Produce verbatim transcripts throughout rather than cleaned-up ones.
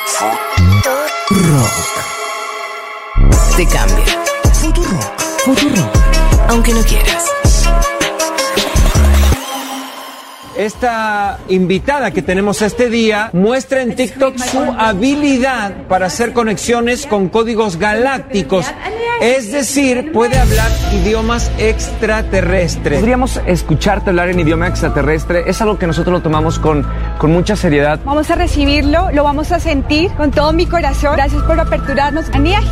Futurock. Te cambia. Futurock. Futurock. Aunque no quieras. Esta invitada que tenemos este día muestra en TikTok su habilidad para hacer conexiones con códigos galácticos. Es decir, puede hablar idiomas extraterrestres. Podríamos escucharte hablar en idioma extraterrestre. Es algo que nosotros lo tomamos con, con mucha seriedad. Vamos a recibirlo, lo vamos a sentir con todo mi corazón. Gracias por aperturarnos.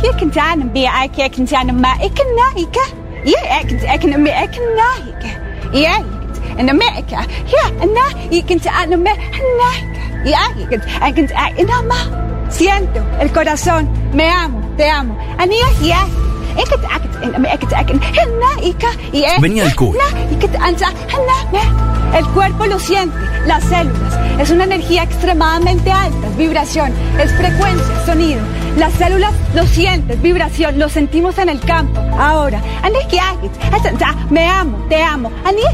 En América, ya, anda, y que se anime, ya, siento el corazón, me amo, te amo. Venía el culo. El cuerpo lo siente, las células. Es una energía extremadamente alta, es vibración, es frecuencia, sonido. Las células lo sienten, vibración, lo sentimos en el campo. Ahora, me amo, te amo.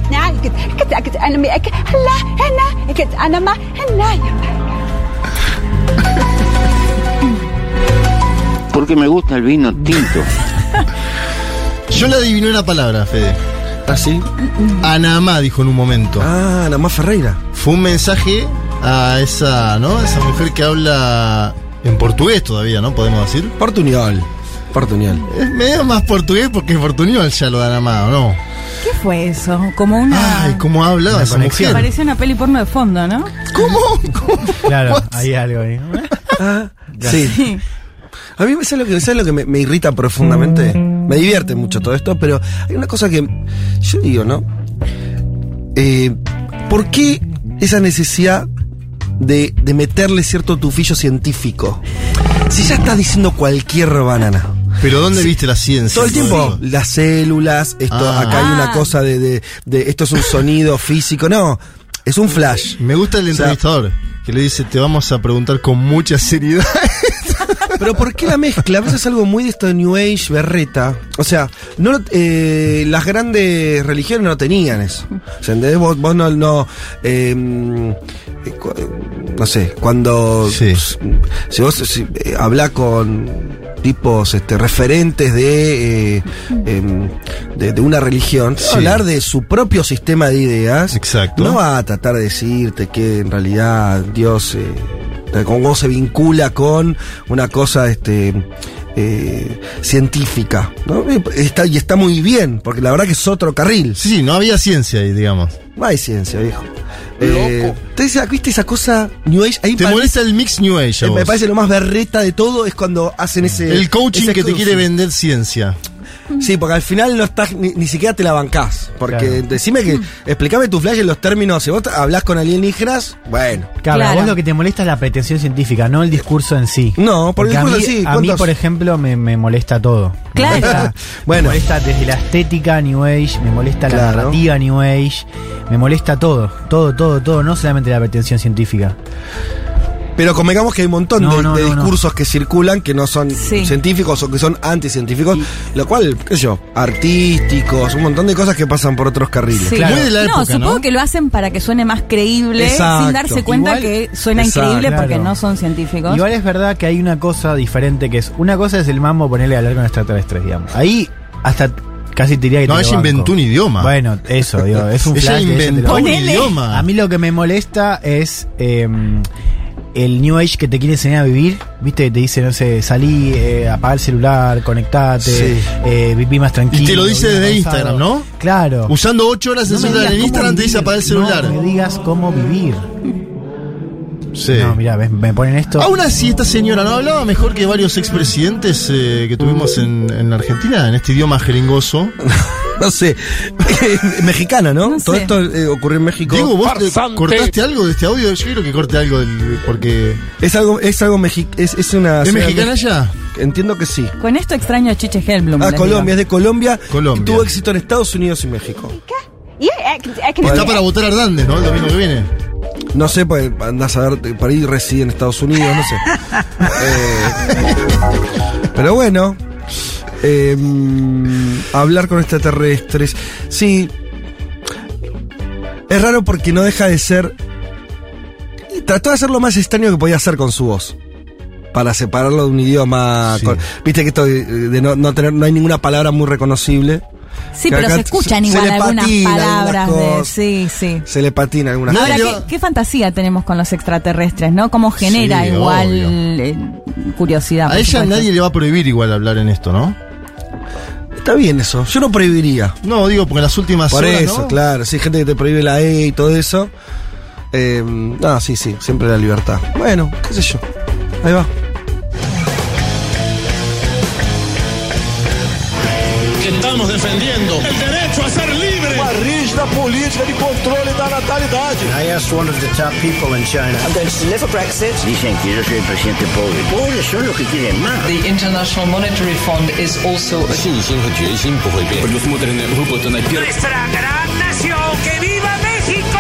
Porque me gusta el vino tinto. Yo le adiviné una palabra, Fede. ¿Ah, sí? Anamá dijo en un momento. Ah, Anamá Ferreira. Fue un mensaje a esa, ¿no? Esa mujer que habla en portugués todavía, ¿no? Podemos decir. Portuñol. Portuñol. Es medio más portugués porque es portuñol ya lo de Anamá, ¿o no? ¿Qué fue eso? Como una... Ay, ¿cómo hablaba esa mujer? Parecía una peli porno de fondo, ¿no? ¿Cómo? ¿Cómo? Claro, What? hay algo ahí. Ah, sí. sí. A mí ¿sabes lo que, ¿sabes lo que me, me irrita profundamente? Me divierte mucho todo esto, pero hay una cosa que yo digo, ¿no? Eh, ¿Por qué esa necesidad de, de meterle cierto tufillo científico? Si ya estás diciendo cualquier banana. ¿Pero dónde sí. viste la ciencia? Todo el tiempo. Las células, esto, ah. acá hay una cosa de, de, de... Esto es un sonido físico. No, es un flash. Me gusta el entrevistador, o sea, que le dice, te vamos a preguntar con mucha seriedad. Pero ¿por qué la mezcla? A veces es algo muy de esto de New Age, berreta. O sea, no eh, las grandes religiones no tenían eso. O sea, ¿entendés? Vos, vos no... no, eh, no sé, cuando... Sí. Si vos si, eh, hablás con tipos este, referentes de, eh, eh, de, de una religión, sí. hablar de su propio sistema de ideas. Exacto. No va a tratar de decirte que en realidad Dios... Eh, cómo se vincula con una cosa este eh, científica, ¿no? Está, y está muy bien, porque la verdad que es otro carril. Sí, sí, no había ciencia ahí, digamos. No hay ciencia, viejo. Eh, Entonces, ¿viste esa cosa New Age? Ahí ¿Te molesta el mix New Age a vos? Me parece lo más berreta de todo es cuando hacen ese... El coaching ese que te cruce. quiere vender ciencia. Sí, porque al final no estás ni, ni siquiera te la bancás. Porque claro. decime que, explícame tu flash en los términos. Si vos hablás con alienígenas, bueno. Claro, claro. a vos lo que te molesta es la pretensión científica, no el discurso en sí. No, por porque el discurso a mí, en sí. A mí, por ejemplo, me, me molesta todo. Claro. Me molesta, bueno. me molesta desde la estética New Age, me molesta claro. la narrativa New Age, me molesta todo, todo, todo, todo, no solamente la pretensión científica. Pero convengamos que hay un montón no, de, no, de no, discursos no. que circulan que no son sí. científicos o que son anticientíficos, y, lo cual, qué sé yo, artísticos, un montón de cosas que pasan por otros carriles. Sí. Claro. Muy de la época, no, supongo ¿no? que lo hacen para que suene más creíble, Exacto. sin darse cuenta Igual, que suena exacto, increíble claro. porque no son científicos. Igual es verdad que hay una cosa diferente que es, una cosa es el mambo ponerle a hablar con extraterrestres, digamos. Ahí hasta casi te diría que No, te ella lo banco. inventó un idioma. Bueno, eso, digo, es un ella flash. inventó un Ponele. idioma. A mí lo que me molesta es eh, el New Age que te quiere enseñar a vivir, viste, que te dice, no sé, salí, eh, apagar el celular, conectate, Sí. eh, viví más tranquilo. Y te lo dice viví desde avanzado. Instagram, ¿no? Claro. Usando ocho horas de No me celular digas en cómo Instagram te dice vivir, apagar el celular. No me digas cómo vivir. Sí. No, mirá, ves, me ponen esto. Aún así, esta señora no hablaba mejor que varios expresidentes eh, que tuvimos en, en la Argentina, en este idioma jeringoso. No sé, mexicana, ¿no? No Todo sé. esto eh, ocurrió en México. Diego, ¿vos te cortaste algo de este audio? Yo quiero que corte algo del, porque... Es algo, es algo mexicano, es, es una... ¿Es ciudad mexicana me- ya? Entiendo que sí. Con esto extraño a Chiche Helblum. Ah, les Colombia, es digo. de Colombia. Colombia. Y tuvo éxito en Estados Unidos y México. Está para votar Hernández, ¿no? El domingo que viene. No sé, pues andás a ver, para ir reside en Estados Unidos, no sé. Eh, pero bueno, eh, hablar con extraterrestres. Sí, es raro porque no deja de ser. Trató de hacer lo más extraño que podía hacer con su voz. para separarlo de un idioma. Sí. Con, viste que esto de, de no, no tener, no hay ninguna palabra muy reconocible. Sí, Que pero acá se escuchan se- igual se le algunas patina palabras algunas de. cosas. Sí, sí. Se le patina algunas Ahora, cosas. ¿qué, qué fantasía tenemos con los extraterrestres, ¿no? ¿Cómo genera Sí, igual obvio. eh, curiosidad? A por ella supuesto. nadie le va a prohibir igual hablar en esto, ¿no? Está bien eso. Yo no prohibiría. No, digo, porque en las últimas Por horas, eso, ¿no? claro. Sí, hay gente que te prohíbe la E y todo eso. Eh, no, sí, sí. Siempre la libertad. Bueno, qué sé yo. Ahí va. Que estamos defendiendo el derecho a ser libre. Uma rígida política de controle da natalidade. I asked one of the top people in China. I'm going to live for Brexit. Dicen que yo soy el presidente pobre. Pobres son los que quieren más. The International Monetary Fund is also. Nuestra gran nación, que viva México.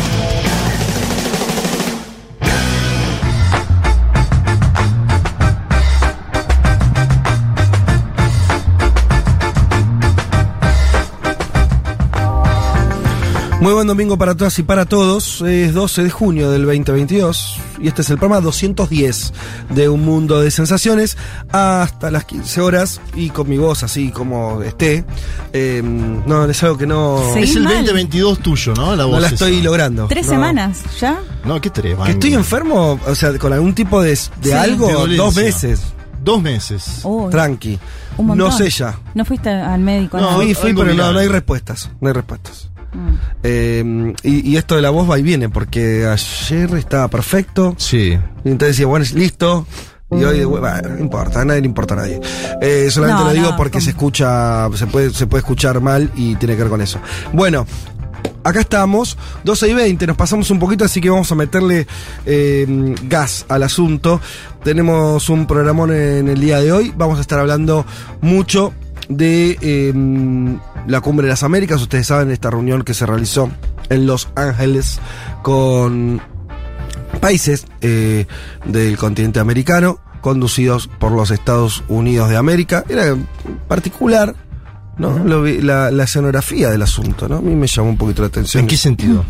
Muy buen domingo para todas y para todos. Es doce de junio del veinte veintidós y este es el programa doscientos diez de Un Mundo de Sensaciones hasta las quince horas y con mi voz así como esté. Eh, no, es algo que no... Sí. Es el mal. veinte veintidós tuyo, ¿no? La voz No la esa. estoy logrando. ¿Tres No. semanas ya? No, ¿qué tres? Que estoy enfermo, o sea, con algún tipo de, de Sí. algo, De dolencia. dos meses. Dos meses. Uy, Tranqui. un montón. No sé ya. ¿No fuiste al médico? No, nada? Fui, fui, algo pero no, viral. no hay respuestas. No hay respuestas. Mm. Eh, y, y esto de la voz va y viene, porque ayer estaba perfecto. Sí. Y entonces decía, bueno, es listo. Y hoy, bueno, no importa, a nadie le importa a nadie. Eh, solamente No, lo digo no, porque ¿cómo? se escucha, se puede, se puede escuchar mal y tiene que ver con eso. Bueno, acá estamos, doce y veinte, nos pasamos un poquito, así que vamos a meterle eh, gas al asunto. Tenemos un programón en el día de hoy, vamos a estar hablando mucho de eh, la Cumbre de las Américas. Ustedes saben, esta reunión que se realizó en Los Ángeles con países eh, del continente americano, conducidos por los Estados Unidos de América. Era particular, ¿no? Lo vi- la, la escenografía del asunto, ¿no? A mí me llamó un poquito la atención. ¿En qué sentido?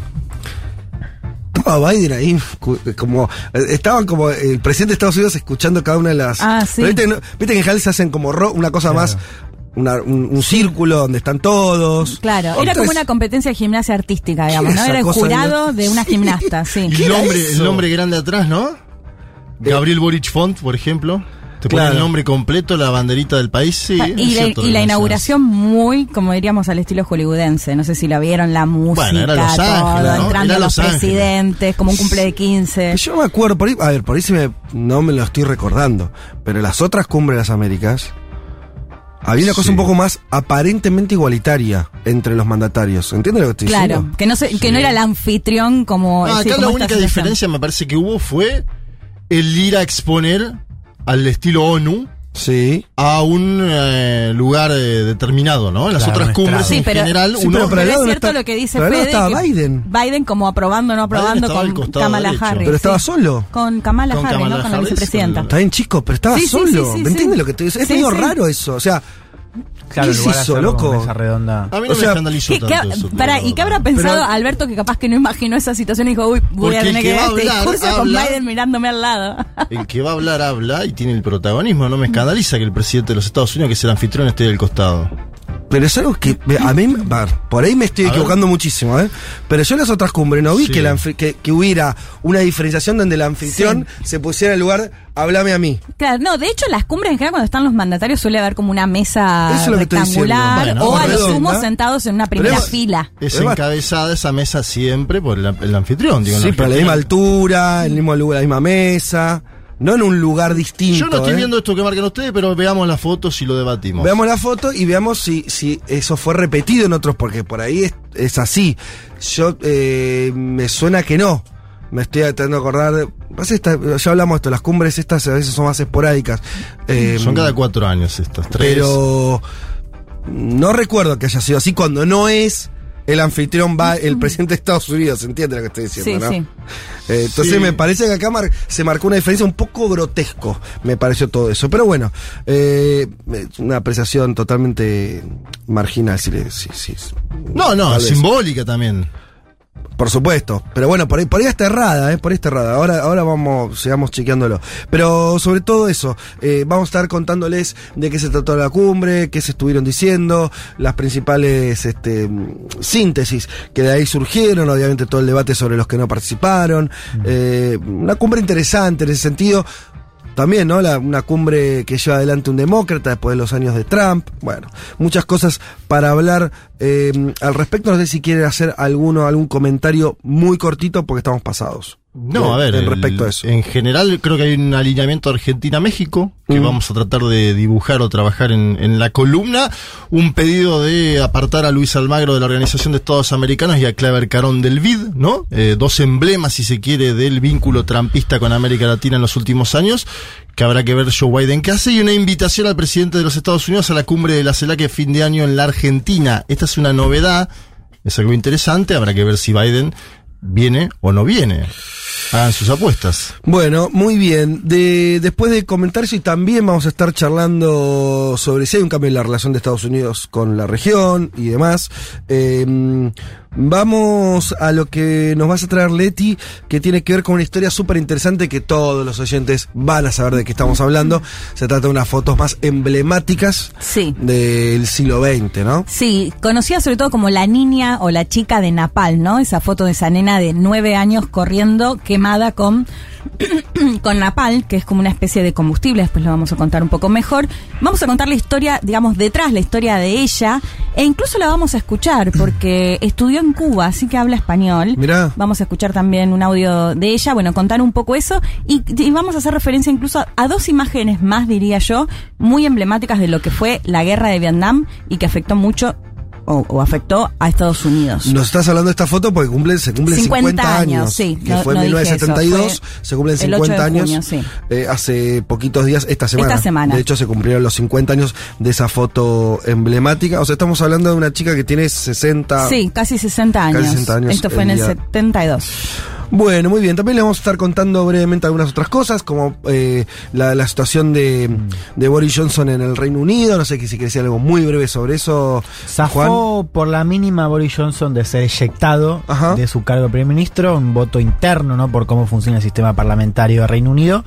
Estaba Biden ahí, cu- como eh, estaban como el presidente de Estados Unidos escuchando cada una de las. Ah, sí. Pero Viste, no- viste que en general se hacen como ro- una cosa más, una- un, un círculo donde están todos. Claro, era Otra como es- una competencia de gimnasia artística, ¿Qué digamos, era ¿no? esa Era el cosa jurado de- de una Sí. gimnasta, sí. Y ¿Qué el era nombre, eso? el nombre grande atrás, ¿no? Gabriel Boric Font, por ejemplo. Te pone Claro. el nombre completo, la banderita del país. Sí, Ah, es y, la, cierto y lo la que inauguración muy, como diríamos, al estilo hollywoodense. No sé si la vieron, la música, Bueno, era Los todo, Ángeles, ¿no? entrando Era los Los Ángeles. presidentes, como un cumple de quince. Yo no me acuerdo, por ahí, a ver, por ahí sí me, no me lo estoy recordando, pero las otras cumbres de las Américas, había una cosa Sí. un poco más aparentemente igualitaria entre los mandatarios. ¿Entiendes lo que estoy Claro, diciendo? que no, se, que no era el anfitrión como... Ah, sí, acá como la esta única situación. diferencia me parece que hubo fue el ir a exponer al estilo ONU Sí. a un eh, lugar eh, determinado, ¿no? En las Claro, otras un cumbres estrado. en Sí, pero- general Sí, uno... pero para el Pero lado es no cierto está- lo que dice para el lado Fede, estaba que Biden. Biden como aprobando, no aprobando estaba al con costado Kamala derecho. Harris. Pero estaba sí. solo. Con Kamala Con Harris, Kamala ¿no? Con la Harris, vicepresidenta. con Está bien, chico, pero estaba Sí, sí, solo. sí, sí, ¿Me sí. entiendes lo que te digo? Es Sí, medio sí. raro eso. O sea, Claro, ¿qué en lugar se de hizo, hacerlo con loco? mesa redonda. A mí no O me sea, escandalizó ¿Qué, tanto qué- eso, para, pero- ¿Y qué habrá pensado Pero- Alberto, que capaz que no imaginó esa situación y dijo, uy, voy Porque a el tener que que va dar a este hablar, discurso con habla- Biden mirándome al lado? El que va a hablar, habla y tiene el protagonismo. No me escandaliza que el presidente de los Estados Unidos, que es el anfitrión, esté del costado. pero es algo que me- a mí, va, por ahí me estoy A ver. equivocando muchísimo, ¿eh? Pero yo en las otras cumbres no vi Sí. que, la anfi- que, que hubiera una diferenciación donde el anfitrión se pusiera en el lugar, háblame a mí. Claro, no, de hecho las cumbres en general cuando están los mandatarios suele haber como una mesa Eso es lo que estoy rectangular diciendo. Bueno, o a lo redonda. sumo sentados en una primera Pero es- fila. Es Pero va- encabezada esa mesa siempre por el, el anfitrión. Digo, en Sí, pero a la misma Argentina. altura, en el mismo lugar, la misma mesa, no en un lugar distinto. Yo no estoy ¿eh? viendo esto que marcan ustedes, pero veamos las fotos y lo debatimos. Veamos la foto y veamos si, si eso fue repetido en otros, porque por ahí es, es así. Yo eh, me suena que no. Me estoy tratando de acordar. de- pasa esta- ya hablamos de esto, las cumbres estas a veces son más esporádicas. Eh, Son cada cuatro años estas, tres. Pero no recuerdo que haya sido así cuando no es el anfitrión, va el presidente de Estados Unidos. ¿Entiende lo que estoy diciendo, Sí, no? sí. Eh, entonces Sí. me parece que acá mar- se marcó una diferencia un poco grotesco, me pareció todo eso. Pero bueno, eh, una apreciación totalmente marginal, si le, si- si- No, no, tal vez. simbólica también. Por supuesto. Pero bueno, por ahí, por ahí está errada, ¿eh? Por ahí está errada. Ahora, ahora vamos, sigamos chequeándolo. Pero sobre todo eso, eh, vamos a estar contándoles de qué se trató la cumbre, qué se estuvieron diciendo, las principales este, síntesis que de ahí surgieron, obviamente todo el debate sobre los que no participaron. Eh, una cumbre interesante en ese sentido. También, ¿no? La, una cumbre que lleva adelante un demócrata después de los años de Trump. Bueno, muchas cosas para hablar eh, al respecto. No sé si quieren hacer alguno, algún comentario muy cortito porque estamos pasados. No, de, a ver, en el, respecto a eso. En general creo que hay un alineamiento Argentina-México que mm. vamos a tratar de dibujar o trabajar en, en la columna. Un pedido de apartar a Luis Almagro de la Organización de Estados Americanos y a Claver Carón del V I D, ¿no? Eh, dos emblemas, si se quiere, del vínculo trampista con América Latina en los últimos años, que habrá que ver Joe Biden qué hace, y una invitación al presidente de los Estados Unidos a la cumbre de la CELAC de fin de año en la Argentina. Esta es una novedad, es algo interesante, habrá que ver si Biden viene o no viene. Hagan sus apuestas. Bueno, muy bien. De, después de comentar eso, y también vamos a estar charlando sobre si hay un cambio en la relación de Estados Unidos con la región y demás. Eh, vamos a lo que nos vas a traer, Leti, que tiene que ver con una historia súper interesante que todos los oyentes van a saber de qué estamos hablando. Se trata de unas fotos más emblemáticas sí. del siglo veinte, ¿no? Sí, conocida sobre todo como la niña o la chica de Napal, ¿no? Esa foto de esa nena de nueve años corriendo quemada con, con napal, que es como una especie de combustible, después lo vamos a contar un poco mejor. Vamos a contar la historia, digamos, detrás, la historia de ella, e incluso la vamos a escuchar, porque estudió en Cuba, así que habla español. Mirá. Vamos a escuchar también un audio de ella, bueno, contar un poco eso, y, y vamos a hacer referencia incluso a, a dos imágenes más, diría yo, muy emblemáticas de lo que fue la guerra de Vietnam y que afectó mucho O, o afectó a Estados Unidos. Nos estás hablando de esta foto porque cumple, se cumplen cincuenta años. Sí, que no, fue en no mil novecientos setenta y dos, se cumplen cincuenta años. Junio, sí. eh, hace poquitos días, esta semana. Esta semana. De hecho, se cumplieron los cincuenta años de esa foto emblemática. O sea, estamos hablando de una chica que tiene sesenta. Sí, casi sesenta años. Casi sesenta años. Esto fue en el día. setenta y dos. Bueno, muy bien. También les vamos a estar contando brevemente algunas otras cosas, como eh, la, la situación de, de Boris Johnson en el Reino Unido. No sé si querés decir algo muy breve sobre eso, Zafó Juan. por la mínima Boris Johnson de ser eyectado Ajá. de su cargo de primer ministro, un voto interno, ¿no? Por cómo funciona el sistema parlamentario de Reino Unido.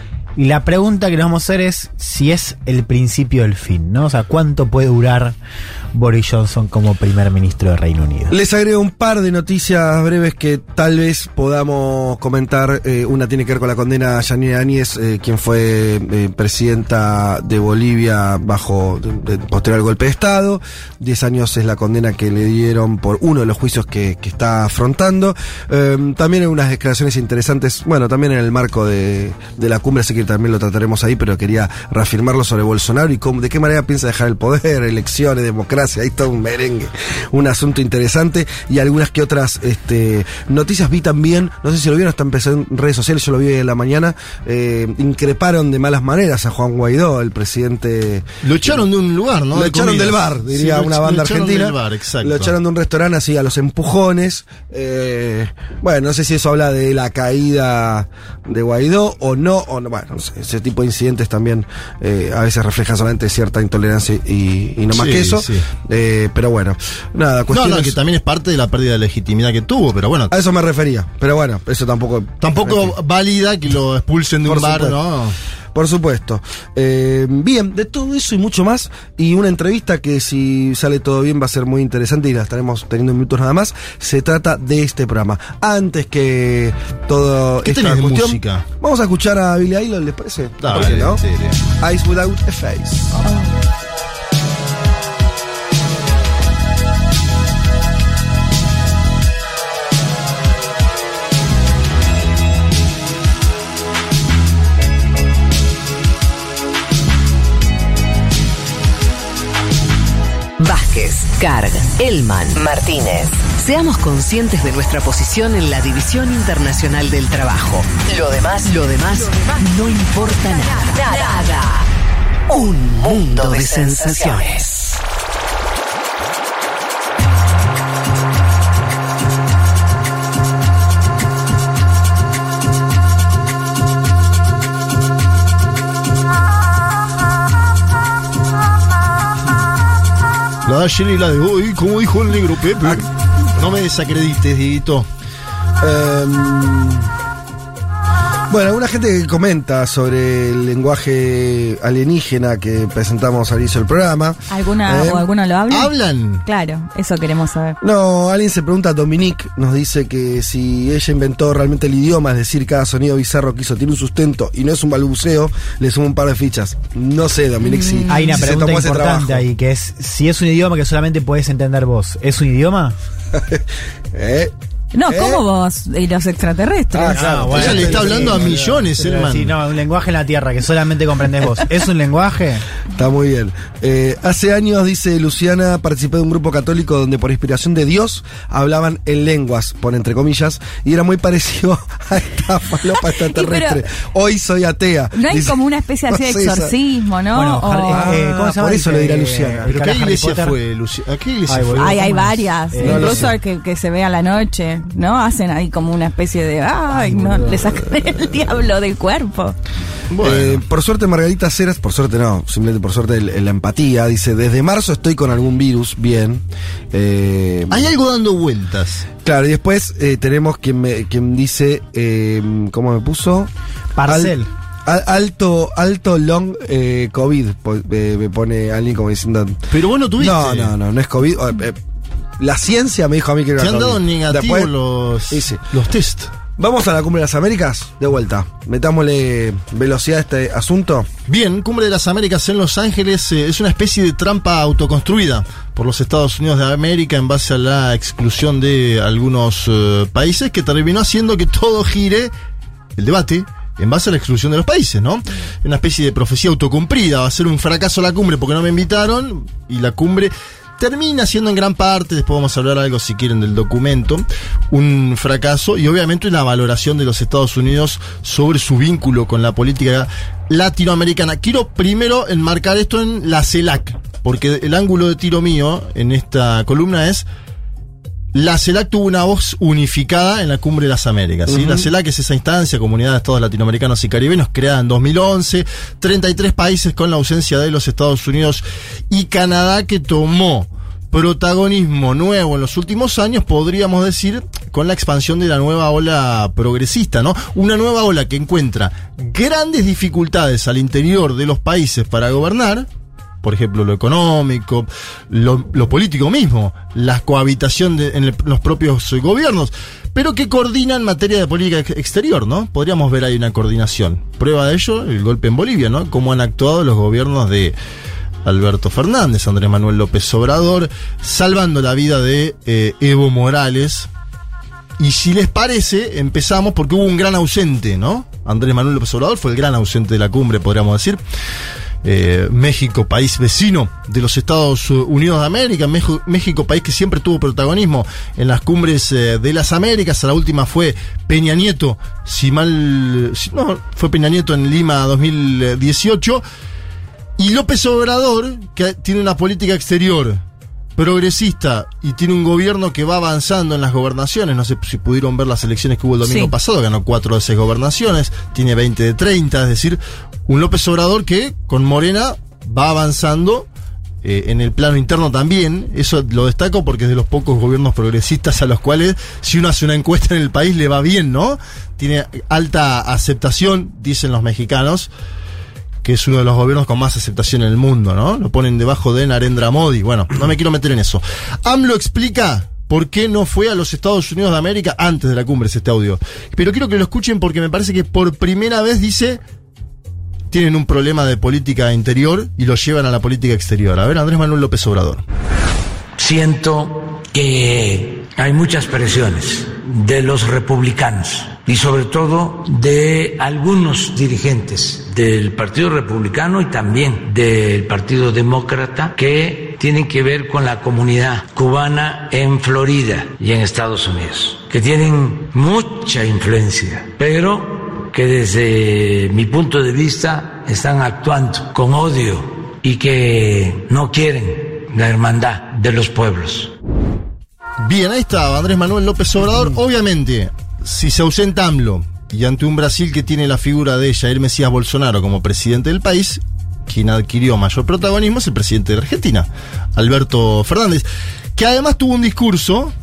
Y la pregunta que nos vamos a hacer es si es el principio del fin, ¿no? O sea, ¿cuánto puede durar Boris Johnson como primer ministro de Reino Unido? Les agrego un par de noticias breves que tal vez podamos comentar. Eh, una tiene que ver con la condena a Yanine Áñez, eh, quien fue eh, presidenta de Bolivia bajo de, de, posterior al golpe de Estado. Diez años es la condena que le dieron por uno de los juicios que, que está afrontando. Eh, también hay unas declaraciones interesantes, bueno, también en el marco de, de la cumbre, así que también lo trataremos ahí, pero quería reafirmarlo sobre Bolsonaro y cómo, de qué manera piensa dejar el poder, elecciones, democracia, ahí todo un merengue, un asunto interesante, y algunas que otras este, noticias vi también, no sé si lo vieron, hasta empezó en redes sociales, yo lo vi en la mañana, eh, increparon de malas maneras a Juan Guaidó, el presidente. Lo echaron de un lugar, ¿no? Lo de echaron comidas. del bar, diría sí, una lo, banda lo argentina. Del bar, exacto. Lo echaron de un restaurante así a los empujones. Eh, bueno, no sé si eso habla de la caída de Guaidó o no, o no, bueno, no sé, ese tipo de incidentes también eh, a veces reflejan solamente cierta intolerancia y, y no más sí, que eso. Sí. Eh, pero bueno, nada, cuestiones. No, no, que también es parte de la pérdida de legitimidad que tuvo, pero bueno. A eso me refería, pero bueno, eso tampoco. Tampoco válida que lo expulsen de Por un bar, supuesto. ¿no? Por supuesto. Eh, bien, de todo eso y mucho más, y una entrevista que si sale todo bien va a ser muy interesante y la estaremos teniendo en minutos nada más, se trata de este programa. Antes que todo ¿Qué esta tenés de cuestión, música? vamos a escuchar a Billie Eilish, ¿les parece? Dale, ¿Por qué no? sí, sí. Eyes Without a Face. Oh. Vázquez, Carg, Elman, Martínez. Seamos conscientes de nuestra posición en la División Internacional del Trabajo. Lo demás, lo demás, lo demás no importa nada. Nada. Un mundo de sensaciones. La de ayer y la de hoy, como dijo el negro Pepe. No me desacredites, Dieguito. Um, bueno, alguna gente que comenta sobre el lenguaje alienígena que presentamos al inicio del programa. ¿Alguna ¿Eh? o alguno lo habla? ¿Hablan? Claro, eso queremos saber. No, alguien se pregunta, Dominique nos dice que si ella inventó realmente el idioma, es decir, cada sonido bizarro que hizo tiene un sustento y no es un balbuceo, le suma un par de fichas. No sé, Dominique, si, Mm. Hay una si se pregunta tomó ese importante trabajo. ahí, que es, si es un idioma que solamente puedes entender vos, ¿es un idioma? ¿Eh? No, ¿Eh? ¿cómo vos y los extraterrestres? Ah, claro, Ella le está hablando a millones, Pero hermano. sí, no, un lenguaje en la Tierra que solamente comprendes vos. ¿Es un lenguaje? Está muy bien. Eh, hace años, dice Luciana, participé de un grupo católico donde por inspiración de Dios hablaban en lenguas, pone entre comillas, y era muy parecido a esta falopa extraterrestre. Hoy soy atea. No hay Dice- como una especie así de No sé, esa- exorcismo, ¿no? Bueno, O- Harry- eh, ¿cómo se llama? por eso El le dirá que- Luciana. el ¿Pero cara qué Harry iglesia Potter? fue, Luciana? ¿A qué iglesia Ay, fue? boludo. Ay, hay ¿Cómo es? varias. Eh, no lo Incluso sé. que, que se ve a la noche, ¿no? Hacen ahí como una especie de. Ay, no, le sacan el diablo del cuerpo. Bueno. Eh, por suerte Margarita Ceras, por suerte no, simplemente por suerte el- el- la empatía, dice, desde marzo estoy con algún virus, bien. Eh, Hay algo dando vueltas. claro, y después eh, tenemos quien, me, quien dice, eh, ¿cómo me puso? Parcel. Al- al- alto, alto long eh, COVID, po- eh, me pone alguien como diciendo... Pero vos no tuviste. No, no, no, no es COVID. eh, eh, la ciencia me dijo a mí que era Te han COVID. dado negativos Después- los, Sí, sí. los test. Vamos a la Cumbre de las Américas, de vuelta. Metámosle velocidad a este asunto. Bien, Cumbre de las Américas en Los Ángeles eh, es una especie de trampa autoconstruida por los Estados Unidos de América en base a la exclusión de algunos eh, países, que terminó haciendo que todo gire, el debate, en base a la exclusión de los países, ¿no? Una especie de profecía autocumplida. Va a ser un fracaso la cumbre porque no me invitaron, y la cumbre termina siendo en gran parte, después vamos a hablar algo si quieren del documento, un fracaso, y obviamente una valoración de los Estados Unidos sobre su vínculo con la política latinoamericana. Quiero primero enmarcar esto en la CELAC, porque el ángulo de tiro mío en esta columna es: la CELAC tuvo una voz unificada en la Cumbre de las Américas, ¿sí? Uh-huh. La CELAC es esa instancia, Comunidad de Estados Latinoamericanos y Caribeños, creada en dos mil once, treinta y tres países con la ausencia de los Estados Unidos y Canadá, que tomó protagonismo nuevo en los últimos años, podríamos decir, con la expansión de la nueva ola progresista, ¿no? Una nueva ola que encuentra grandes dificultades al interior de los países para gobernar, por ejemplo, lo económico, lo, lo político mismo, la cohabitación de, en el, los propios eh, gobiernos, pero que coordina en materia de política ex- exterior, ¿no? Podríamos ver ahí una coordinación. Prueba de ello, el golpe en Bolivia, ¿no? Cómo han actuado los gobiernos de Alberto Fernández, Andrés Manuel López Obrador, salvando la vida de eh, Evo Morales. Y si les parece, empezamos porque hubo un gran ausente, ¿no? Andrés Manuel López Obrador fue el gran ausente de la cumbre, podríamos decir. Eh, México, país vecino de los Estados Unidos de América, Mejo, México, país que siempre tuvo protagonismo en las cumbres eh, de las Américas. La última fue Peña Nieto, si mal, si, no, fue Peña Nieto en Lima dos mil dieciocho. Y López Obrador, que tiene una política exterior progresista y tiene un gobierno que va avanzando en las gobernaciones. No sé si pudieron ver las elecciones que hubo el domingo Sí. pasado, ganó cuatro de seis gobernaciones, tiene veinte de treinta, es decir, un López Obrador que con Morena va avanzando eh, en el plano interno también. Eso lo destaco porque es de los pocos gobiernos progresistas a los cuales, si uno hace una encuesta en el país, le va bien, ¿no? Tiene alta aceptación, dicen los mexicanos, que es uno de los gobiernos con más aceptación en el mundo, ¿no? Lo ponen debajo de Narendra Modi. Bueno, no me quiero meter en eso. AMLO explica por qué no fue a los Estados Unidos de América antes de la cumbre, es este audio. Pero quiero que lo escuchen porque me parece que por primera vez dice: tienen un problema de política interior y lo llevan a la política exterior. A ver, Andrés Manuel López Obrador. Siento que hay muchas presiones de los republicanos y sobre todo de algunos dirigentes del Partido Republicano y también del Partido Demócrata, que tienen que ver con la comunidad cubana en Florida y en Estados Unidos, que tienen mucha influencia, pero que desde mi punto de vista están actuando con odio y que no quieren la hermandad de los pueblos. Bien, ahí estaba Andrés Manuel López Obrador. Obviamente, si se ausenta AMLO y ante un Brasil que tiene la figura de Jair Mesías Bolsonaro como presidente del país, quien adquirió mayor protagonismo es el presidente de Argentina, Alberto Fernández, que además tuvo un discurso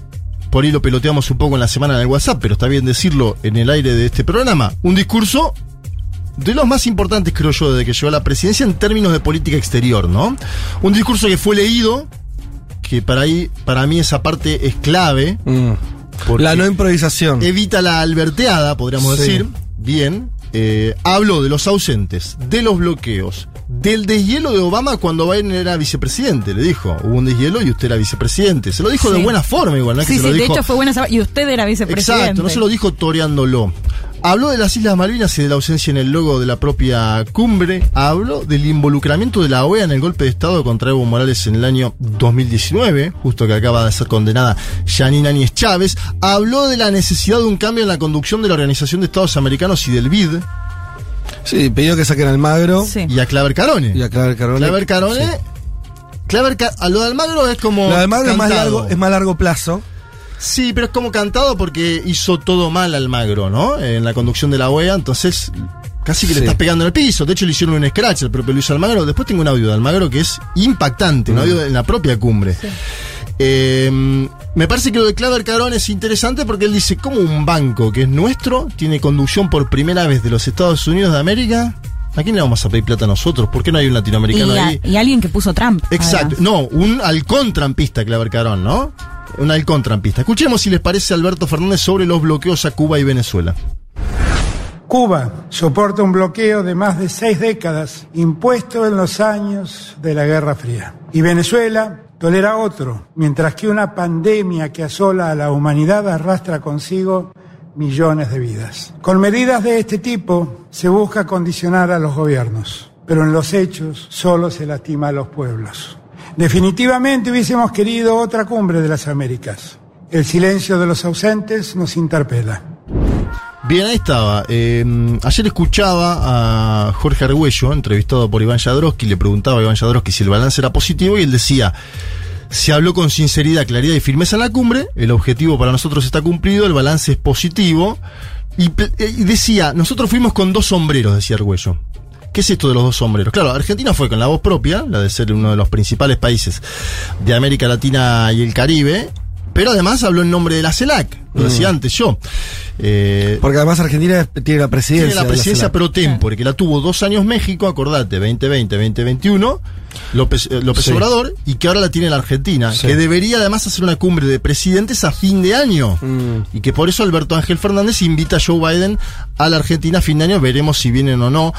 por ahí lo peloteamos un poco en la semana en el WhatsApp, pero está bien decirlo en el aire de este programa, un discurso de los más importantes, creo yo, desde que llegó a la presidencia en términos de política exterior, ¿no? Un discurso que fue leído, que para ahí, para mí esa parte es clave. Mm. La no improvisación. Evita la alberteada, podríamos sí. decir. Bien. Eh, habló de los ausentes, de los bloqueos, del deshielo de Obama cuando Biden era vicepresidente. Le dijo, hubo un deshielo y usted era vicepresidente. Se lo dijo sí. de buena forma igual, ¿no? Sí, que sí, se lo de dijo... hecho fue buena y usted era vicepresidente. Exacto, no se lo dijo toreándolo. Habló de las Islas Malvinas y de la ausencia en el logo de la propia cumbre. Habló del involucramiento de la O E A en el golpe de Estado contra Evo Morales en el año dos mil diecinueve, justo que acaba de ser condenada Yanine Áñez Chávez. Habló de la necesidad de un cambio en la conducción de la Organización de Estados Americanos y del B I D. Sí, pidió que saquen a Almagro. Sí. Y a Claver Carone. Y a Claver Carone. Claver Carone. Sí. Claver Car- a lo de Almagro es como. Lo de Almagro es más, largo, es más largo plazo. Sí, pero es como cantado porque hizo todo mal Almagro, ¿no? En la conducción de la O E A, entonces casi que sí. le estás pegando en el piso. De hecho, le hicieron un scratch al propio Luis Almagro. Después tengo un audio de Almagro que es impactante, mm. un audio en la propia cumbre. Sí. Eh, me parece que lo de Claver Carone es interesante porque él dice, ¿cómo un banco que es nuestro tiene conducción por primera vez de los Estados Unidos de América? ¿A quién le vamos a pedir plata a nosotros? ¿Por qué no hay un latinoamericano y a, ahí? Y alguien que puso Trump. Exacto. Además. No, un halcón trampista, Claver Carone, ¿no? Un halcón trampista. Escuchemos si les parece a Alberto Fernández sobre los bloqueos a Cuba y Venezuela. Cuba soporta un bloqueo de más de seis décadas impuesto en los años de la Guerra Fría. Y Venezuela tolera otro, mientras que una pandemia que asola a la humanidad arrastra consigo millones de vidas. Con medidas de este tipo se busca condicionar a los gobiernos, pero en los hechos solo se lastima a los pueblos. Definitivamente hubiésemos querido otra cumbre de las Américas. El silencio de los ausentes nos interpela. Bien, ahí estaba. Eh, ayer escuchaba a Jorge Argüello, entrevistado por Iván Jadrowski, le preguntaba a Iván Jadrowski si el balance era positivo y él decía, se habló con sinceridad, claridad y firmeza en la cumbre, el objetivo para nosotros está cumplido, el balance es positivo, y, y decía, nosotros fuimos con dos sombreros, decía Argüello. ¿Qué es esto de los dos sombreros? Claro, Argentina fue con la voz propia, la de ser uno de los principales países de América Latina y el Caribe, pero además habló en nombre de la CELAC, lo decía mm. antes yo. Eh, Porque además Argentina tiene la presidencia. Tiene la presidencia la pro tempore, que la tuvo dos años México, acordate, veinte veinte, veinte veintiuno, López, eh, López sí. Obrador, y que ahora la tiene la Argentina, sí. que debería además hacer una cumbre de presidentes a fin de año, mm. y que por eso Alberto Ángel Fernández invita a Joe Biden a la Argentina a fin de año, veremos si vienen o no.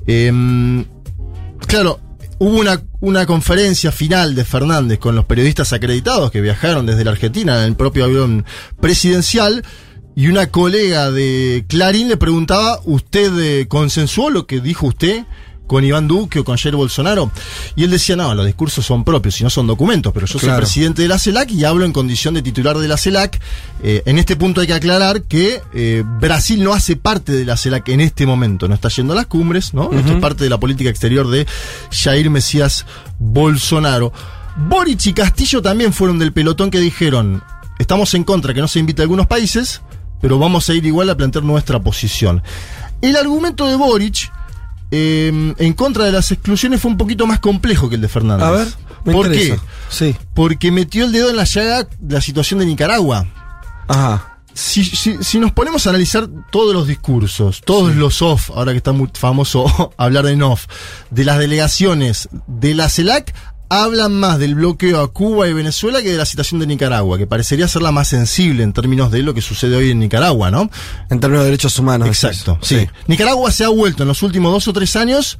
Eh, claro, hubo una, una conferencia final de Fernández con los periodistas acreditados que viajaron desde la Argentina en el propio avión presidencial, y una colega de Clarín le preguntaba, ¿usted eh, consensuó lo que dijo usted con Iván Duque o con Jair Bolsonaro? Y él decía, no, los discursos son propios y no son documentos, pero yo claro. soy presidente de la CELAC y hablo en condición de titular de la CELAC. Eh, en este punto hay que aclarar que eh, Brasil no hace parte de la CELAC en este momento, no está yendo a las cumbres, ¿no? Uh-huh. Esto es parte de la política exterior de Jair Mesías Bolsonaro. Boric y Castillo también fueron del pelotón que dijeron, estamos en contra que no se invite a algunos países, pero vamos a ir igual a plantear nuestra posición. El argumento de Boric Eh, en contra de las exclusiones fue un poquito más complejo que el de Fernández. A ver, me ¿por interesa. qué? Sí. Porque metió el dedo en la llaga de la situación de Nicaragua. Ajá. Si, si, si nos ponemos a analizar todos los discursos, todos sí. los off, ahora que está muy famoso hablar de off, de las delegaciones de la CELAC, hablan más del bloqueo a Cuba y Venezuela que de la situación de Nicaragua, que parecería ser la más sensible en términos de lo que sucede hoy en Nicaragua, ¿no? En términos de derechos humanos. Exacto, sí. sí. Nicaragua se ha vuelto en los últimos dos o tres años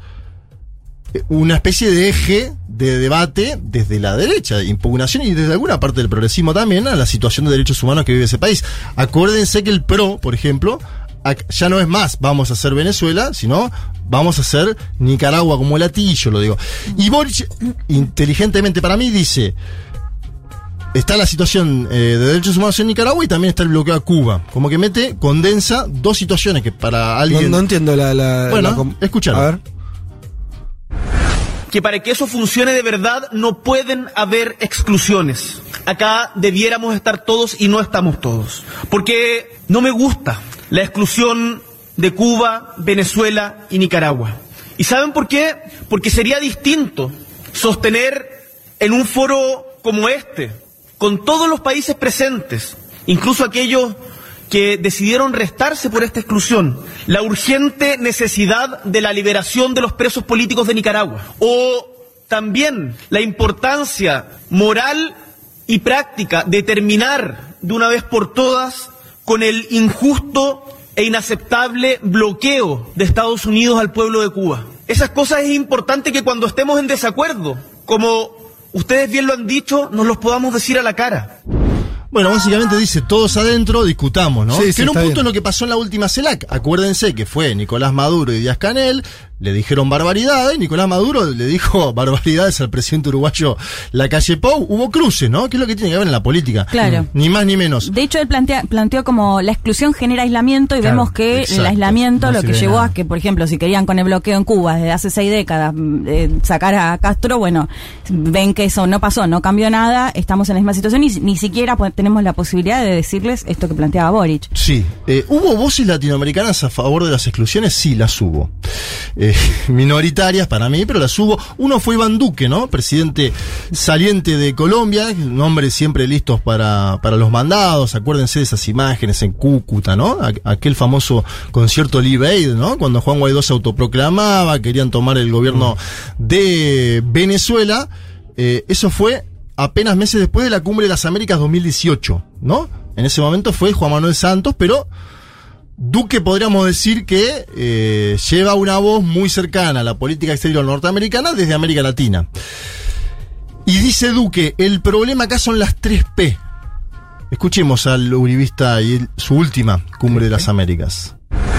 una especie de eje de debate desde la derecha, de impugnación y desde alguna parte del progresismo también a la situación de derechos humanos que vive ese país. Acuérdense que el P R O, por ejemplo, ya no es más vamos a hacer Venezuela, sino vamos a hacer Nicaragua como latillo, lo digo. Y Boric, inteligentemente para mí, dice, está la situación eh, de derechos humanos en Nicaragua y también está el bloqueo a Cuba. Como que mete, condensa dos situaciones que para alguien... No, no entiendo la... la bueno, la com- escuchar. A ver. Que para que eso funcione de verdad no pueden haber exclusiones. Acá debiéramos estar todos y no estamos todos. Porque no me gusta la exclusión de Cuba, Venezuela y Nicaragua. ¿Y saben por qué? Porque sería distinto sostener en un foro como este, con todos los países presentes, incluso aquellos que decidieron restarse por esta exclusión, la urgente necesidad de la liberación de los presos políticos de Nicaragua, o también la importancia moral y práctica de terminar de una vez por todas con el injusto e inaceptable bloqueo de Estados Unidos al pueblo de Cuba. Esas cosas es importante que cuando estemos en desacuerdo, como ustedes bien lo han dicho, nos los podamos decir a la cara. Bueno, básicamente dice, todos adentro, discutamos, ¿no? Sí, que sí, en un está punto bien. es lo que pasó en la última CELAC. Acuérdense que fue Nicolás Maduro y Díaz-Canel, le dijeron barbaridades, Nicolás Maduro le dijo barbaridades al presidente uruguayo Lacalle Pou. Hubo cruces, ¿no? ¿Qué es lo que tiene que ver en la política? Claro. Ni más ni menos. De hecho, él plantea, planteó como la exclusión genera aislamiento y Claro, vemos que exacto. el aislamiento No lo que sirve de llevó nada. a que, por ejemplo, si querían con el bloqueo en Cuba desde hace seis décadas eh, sacar a Castro, bueno, ven que eso no pasó, no cambió nada, estamos en la misma situación y ni siquiera pues, tenemos la posibilidad de decirles esto que planteaba Boric. Sí. Eh, ¿Hubo voces latinoamericanas a favor de las exclusiones? Sí, las hubo. Eh, minoritarias para mí, pero las hubo. Uno fue Iván Duque, ¿no? Presidente saliente de Colombia, un hombre siempre listos para, para los mandados. Acuérdense de esas imágenes en Cúcuta, ¿no? Aquel famoso concierto Live Aid, ¿no? Cuando Juan Guaidó se autoproclamaba, querían tomar el gobierno de Venezuela. Eh, eso fue apenas meses después de la Cumbre de las Américas dos mil dieciocho, ¿no? En ese momento fue Juan Manuel Santos, pero Duque podríamos decir que eh, lleva una voz muy cercana a la política exterior norteamericana desde América Latina. Y dice Duque, el problema acá son las tres P. Escuchemos al uribista y el, su última Cumbre de las Américas.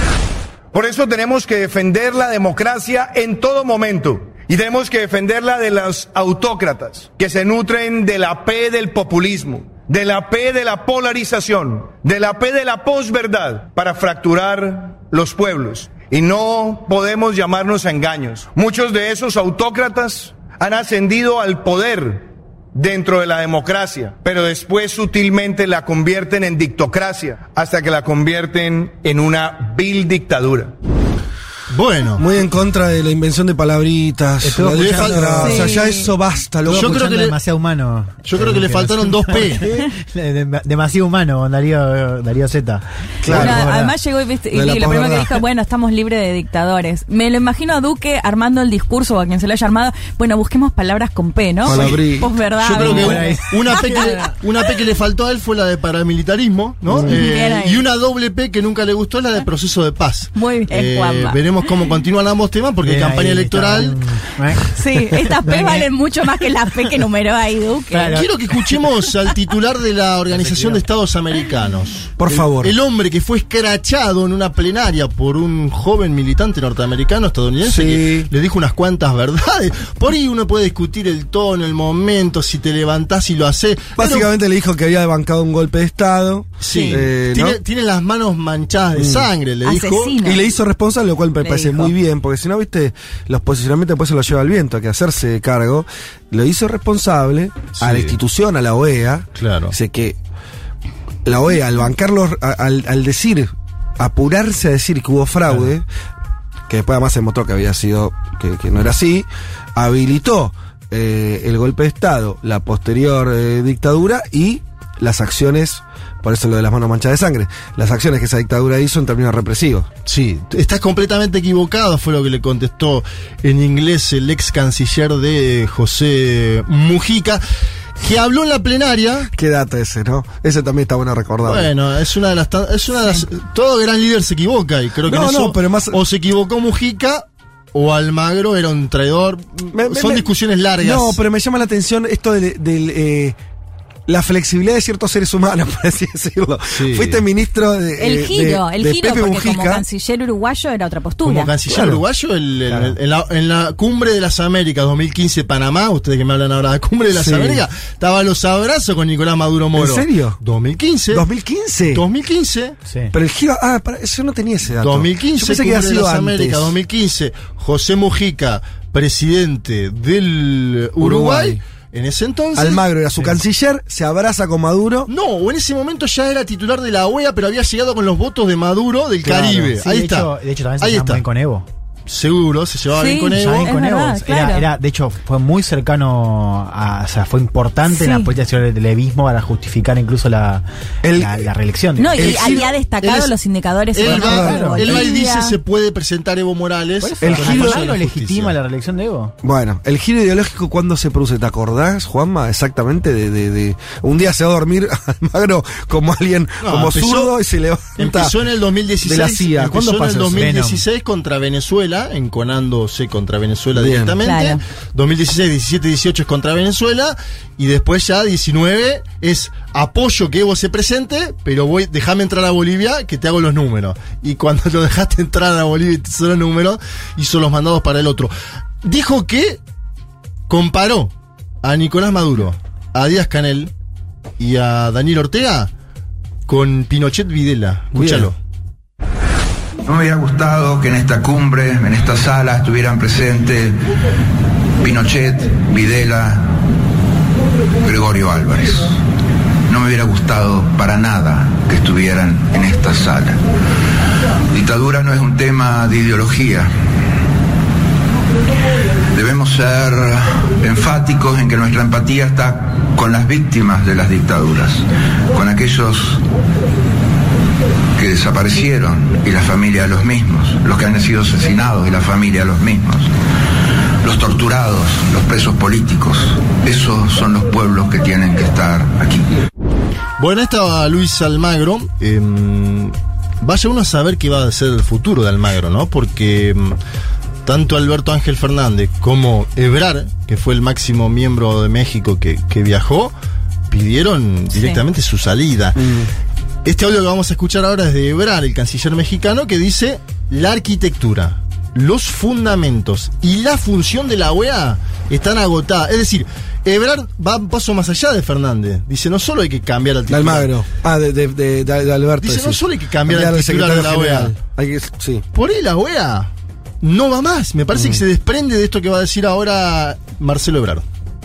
Por eso tenemos que defender la democracia en todo momento. Y tenemos que defenderla de los autócratas, que se nutren de la P del populismo, de la P de la polarización, de la P de la posverdad, para fracturar los pueblos. Y no podemos llamarnos a engaños. Muchos de esos autócratas han ascendido al poder dentro de la democracia, pero después sutilmente la convierten en dictocracia, hasta que la convierten en una vil dictadura. Bueno. Muy en contra de la invención de palabritas. Estuvo La escuchando- letra, O sea, Sí. ya eso basta. Loco. Yo creo que le- demasiado humano. Yo creo que le faltaron dos P. Dem- demasiado humano, Darío, Darío Z. Bueno, es verdad. además llegó y, viste, y De la lo primero que posverdad. dijo, bueno, estamos libres de dictadores. Me lo imagino a Duque armando el discurso, o a quien se lo haya armado, bueno, busquemos palabras con P, ¿no? Palabrí. Posverdad. Yo creo Bueno. que una P que, le, una P que le faltó a él fue la de paramilitarismo, ¿no? Mm. Eh, Bien ahí. y una doble P que nunca le gustó es la de proceso de paz. Muy bien, Eh, Juanma. veremos cómo continúan ambos temas porque Bien, campaña ahí electoral. está. ¿Eh? Sí, estas P valen mucho más que las P que numeró ahí Duque. Quiero que escuchemos al titular de la Organización de Estados Americanos. Por El- favor. El hombre que fue escrachado en una plenaria por un joven militante norteamericano estadounidense Sí. que le dijo unas cuantas verdades. Por ahí uno puede discutir el tono, el momento, si te levantás y lo haces. Básicamente le dijo que había bancado un golpe de Estado. Sí, Eh, ¿no? tiene, tiene las manos manchadas de Mm. sangre, le dijo. Asesino. Y le hizo responsable, lo cual me Le parece dijo. muy bien, porque si no, viste, los posicionamientos después se los lleva al viento, hay que hacerse cargo. Lo hizo responsable Sí. a la institución, a la O E A. Claro. Dice que la O E A, al bancarlos, a- al, al decir, apurarse a decir que hubo fraude, que después además se mostró que había sido, que, que no era así, habilitó eh, el golpe de Estado, la posterior eh, dictadura y las acciones, por eso lo de las manos manchadas de sangre, las acciones que esa dictadura hizo en términos represivos. Sí, estás completamente equivocado, fue lo que le contestó en inglés el ex canciller de José Mujica, que habló en la plenaria. Qué dato ese, ¿no? Ese también está bueno recordar. Bueno, es una de las tan- es una de las todo gran líder se equivoca y creo que No, en eso no, pero más- o se equivocó Mujica o Almagro era un traidor. Me- me- Son me- discusiones largas. No, pero me llama la atención esto del... del, eh, la flexibilidad de ciertos seres humanos, por así decirlo. Sí. Fuiste ministro de. El de- giro, de- el de giro, Pepe porque Mujica. como canciller uruguayo era otra postura. Como canciller Claro. uruguayo, el- el- Claro. en, la, en la cumbre de las Américas dos mil quince Panamá, ustedes que me hablan ahora de cumbre de las Sí. Américas, estaba los abrazos con Nicolás Maduro Moro. ¿En serio? dos mil quince. ¿dos mil quince? dos mil quince. Sí. Pero el giro. Ah, para, eso no tenía ese dato. dos mil quince, Yo pensé que cumbre había de sido las antes. Américas dos mil quince. José Mujica, presidente del Uruguay. Uruguay. En ese entonces. Almagro era su canciller, se abraza con Maduro. No, o en ese momento ya era titular de la O E A, pero había llegado con los votos de Maduro del Claro. Caribe. Sí, Ahí de está. Hecho, de hecho, también se Ahí llevan está. bien con Evo. seguro, se llevaba Sí, bien con Evo. Bien con Es Evo. verdad, Era, claro. era, de hecho, fue muy cercano a, o sea, fue importante Sí. en la política exterior del televismo para justificar incluso la, El- la, la reelección. No, y El había giro- destacado él es- los indicadores Él económicos de va, él va y Bolivia. dice se puede presentar Evo Morales. Por eso, el ¿el giro- giro de la legitima justicia. la reelección de Evo? Bueno, el giro ideológico, ¿cuándo se produce? ¿Te acordás, Juanma? Exactamente, de, de, de- un día se va a dormir Almagro como alguien, No, como empezó- zurdo y se levanta. Empezó en el dos mil dieciséis. De la C I A. Empezó ¿Cuándo en pasa el eso? dos mil dieciséis contra Venezuela, enconándose contra Venezuela Bien. directamente. Claro. dos mil dieciséis, diecisiete, dieciocho es contra Venezuela. Y después ya diecinueve es apoyo que Evo se presente, pero voy, déjame entrar a Bolivia que te hago los números. Y cuando lo dejaste entrar a Bolivia y te hizo los números, hizo los mandados para el otro. Dijo que comparó a Nicolás Maduro, a Díaz Canel y a Daniel Ortega con Pinochet Videla. Escúchalo. No me hubiera gustado que en esta cumbre, en esta sala, estuvieran presentes Pinochet, Videla, Gregorio Álvarez. No me hubiera gustado para nada que estuvieran en esta sala. Dictadura no es un tema de ideología. Debemos ser enfáticos en que nuestra empatía está con las víctimas de las dictaduras, con aquellos que desaparecieron y la familia de los mismos, los que han sido asesinados y la familia de los mismos, los torturados, los presos políticos. Esos son los pueblos que tienen que estar aquí. Bueno, estaba Luis Almagro. Eh, vaya uno a saber qué va a ser el futuro de Almagro, ¿no? Porque eh, tanto Alberto Ángel Fernández como Ebrard, que fue el máximo miembro de México que, que viajó, pidieron directamente sí. su salida. Mm. Este audio que vamos a escuchar ahora es de Ebrard, el canciller mexicano, que dice: la arquitectura, los fundamentos y la función de la O E A están agotadas. Es decir, Ebrard va un paso más allá de Fernández. Dice, no solo hay que cambiar al titular. De Almagro. Ah, de, de, de, de Alberto. Dice, decir. no solo hay que cambiar al titular de la O E A. Hay que, sí. Por ahí la O E A no va más. Me parece mm. que se desprende de esto que va a decir ahora Marcelo Ebrard.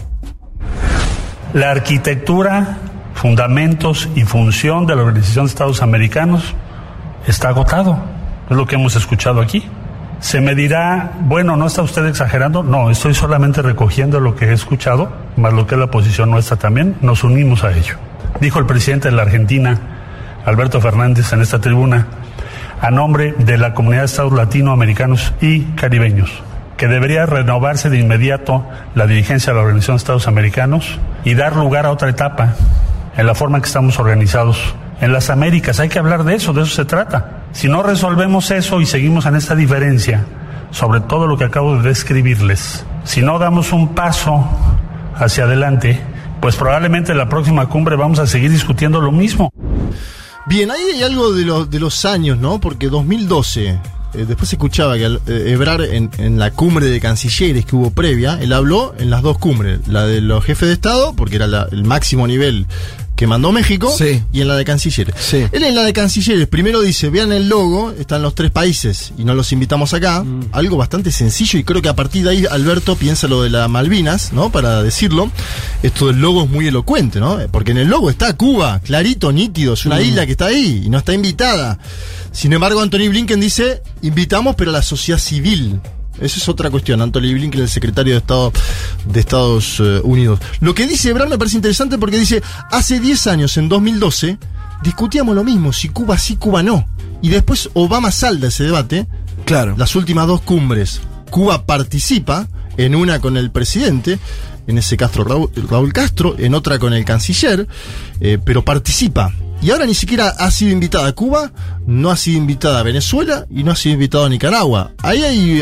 La arquitectura, fundamentos y función de la Organización de Estados Americanos está agotado. Es lo que hemos escuchado aquí. Se me dirá, bueno, ¿no está usted exagerando? No, estoy solamente recogiendo lo que he escuchado, más lo que es la posición nuestra también. Nos unimos a ello. Dijo el presidente de la Argentina, Alberto Fernández, en esta tribuna, a nombre de la comunidad de estados latinoamericanos y caribeños, que debería renovarse de inmediato la dirigencia de la Organización de Estados Americanos y dar lugar a otra etapa en la forma en que estamos organizados en las Américas. Hay que hablar de eso, de eso se trata. Si no resolvemos eso y seguimos en esta diferencia sobre todo lo que acabo de describirles, si no damos un paso hacia adelante, pues probablemente en la próxima cumbre vamos a seguir discutiendo lo mismo. Bien, ahí hay algo de, lo, de los años, ¿no? Porque dos mil doce, eh, después se escuchaba que eh, Ebrard en, en la cumbre de cancilleres que hubo previa, él habló en las dos cumbres, la de los jefes de Estado, porque era la, el máximo nivel que mandó México, sí. y en la de cancilleres. Sí. Él en la de cancilleres primero dice, vean el logo, están los tres países y no los invitamos acá, mm. algo bastante sencillo, y creo que a partir de ahí Alberto piensa lo de las Malvinas, ¿no? Para decirlo, esto del logo es muy elocuente, ¿no? Porque en el logo está Cuba, clarito, nítido, es una mm. isla que está ahí y no está invitada. Sin embargo, Anthony Blinken dice, invitamos pero a la sociedad civil. Esa es otra cuestión. Anthony Blinken, el secretario de Estado de Estados Unidos. Lo que dice Ebrard me parece interesante porque dice, hace diez años, en dos mil doce, discutíamos lo mismo, si Cuba sí, Cuba no. Y después Obama salda ese debate. Claro. Las últimas dos cumbres, Cuba participa, en una con el presidente, en ese Castro Raúl, Raúl Castro, en otra con el canciller, eh, pero participa. Y ahora ni siquiera ha sido invitada a Cuba, no ha sido invitada a Venezuela y no ha sido invitada a Nicaragua. Ahí hay...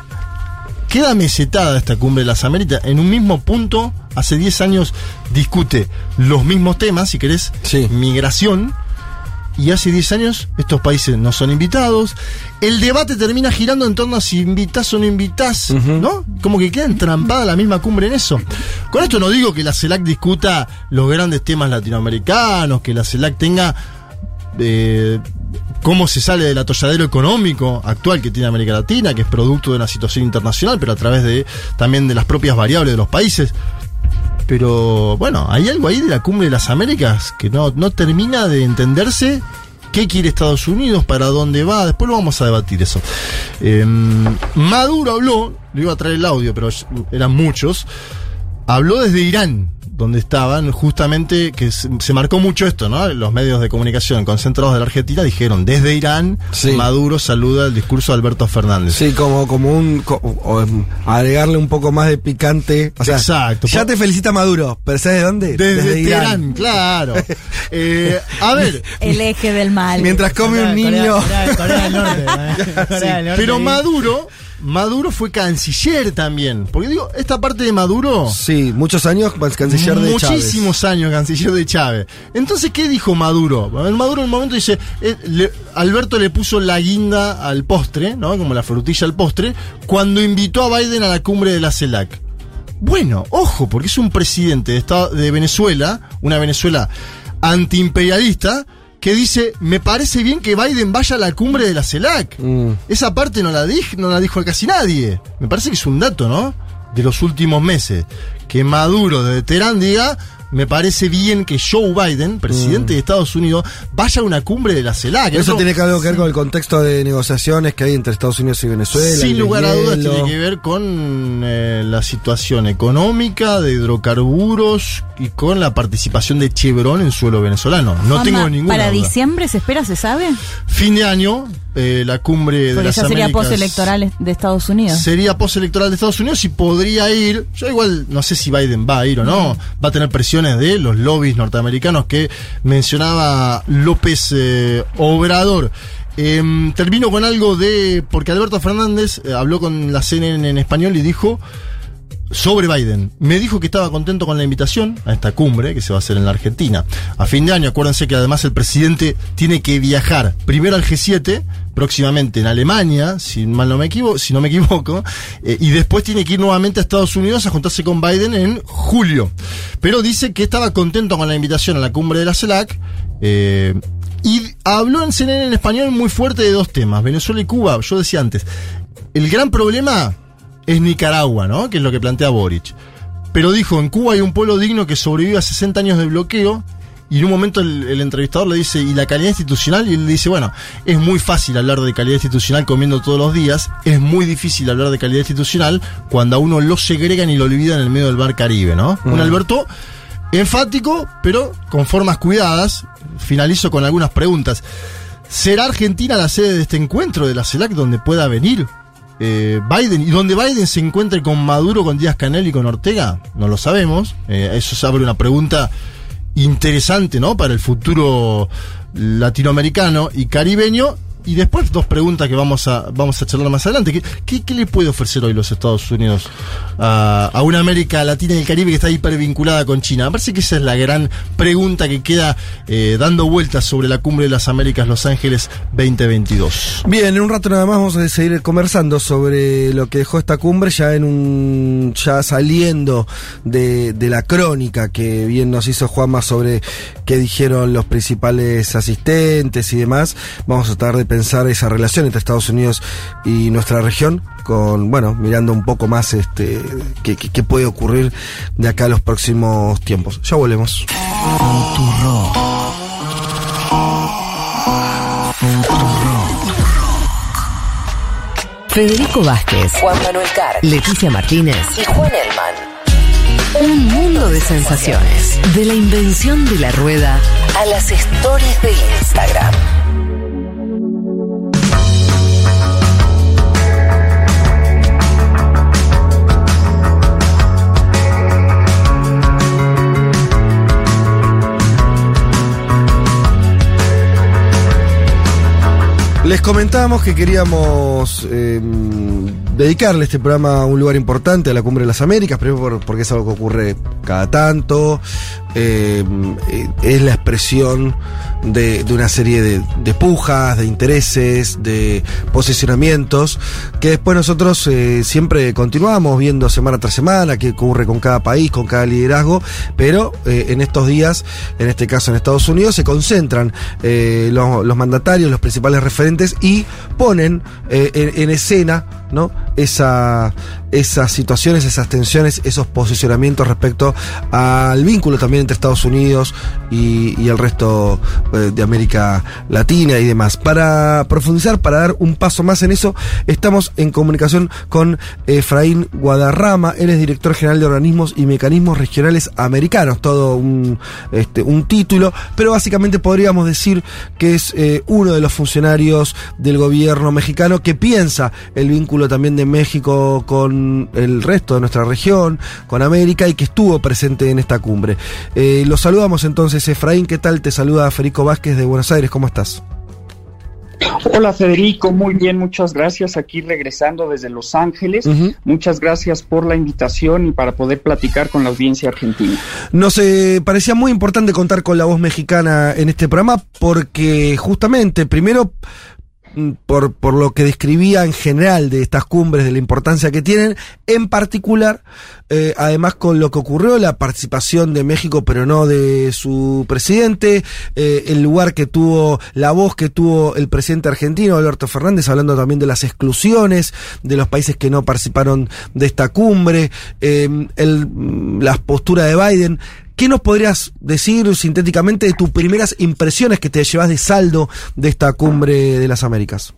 Queda mesetada esta cumbre de las Américas en un mismo punto. Hace diez años discute los mismos temas, si querés, sí. migración. Y hace diez años estos países no son invitados. El debate termina girando en torno a si invitás o no invitás, uh-huh. ¿no? Como que queda entrampada la misma cumbre en eso. Con esto no digo que la CELAC discuta los grandes temas latinoamericanos, que la CELAC tenga... Eh, cómo se sale del atolladero económico actual que tiene América Latina, que es producto de una situación internacional, pero a través de también de las propias variables de los países. Pero bueno, hay algo ahí de la cumbre de las Américas que no, no termina de entenderse ¿Qué quiere Estados Unidos? ¿Para dónde va? Después lo vamos a debatir eso. Eh, Maduro habló, le iba a traer el audio, pero eran muchos. Habló desde Irán, donde estaban, justamente, que se, se marcó mucho esto, ¿no? Los medios de comunicación concentrados de la Argentina dijeron, desde Irán, sí. Maduro saluda el discurso de Alberto Fernández. Sí, como, como un, como, o, agregarle un poco más de picante. O sea, exacto. Ya te felicita Maduro, pero ¿sabes de dónde? Desde, desde Irán. Irán, claro. eh, a ver. El eje del mal. Mientras come Corea, un niño. Corea, Corea del Norte. ¿eh? Corea Sí, del Norte pero ahí. Maduro... Maduro fue canciller también. Porque digo, esta parte de Maduro... Sí, muchos años canciller de Chávez. Muchísimos años canciller de Chávez. Entonces, ¿qué dijo Maduro? Maduro en un momento dice, eh, le, Alberto le puso la guinda al postre, ¿no? Como la frutilla al postre, cuando invitó a Biden a la cumbre de la CELAC. Bueno, ojo, porque es un presidente de, Estado, de Venezuela, una Venezuela antiimperialista, que dice, me parece bien que Biden vaya a la cumbre de la CELAC. Mm. Esa parte no la, dij, no la dijo casi nadie. Me parece que es un dato, ¿no? De los últimos meses. Que Maduro desde Teherán diga, me parece bien que Joe Biden, presidente mm. de Estados Unidos, vaya a una cumbre de la CELAC. Eso, Eso tiene que algo que ver con el contexto de negociaciones que hay entre Estados Unidos y Venezuela. Sin lugar a dudas hielo. tiene que ver con eh, la situación económica, de hidrocarburos y con la participación de Chevron en suelo venezolano. No Juanma, tengo ninguna ¿para duda. diciembre se espera, se sabe? Fin de año, eh, la cumbre de Porque las ya sería Américas. postelectoral de Estados Unidos. Sería postelectoral de Estados Unidos y podría ir. Yo igual no sé si Biden va a ir o no. Va a tener presiones de los lobbies norteamericanos que mencionaba López eh, Obrador. Eh, termino con algo de. Porque Alberto Fernández eh, habló con la C N N en español y dijo sobre Biden. Me dijo que estaba contento con la invitación a esta cumbre que se va a hacer en la Argentina. A fin de año, acuérdense que además el presidente tiene que viajar primero al G siete, próximamente en Alemania, si mal no me equivoco, si no me equivoco, eh, y después tiene que ir nuevamente a Estados Unidos a juntarse con Biden en julio. Pero dice que estaba contento con la invitación a la cumbre de la CELAC. Eh, y habló en C N N en español muy fuerte de dos temas, Venezuela y Cuba. Yo decía antes, el gran problema es Nicaragua, ¿no? Que es lo que plantea Boric. Pero dijo, en Cuba hay un pueblo digno que sobrevive a sesenta años de bloqueo. Y en un momento el, el entrevistador le dice, ¿y la calidad institucional? Y él le dice, bueno, es muy fácil hablar de calidad institucional comiendo todos los días. Es muy difícil hablar de calidad institucional cuando a uno lo segregan y lo olvidan en el medio del Mar Caribe, ¿no? Mm. Un Alberto enfático, pero con formas cuidadas. Finalizo con algunas preguntas. ¿Será Argentina la sede de este encuentro de la CELAC donde pueda venir Eh, Biden, y donde Biden se encuentre con Maduro, con Díaz-Canel y con Ortega? No lo sabemos. Eh, eso se abre una pregunta interesante, ¿no? Para el futuro latinoamericano y caribeño. Y después dos preguntas que vamos a vamos a charlar más adelante. ¿Qué, qué, qué le puede ofrecer hoy los Estados Unidos a, a una América Latina y el Caribe que está hipervinculada con China? Me parece que esa es la gran pregunta que queda eh, dando vueltas sobre la Cumbre de las Américas Los Ángeles veinte veintidós. Bien, en un rato nada más vamos a seguir conversando sobre lo que dejó esta cumbre, ya en un ya saliendo de, de la crónica que bien nos hizo Juanma sobre qué dijeron los principales asistentes y demás. Vamos a tratar de pensar esa relación entre Estados Unidos y nuestra región, con, bueno, mirando un poco más este qué, qué, qué puede ocurrir de acá a los próximos tiempos. Ya volvemos. Futuro. Federico Vázquez, Juan Manuel Carr, Leticia Martínez y Juan Elman. Un mundo de sensaciones. De la invención de la rueda a las stories de Instagram. Les comentábamos que queríamos eh, dedicarle este programa a un lugar importante, a la Cumbre de las Américas, primero por, porque es algo que ocurre cada tanto, eh, es la expresión de, de una serie de, de pujas, de intereses, de posicionamientos, que después nosotros eh, siempre continuamos viendo semana tras semana qué ocurre con cada país, con cada liderazgo, pero eh, en estos días, en este caso en Estados Unidos, se concentran eh, los, los mandatarios, los principales referentes, y ponen eh, en, en escena, ¿no? esa esas situaciones, esas tensiones, esos posicionamientos respecto al vínculo también entre Estados Unidos y, y el resto eh, de América Latina y demás. Para profundizar, para dar un paso más en eso, estamos en comunicación con Efraín Guadarrama. Él es director general de Organismos y Mecanismos Regionales Americanos, todo un, este, un título, pero básicamente podríamos decir que es eh, uno de los funcionarios del gobierno mexicano que piensa el vínculo también de México con el resto de nuestra región, con América, y que estuvo presente en esta cumbre. Eh, los saludamos entonces, Efraín. ¿Qué tal? Te saluda Federico Vázquez de Buenos Aires. ¿Cómo estás? Hola Federico, muy bien, muchas gracias, aquí regresando desde Los Ángeles. Uh-huh. Muchas gracias por la invitación y para poder platicar con la audiencia argentina. Nos eh, parecía muy importante contar con la voz mexicana en este programa porque justamente, primero, Por, por lo que describía en general de estas cumbres, de la importancia que tienen, en particular, eh, además con lo que ocurrió, la participación de México, pero no de su presidente, eh, el lugar que tuvo, la voz que tuvo el presidente argentino, Alberto Fernández, hablando también de las exclusiones, de los países que no participaron de esta cumbre, eh, el, la postura de Biden. ¿Qué nos podrías decir sintéticamente de tus primeras impresiones que te llevas de saldo de esta cumbre de las Américas?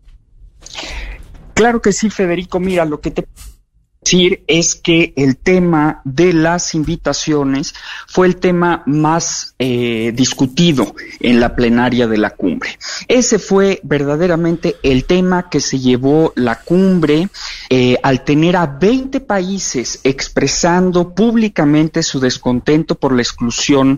Claro que sí, Federico. Mira, lo que te decir es que el tema de las invitaciones fue el tema más eh, discutido en la plenaria de la cumbre. Ese fue verdaderamente el tema que se llevó la cumbre eh, al tener a veinte países expresando públicamente su descontento por la exclusión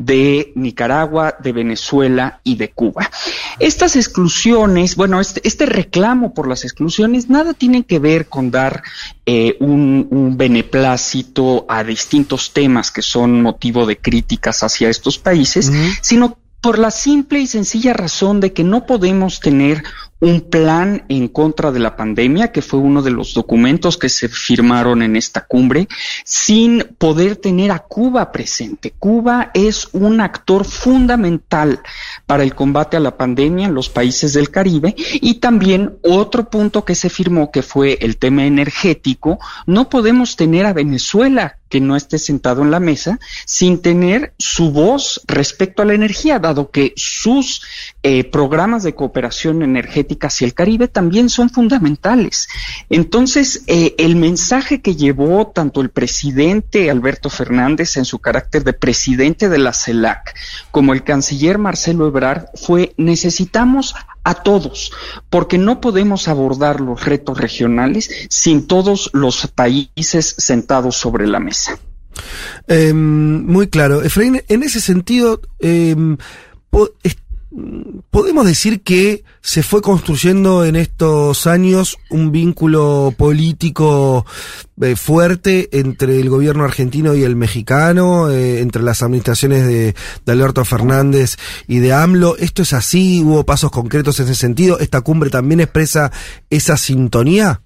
de Nicaragua, de Venezuela y de Cuba. Estas exclusiones, bueno, este, este reclamo por las exclusiones nada tiene que ver con dar eh, un, un beneplácito a distintos temas que son motivo de críticas hacia estos países, uh-huh. sino por la simple y sencilla razón de que no podemos tener un plan en contra de la pandemia, que fue uno de los documentos que se firmaron en esta cumbre, sin poder tener a Cuba presente. Cuba es un actor fundamental para el combate a la pandemia en los países del Caribe, y también otro punto que se firmó, que fue el tema energético. No podemos tener a Venezuela que no esté sentado en la mesa sin tener su voz respecto a la energía, dado que sus eh, programas de cooperación energética hacia el Caribe también son fundamentales. Entonces, eh, el mensaje que llevó tanto el presidente Alberto Fernández en su carácter de presidente de la CELAC como el canciller Marcelo Ebrard fue: necesitamos a todos, porque no podemos abordar los retos regionales sin todos los países sentados sobre la mesa. Eh, muy claro. Efraín, en ese sentido, eh, po- podemos decir que se fue construyendo en estos años un vínculo político eh, fuerte entre el gobierno argentino y el mexicano, eh, entre las administraciones de, de Alberto Fernández y de AMLO. ¿Esto es así? ¿Hubo pasos concretos en ese sentido? ¿Esta cumbre también expresa esa sintonía?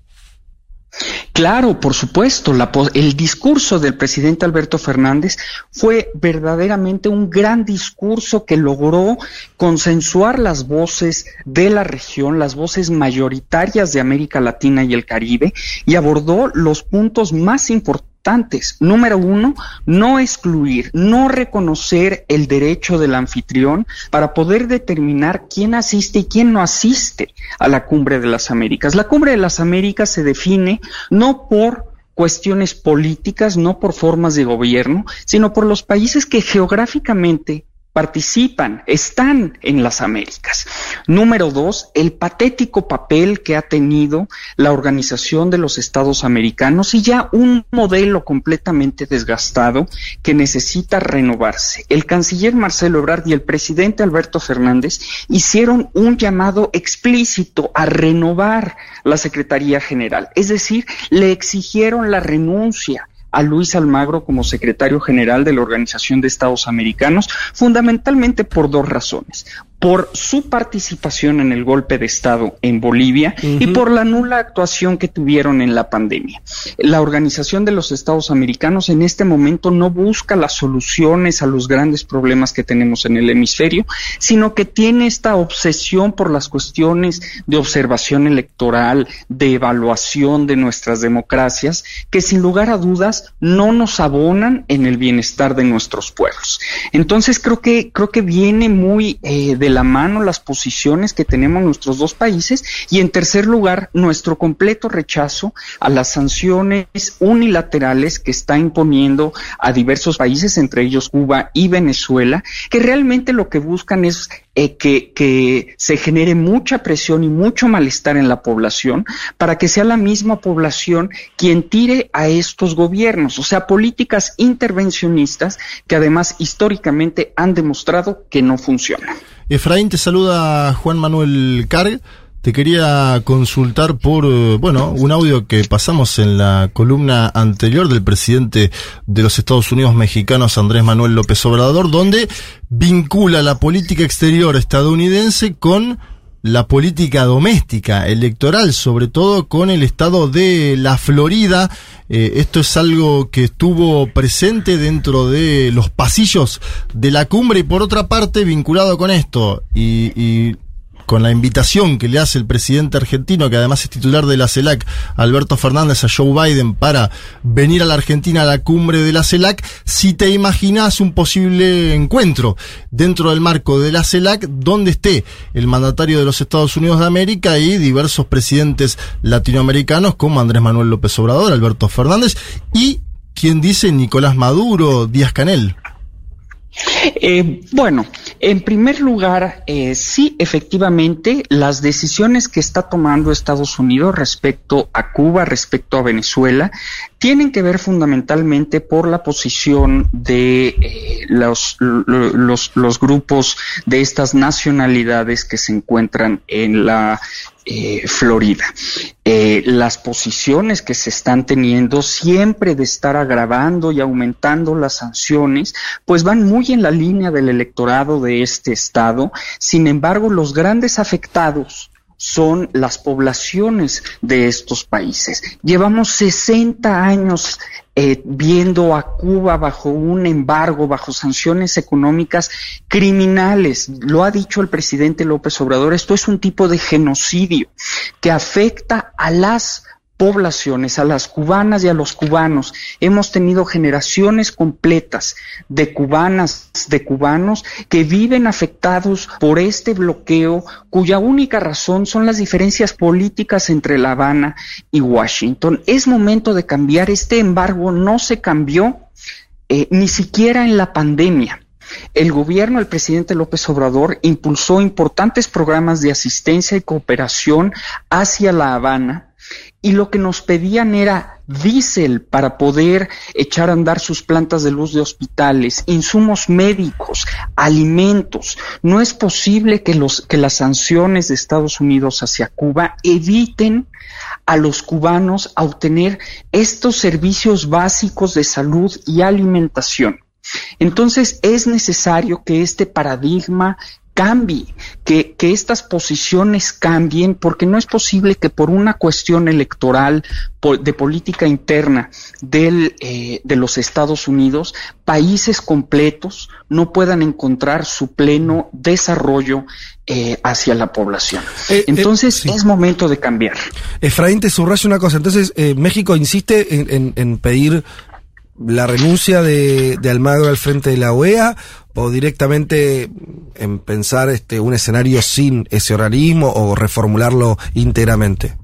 Claro, por supuesto, la, el discurso del presidente Alberto Fernández fue verdaderamente un gran discurso que logró consensuar las voces de la región, las voces mayoritarias de América Latina y el Caribe, y abordó los puntos más importantes. Número uno, no excluir, no reconocer el derecho del anfitrión para poder determinar quién asiste y quién no asiste a la Cumbre de las Américas. La Cumbre de las Américas se define no por cuestiones políticas, no por formas de gobierno, sino por los países que geográficamente participan, están en las Américas. Número dos, el patético papel que ha tenido la Organización de los Estados Americanos y ya un modelo completamente desgastado que necesita renovarse. El canciller Marcelo Ebrard y el presidente Alberto Fernández hicieron un llamado explícito a renovar la Secretaría General, es decir, le exigieron la renuncia a Luis Almagro como secretario general de la Organización de Estados Americanos, fundamentalmente por dos razones. por su participación en el golpe de Estado en Bolivia uh-huh. y por la nula actuación que tuvieron en la pandemia. La Organización de los Estados Americanos en este momento no busca las soluciones a los grandes problemas que tenemos en el hemisferio, sino que tiene esta obsesión por las cuestiones de observación electoral, de evaluación de nuestras democracias, que sin lugar a dudas no nos abonan en el bienestar de nuestros pueblos. Entonces creo que creo que viene muy eh, de la mano las posiciones que tenemos nuestros dos países, y en tercer lugar nuestro completo rechazo a las sanciones unilaterales que está imponiendo a diversos países, entre ellos Cuba y Venezuela, que realmente lo que buscan es eh, que, que se genere mucha presión y mucho malestar en la población para que sea la misma población quien tire a estos gobiernos, o sea, políticas intervencionistas que además históricamente han demostrado que no funcionan. Efraín, te saluda Juan Manuel Carg. Te quería consultar por, bueno, un audio que pasamos en la columna anterior del presidente de los Estados Unidos mexicanos, Andrés Manuel López Obrador, donde vincula la política exterior estadounidense con la política doméstica, electoral, sobre todo con el estado de la Florida. Eh, esto es algo que estuvo presente dentro de los pasillos de la cumbre, y por otra parte, vinculado con esto y, y con la invitación que le hace el presidente argentino, que además es titular de la CELAC, Alberto Fernández, a Joe Biden para venir a la Argentina a la cumbre de la CELAC, si te imaginas un posible encuentro dentro del marco de la CELAC donde esté el mandatario de los Estados Unidos de América y diversos presidentes latinoamericanos como Andrés Manuel López Obrador, Alberto Fernández y, quien dice, Nicolás Maduro, Díaz-Canel. Eh, bueno, en primer lugar, eh, sí, efectivamente, las decisiones que está tomando Estados Unidos respecto a Cuba, respecto a Venezuela, tienen que ver fundamentalmente por la posición de eh, los, los, los grupos de estas nacionalidades que se encuentran en la Eh, Florida. Eh, las posiciones que se están teniendo siempre de estar agravando y aumentando las sanciones, pues van muy en la línea del electorado de este estado. Sin embargo, los grandes afectados son las poblaciones de estos países. Llevamos sesenta años eh, viendo a Cuba bajo un embargo, bajo sanciones económicas criminales. Lo ha dicho el presidente López Obrador, esto es un tipo de genocidio que afecta a las poblaciones, a las cubanas y a los cubanos. Hemos tenido generaciones completas de cubanas, de cubanos que viven afectados por este bloqueo, cuya única razón son las diferencias políticas entre La Habana y Washington. Es momento de cambiar. Este embargo no se cambió eh, ni siquiera en la pandemia. El gobierno del presidente López Obrador impulsó importantes programas de asistencia y cooperación hacia La Habana, y lo que nos pedían era diésel para poder echar a andar sus plantas de luz de hospitales, insumos médicos, alimentos. No es posible que los que las sanciones de Estados Unidos hacia Cuba eviten a los cubanos a obtener estos servicios básicos de salud y alimentación. Entonces es necesario que este paradigma cambie, que, que estas posiciones cambien, porque no es posible que por una cuestión electoral, por, de política interna del, eh, de los Estados Unidos, países completos no puedan encontrar su pleno desarrollo eh, hacia la población. Eh, Entonces eh, sí. es momento de cambiar. Efraín, te subrayo una cosa. Entonces eh, México insiste en, en, en pedir la renuncia de, de Almagro al frente de la O E A, o directamente en pensar este un escenario sin ese organismo o reformularlo íntegramente.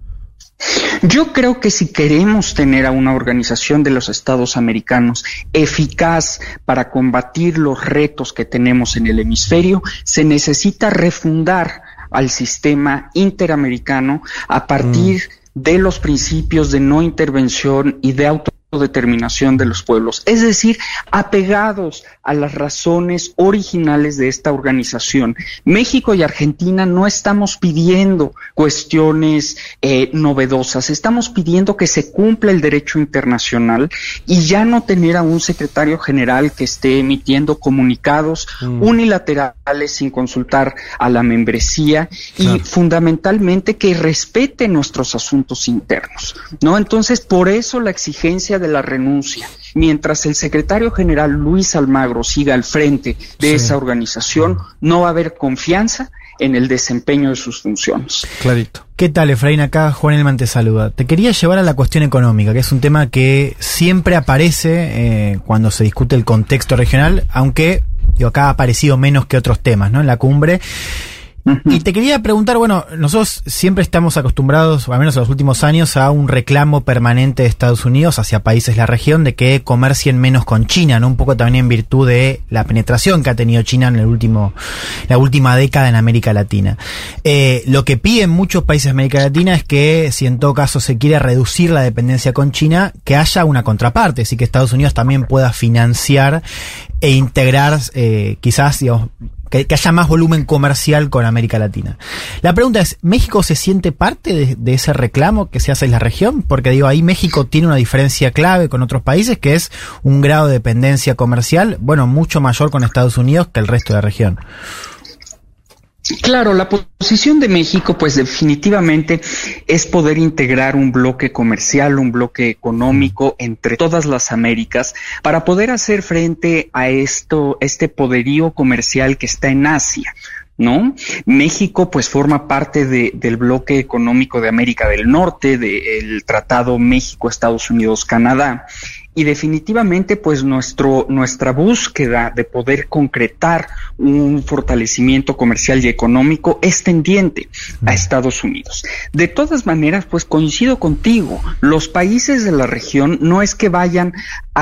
Yo creo que si queremos tener a una organización de los Estados americanos eficaz para combatir los retos que tenemos en el hemisferio, se necesita refundar al sistema interamericano a partir mm. de los principios de no intervención y de auto autodeterminación de los pueblos, es decir, apegados a las razones originales de esta organización. México y Argentina no estamos pidiendo cuestiones eh, novedosas, estamos pidiendo que se cumpla el derecho internacional y ya no tener a un secretario general que esté emitiendo comunicados mm. unilaterales sin consultar a la membresía claro. y fundamentalmente que respete nuestros asuntos internos, ¿no? Entonces, por eso la exigencia de la renuncia. Mientras el secretario general Luis Almagro siga al frente de sí. esa organización, no va a haber confianza en el desempeño de sus funciones. Clarito. ¿Qué tal, Efraín? Acá Juan Elman te saluda. Te quería llevar a la cuestión económica, que es un tema que siempre aparece eh, cuando se discute el contexto regional, aunque digo, acá ha aparecido menos que otros temas, ¿no? En la cumbre. Y te quería preguntar, bueno, nosotros siempre estamos acostumbrados, o al menos en los últimos años, a un reclamo permanente de Estados Unidos hacia países de la región de que comercien menos con China, ¿no? Un poco también en virtud de la penetración que ha tenido China en el último, la última década en América Latina. Eh, lo que piden muchos países de América Latina es que, si en todo caso se quiere reducir la dependencia con China, que haya una contraparte, así que Estados Unidos también pueda financiar e integrar, eh, quizás, digamos, Que, que haya más volumen comercial con América Latina. La pregunta es, ¿México se siente parte de, de ese reclamo que se hace en la región? Porque digo, ahí México tiene una diferencia clave con otros países, que es un grado de dependencia comercial, bueno, mucho mayor con Estados Unidos que el resto de la región. Claro, la posición de México, pues definitivamente es poder integrar un bloque comercial, un bloque económico entre todas las Américas para poder hacer frente a esto, este poderío comercial que está en Asia, ¿no? México pues forma parte de, del bloque económico de América del Norte, del Tratado México-Estados Unidos-Canadá. Y definitivamente, pues, nuestro, nuestra búsqueda de poder concretar un fortalecimiento comercial y económico es tendiente a Estados Unidos. De todas maneras, pues, coincido contigo, los países de la región no es que vayan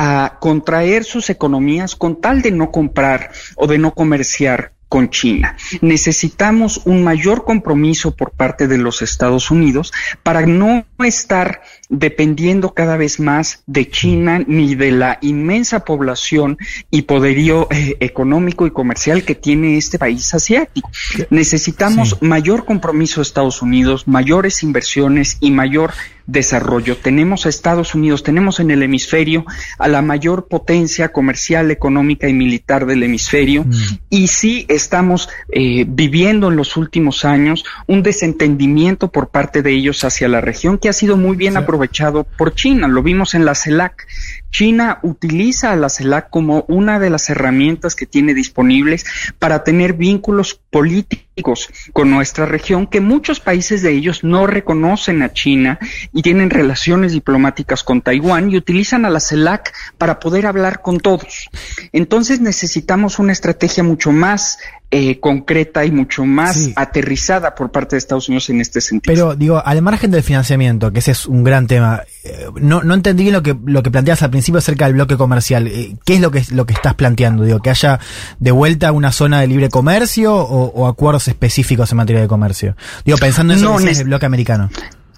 a contraer sus economías con tal de no comprar o de no comerciar con China. Necesitamos un mayor compromiso por parte de los Estados Unidos para no estar dependiendo cada vez más de China ni de la inmensa población y poderío eh, económico y comercial que tiene este país asiático. Necesitamos sí. mayor compromiso de Estados Unidos, mayores inversiones y mayor desarrollo. Tenemos a Estados Unidos, tenemos en el hemisferio a la mayor potencia comercial, económica y militar del hemisferio, mm. y sí estamos eh, viviendo en los últimos años un desentendimiento por parte de ellos hacia la región que ha sido muy bien sí. aprovechado por China. Lo vimos en la CELAC. China utiliza a la CELAC como una de las herramientas que tiene disponibles para tener vínculos políticos con nuestra región, que muchos países de ellos no reconocen a China y tienen relaciones diplomáticas con Taiwán y utilizan a la CELAC para poder hablar con todos. Entonces necesitamos una estrategia mucho más eh, concreta y mucho más sí. aterrizada por parte de Estados Unidos en este sentido. Pero digo, al margen del financiamiento, que ese es un gran tema, eh, no, no entendí bien lo que, lo que planteas al principio acerca del bloque comercial. Eh, ¿Qué es lo que, lo que estás planteando? Digo, ¿que haya de vuelta una zona de libre comercio o, o acuerdos específicos en materia de comercio? Digo, pensando en eso, no, que es el bloque americano.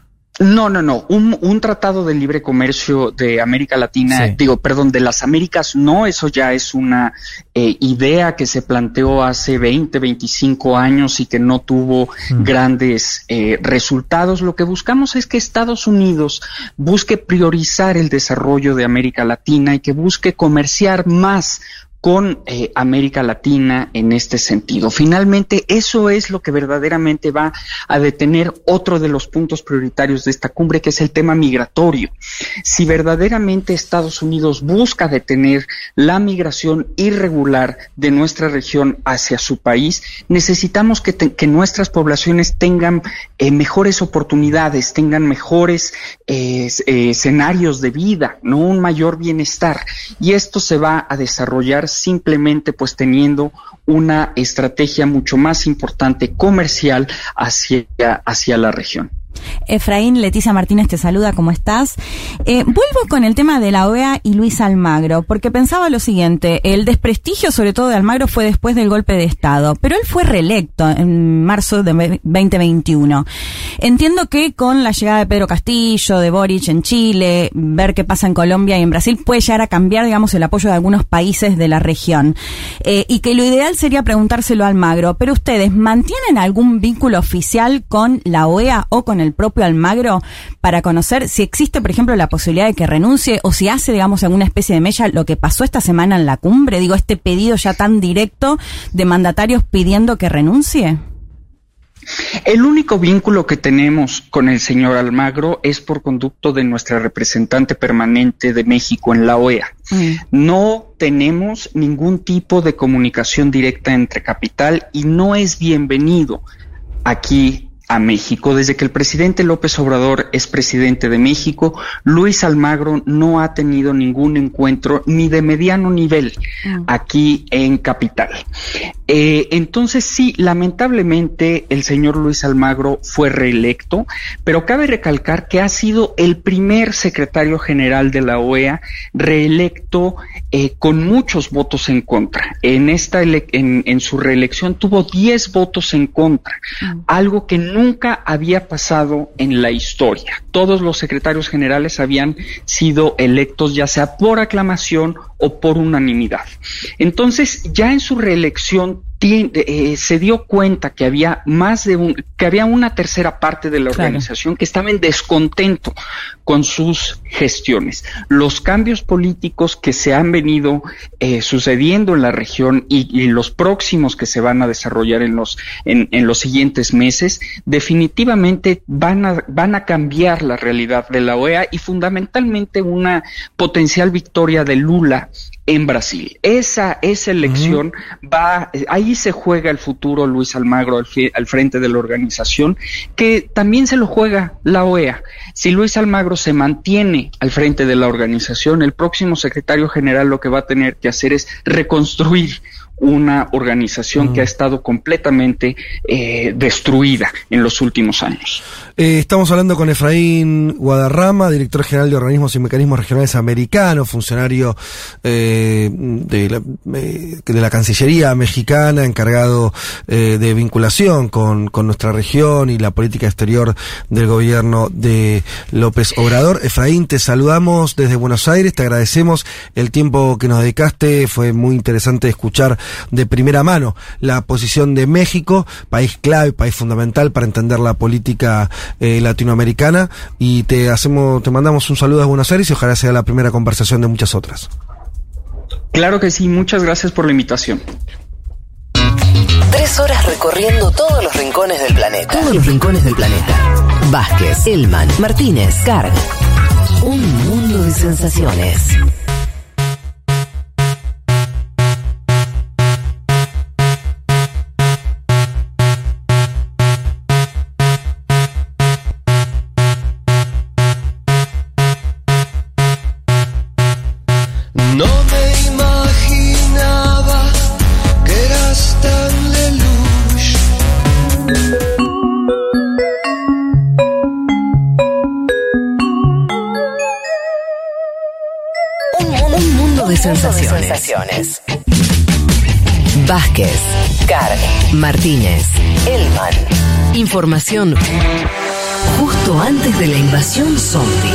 No, no, no. Un, un tratado de libre comercio de América Latina, sí. digo, perdón, de las Américas, no, eso ya es una eh, idea que se planteó hace veinte, veinticinco años y que no tuvo mm. grandes eh, resultados. Lo que buscamos es que Estados Unidos busque priorizar el desarrollo de América Latina y que busque comerciar más con eh, América Latina en este sentido. Finalmente, eso es lo que verdaderamente va a detener otro de los puntos prioritarios de esta cumbre, que es el tema migratorio. Si verdaderamente Estados Unidos busca detener la migración irregular de nuestra región hacia su país, necesitamos que, te, que nuestras poblaciones tengan eh, mejores oportunidades, tengan mejores eh, eh, escenarios de vida, no un mayor bienestar. Y esto se va a desarrollar simplemente pues teniendo una estrategia mucho más importante comercial hacia, hacia la región. Efraín, Leticia Martínez te saluda, ¿cómo estás? Eh, vuelvo con el tema de la O E A y Luis Almagro, porque pensaba lo siguiente, el desprestigio sobre todo de Almagro fue después del golpe de Estado, pero él fue reelecto en marzo de veinte veintiuno. Entiendo que con la llegada de Pedro Castillo, de Boric en Chile, ver qué pasa en Colombia y en Brasil, puede llegar a cambiar, digamos, el apoyo de algunos países de la región. Eh, y que lo ideal sería preguntárselo a Almagro, pero ustedes, ¿mantienen algún vínculo oficial con la O E A o con el propio Almagro para conocer si existe, por ejemplo, la posibilidad de que renuncie o si hace, digamos, alguna especie de mella lo que pasó esta semana en la cumbre? Digo, este pedido ya tan directo de mandatarios pidiendo que renuncie. El único vínculo que tenemos con el señor Almagro es por conducto de nuestra representante permanente de México en la O E A. Mm. No tenemos ningún tipo de comunicación directa entre capital y no es bienvenido aquí a México. Desde que el presidente López Obrador es presidente de México, Luis Almagro no ha tenido ningún encuentro ni de mediano nivel mm. aquí en capital. Eh, entonces sí, lamentablemente el señor Luis Almagro fue reelecto, pero cabe recalcar que ha sido el primer secretario general de la O E A reelecto eh, con muchos votos en contra. En esta ele- en, en su reelección tuvo diez votos en contra, mm. algo que nunca había pasado en la historia. Todos los secretarios generales habían sido electos ya sea por aclamación o por unanimidad. Entonces, ya en su reelección Tiene, eh, se dio cuenta que había más de un, que había una tercera parte de la organización claro. que estaba en descontento con sus gestiones. Los cambios políticos que se han venido eh, sucediendo en la región y, y los próximos que se van a desarrollar en los en, en los siguientes meses definitivamente van a van a cambiar la realidad de la O E A y fundamentalmente una potencial victoria de Lula en Brasil. Esa, esa elección uh-huh. va, ahí se juega el futuro Luis Almagro al, al frente de la organización, que también se lo juega la O E A. Si Luis Almagro se mantiene al frente de la organización, el próximo secretario general lo que va a tener que hacer es reconstruir una organización uh-huh. que ha estado completamente eh, destruida en los últimos años. Eh, estamos hablando con Efraín Guadarrama, director general de Organismos y Mecanismos Regionales Americanos, funcionario eh, de, la, eh, de la Cancillería mexicana, encargado eh, de vinculación con, con nuestra región y la política exterior del gobierno de López Obrador. Efraín, te saludamos desde Buenos Aires, te agradecemos el tiempo que nos dedicaste, fue muy interesante escuchar de primera mano la posición de México, país clave, país fundamental para entender la política eh, latinoamericana, y te hacemos, te mandamos un saludo a Buenos Aires y ojalá sea la primera conversación de muchas otras. Claro que sí, muchas gracias por la invitación. Tres horas recorriendo todos los rincones del planeta. Todos los rincones del planeta. Vázquez, Elman, Martínez, Carg. Un mundo de sensaciones. No me imaginaba que eras tan Lelouch. Un, un mundo de sensaciones. de sensaciones. Vázquez, Carg, Martínez, Elman. Información justo antes de la invasión zombie.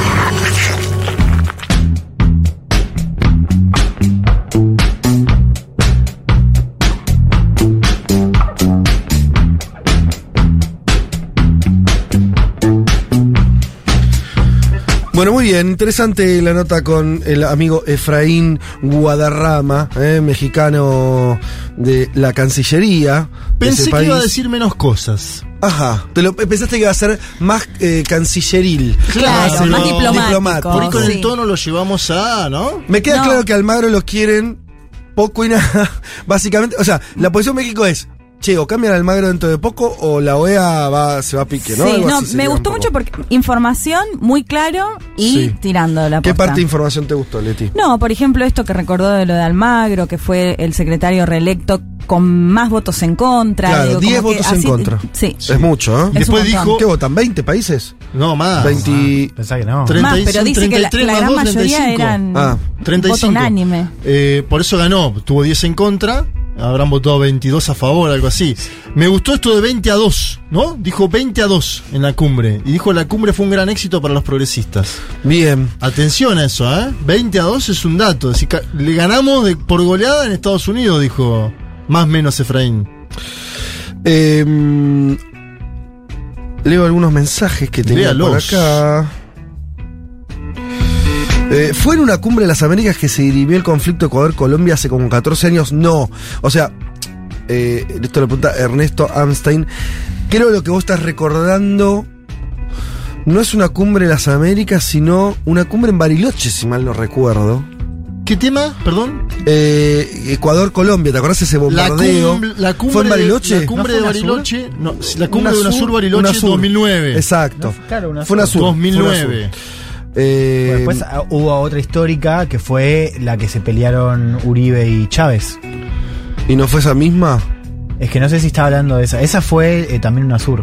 Bueno, muy bien, interesante la nota con el amigo Efraín Guadarrama, eh, mexicano de la Cancillería. Pensé que país. iba a decir menos cosas. Ajá, te lo pensaste que iba a ser más eh, cancilleril. Claro, más, más no, diplomático. diplomático. Por ahí con sí. el tono lo llevamos a, ¿no? Me queda No. claro que Almagro lo quieren poco y nada. Básicamente, o sea, la posición de México es: che, o cambian al Almagro dentro de poco o la O E A va, se va a pique, ¿no? Sí, Algo no, así me sería gustó un poco. mucho porque información muy claro y Sí. tirando la ¿Qué posta. parte de información te gustó, Leti? No, por ejemplo, esto que recordó de lo de Almagro, que fue el secretario reelecto, con más votos en contra. Claro, diez votos en así, contra. Sí. Es mucho, ¿eh? Es Después un dijo, ¿qué votan? ¿veinte países? No, más. veinte... Pensá que no. Más, pero dice que la, la gran dos, mayoría treinta y cinco. eran Ah, treinta y cinco. voto unánime. Eh, por eso ganó. Tuvo diez en contra. Habrán votado veintidós a favor, algo así. Me gustó esto de veinte a dos, ¿no? Dijo veinte a dos en la cumbre. Y dijo la cumbre fue un gran éxito para los progresistas. Bien. Atención a eso, ¿eh? veinte a dos es un dato. Es decir, le ganamos de, por goleada en Estados Unidos, dijo más menos Efraín. Eh, leo algunos mensajes que tenía Léalos. por acá. Eh, ¿Fue en una cumbre de las Américas que se dirimió el conflicto Ecuador-Colombia hace como catorce años? No. O sea, eh, esto lo pregunta Ernesto Amstein. Creo que lo que vos estás recordando no es una cumbre de las Américas, sino una cumbre en Bariloche, si mal no recuerdo. ¿Qué tema? Perdón. Eh, Ecuador-Colombia, ¿te acordás ese bombardeo? La cumbre, la cumbre ¿Fue en Bariloche? La cumbre ¿No de Bariloche. No, la cumbre de UNASUR Bariloche UNASUR. dos mil nueve. Exacto. No, claro, UNASUR. Fue UNASUR. dos mil nueve. Eh, Después ah, hubo otra histórica que fue la que se pelearon Uribe y Chávez. ¿Y no fue esa misma? Es que no sé si estaba hablando de esa. Esa fue eh, también UNASUR.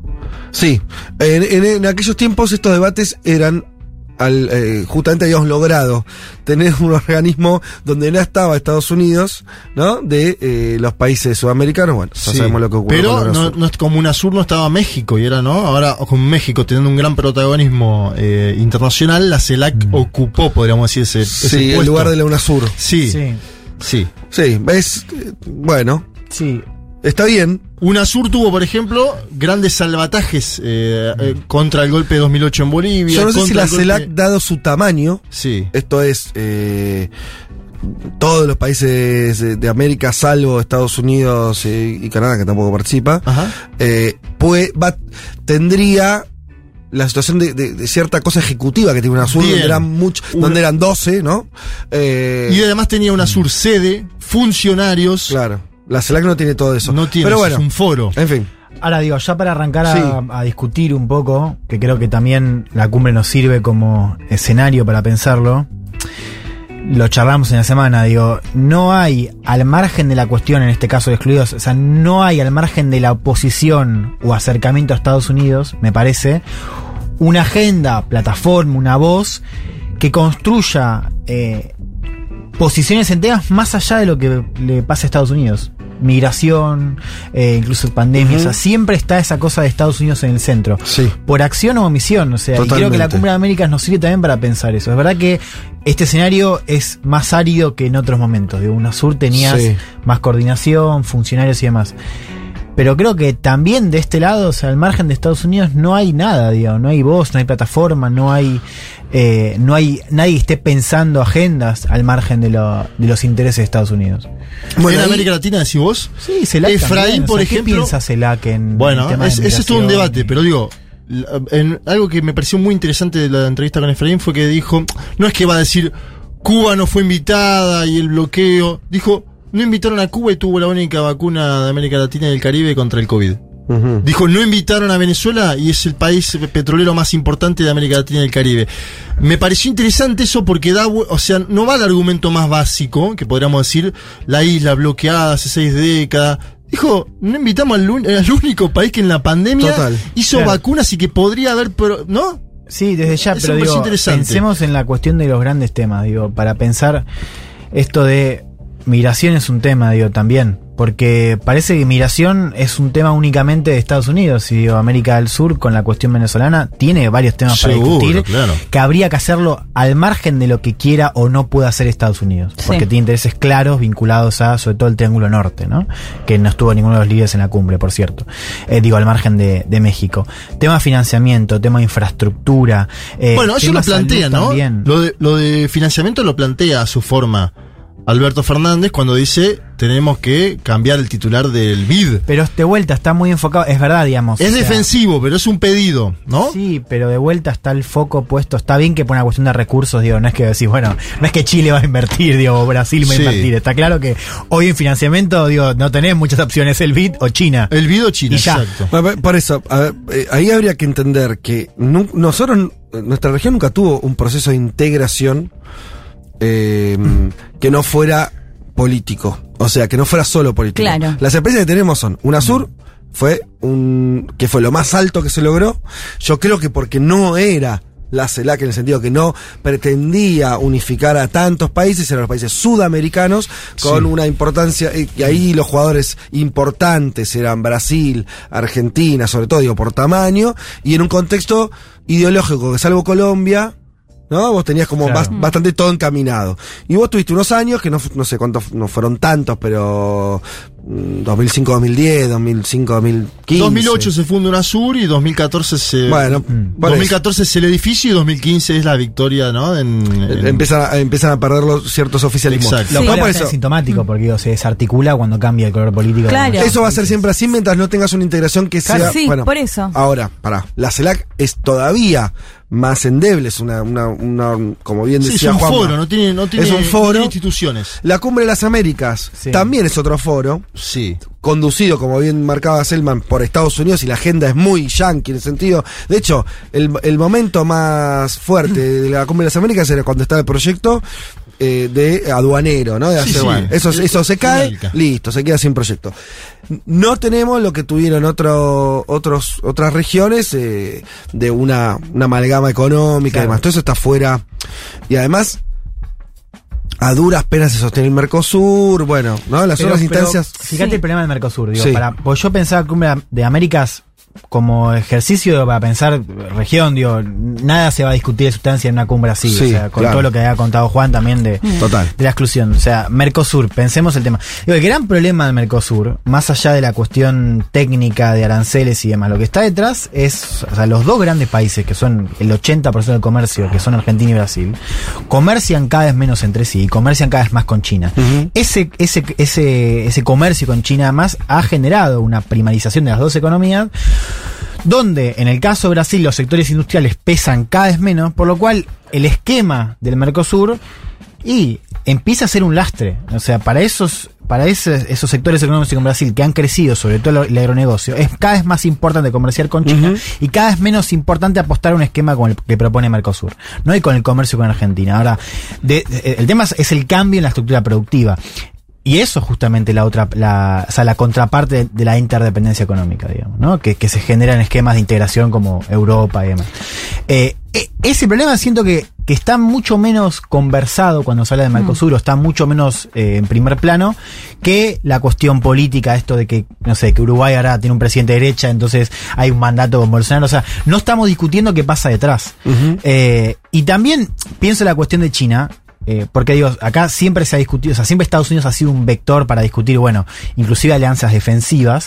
Sí. En, en, en aquellos tiempos estos debates eran... Al, eh, justamente habíamos logrado tener un organismo donde no estaba Estados Unidos, ¿no? De eh, los países sudamericanos. Bueno, ya Sí, sabemos lo que ocurrió. pero con no, UNASUR. no es como UNASUR no estaba México y era, ¿no? Ahora con México teniendo un gran protagonismo eh, internacional, la CELAC mm. ocupó, podríamos decir, ese, ese Sí, puesto. el lugar de la UNASUR. Sí, sí, Sí. sí. Sí, ves, eh, bueno, Sí. está bien. UNASUR tuvo, por ejemplo, grandes salvatajes eh, eh, contra el golpe de dos mil ocho en Bolivia. Yo no sé si contra la el golpe- CELAC, dado su tamaño, Sí. esto es eh, todos los países de, de América, salvo Estados Unidos eh, y Canadá, que tampoco participa, Ajá. eh, pues, va, tendría la situación de, de, de cierta cosa ejecutiva que tiene UNASUR, Bien. donde eran much, Una- donde eran doce, ¿no? Eh, Y además tenía UNASUR sede, funcionarios. Claro, la CELAC no tiene todo eso. No tiene, Pero eso, bueno, es un foro. en fin. Ahora digo, ya para arrancar a, Sí. a discutir un poco, que creo que también la cumbre nos sirve como escenario para pensarlo, lo charlamos en la semana, digo, no hay al margen de la cuestión, en este caso de excluidos, o sea, no hay al margen de la oposición o acercamiento a Estados Unidos, me parece, una agenda, plataforma, una voz que construya eh, posiciones en temas más allá de lo que le pasa a Estados Unidos. Migración, eh, incluso pandemia, Uh-huh. o sea, siempre está esa cosa de Estados Unidos en el centro. Sí. Por acción o omisión, o sea, y creo Totalmente. que la Cumbre de Américas nos sirve también para pensar eso. Es verdad que este escenario es más árido que en otros momentos. De UNASUR tenías Sí. más coordinación, funcionarios y demás. Pero creo que también de este lado, o sea, al margen de Estados Unidos, no hay nada, digo, no hay voz, no hay plataforma, no hay, eh, no hay nadie que esté pensando agendas al margen de, lo, de los intereses de Estados Unidos. Bueno, en ahí- América Latina, decís vos. Sí, CELAC Efraín, también, o por sea, ¿qué ejemplo. piensa CELAC en Bueno, el tema es- de ese es todo un migración? debate, pero digo, la- en algo que me pareció muy interesante de la entrevista con Efraín fue que dijo, no es que va a decir, Cuba no fue invitada y el bloqueo, dijo, no invitaron a Cuba y tuvo la única vacuna de América Latina y del Caribe contra el COVID. Uh-huh. Dijo, no invitaron a Venezuela y es el país petrolero más importante de América Latina y el Caribe. Me pareció interesante eso porque da, bu- o sea, no va al argumento más básico, que podríamos decir, la isla bloqueada hace seis décadas. Dijo, no invitamos al, un- al único país que en la pandemia Total. hizo Claro. vacunas y que podría haber, pero, ¿no? Sí, desde ya, Eso pero me parece digo, interesante. pensemos en la cuestión de los grandes temas, digo, para pensar esto de migración es un tema, digo, también, porque parece que migración es un tema únicamente de Estados Unidos, y digo, América del Sur con la cuestión venezolana tiene varios temas para Seguro, discutir, claro. que habría que hacerlo al margen de lo que quiera o no pueda hacer Estados Unidos, Sí. porque tiene intereses claros vinculados a, sobre todo, el Triángulo Norte, ¿no? Que no estuvo ninguno de los líderes en la cumbre, por cierto. Eh, digo, al margen de, de México. Tema de financiamiento, tema de infraestructura. eh, Bueno, eso tema lo plantea, salud ¿no? también. Lo de, lo de financiamiento lo plantea a su forma Alberto Fernández cuando dice tenemos que cambiar el titular del B I D. Pero de vuelta está muy enfocado, es verdad, digamos. Es o sea, defensivo, pero es un pedido, ¿no? Sí, pero de vuelta está el foco puesto. Está bien que por una cuestión de recursos, digo, no es que decir, bueno, no es que Chile va a invertir, digo, o Brasil va a Sí. invertir. Está claro que hoy en financiamiento, digo, no tenés muchas opciones, el B I D o China. El B I D o China, Y ya. exacto. Por- Por eso, a ver, eh, ahí habría que entender que nu- nosotros, nuestra región nunca tuvo un proceso de integración eh, que no fuera político. O sea, que no fuera solo político. Claro. Las experiencias que tenemos son UNASUR, fue un que fue lo más alto que se logró. Yo creo que porque no era la CELAC, en el sentido que no pretendía unificar a tantos países, eran los países sudamericanos con sí. una importancia, y ahí los jugadores importantes eran Brasil, Argentina, sobre todo digo por tamaño, y en un contexto ideológico que salvo Colombia, ¿no? Vos tenías como claro. bas, bastante todo encaminado. Y vos tuviste unos años que no, no sé cuántos, no fueron tantos, pero dos mil cinco, dos mil diez, dos mil cinco, dos mil quince. dos mil ocho se funda UNASUR y dos mil catorce se... Bueno, mm. dos mil catorce es el edificio y dos mil quince es la victoria, ¿no? En, en... Empiezan, a, empiezan a perder los ciertos oficialismos. Exacto. Lo cual sí. es sintomático porque digo, se desarticula cuando cambia el color político. Claro. Eso va a ser siempre así mientras no tengas una integración que claro, sea... Sí, bueno, por eso. Ahora, pará, la CELAC es todavía más endeble, es una, una, una como bien decía sí, es un Juanma, foro, no tiene, no tiene, es un foro, no tiene instituciones. La Cumbre de las Américas sí. también es otro foro, sí. conducido, como bien marcaba Selman, por Estados Unidos, y la agenda es muy yankee en el sentido, de hecho, el, el momento más fuerte de la Cumbre de las Américas era cuando estaba el proyecto eh, de aduanero, ¿no? De hacer, sí, sí. Bueno, eso, eso se cae, listo, se queda sin proyecto. No tenemos lo que tuvieron otro, otros, otras regiones eh, de una, una amalgama económica claro. y demás. Todo eso está fuera. Y además, a duras penas se sostiene el Mercosur, bueno, ¿no? Las pero, otras instancias. Fíjate sí. el problema del Mercosur, digo, sí. para, pues yo pensaba Cumbre de Américas como ejercicio para pensar región, digo, nada se va a discutir de sustancia en una cumbre así, sí, o sea, con claro. todo lo que había contado Juan también de, Total. de la exclusión, o sea, Mercosur, pensemos el tema. Digo, el gran problema del Mercosur, más allá de la cuestión técnica de aranceles y demás, lo que está detrás es, o sea, los dos grandes países que son el ochenta por ciento del comercio, que son Argentina y Brasil, comercian cada vez menos entre sí y comercian cada vez más con China. Uh-huh. Ese, ese, ese, ese comercio con China además ha generado una primarización de las dos economías, donde en el caso de Brasil los sectores industriales pesan cada vez menos, por lo cual el esquema del Mercosur y empieza a ser un lastre. O sea, para esos para esos, esos sectores económicos en Brasil que han crecido, sobre todo el agronegocio, es cada vez más importante comerciar con China uh-huh. y cada vez menos importante apostar a un esquema con el que propone Mercosur, ¿no? Y con el comercio con Argentina. Ahora, de, de, el tema es el cambio en la estructura productiva. Y eso es justamente la otra, la, o sea, la contraparte de, de la interdependencia económica, digamos, ¿no? Que, que se generan esquemas de integración como Europa y demás. Eh, ese problema siento que, que está mucho menos conversado cuando se habla de Mercosur, mm. o está mucho menos eh, en primer plano que la cuestión política, esto de que, no sé, que Uruguay ahora tiene un presidente de derecha, entonces hay un mandato con Bolsonaro, o sea, no estamos discutiendo qué pasa detrás. Uh-huh. Eh, y también pienso en la cuestión de China. Eh, porque digo, acá siempre se ha discutido, o sea, siempre Estados Unidos ha sido un vector para discutir, bueno, inclusive alianzas defensivas,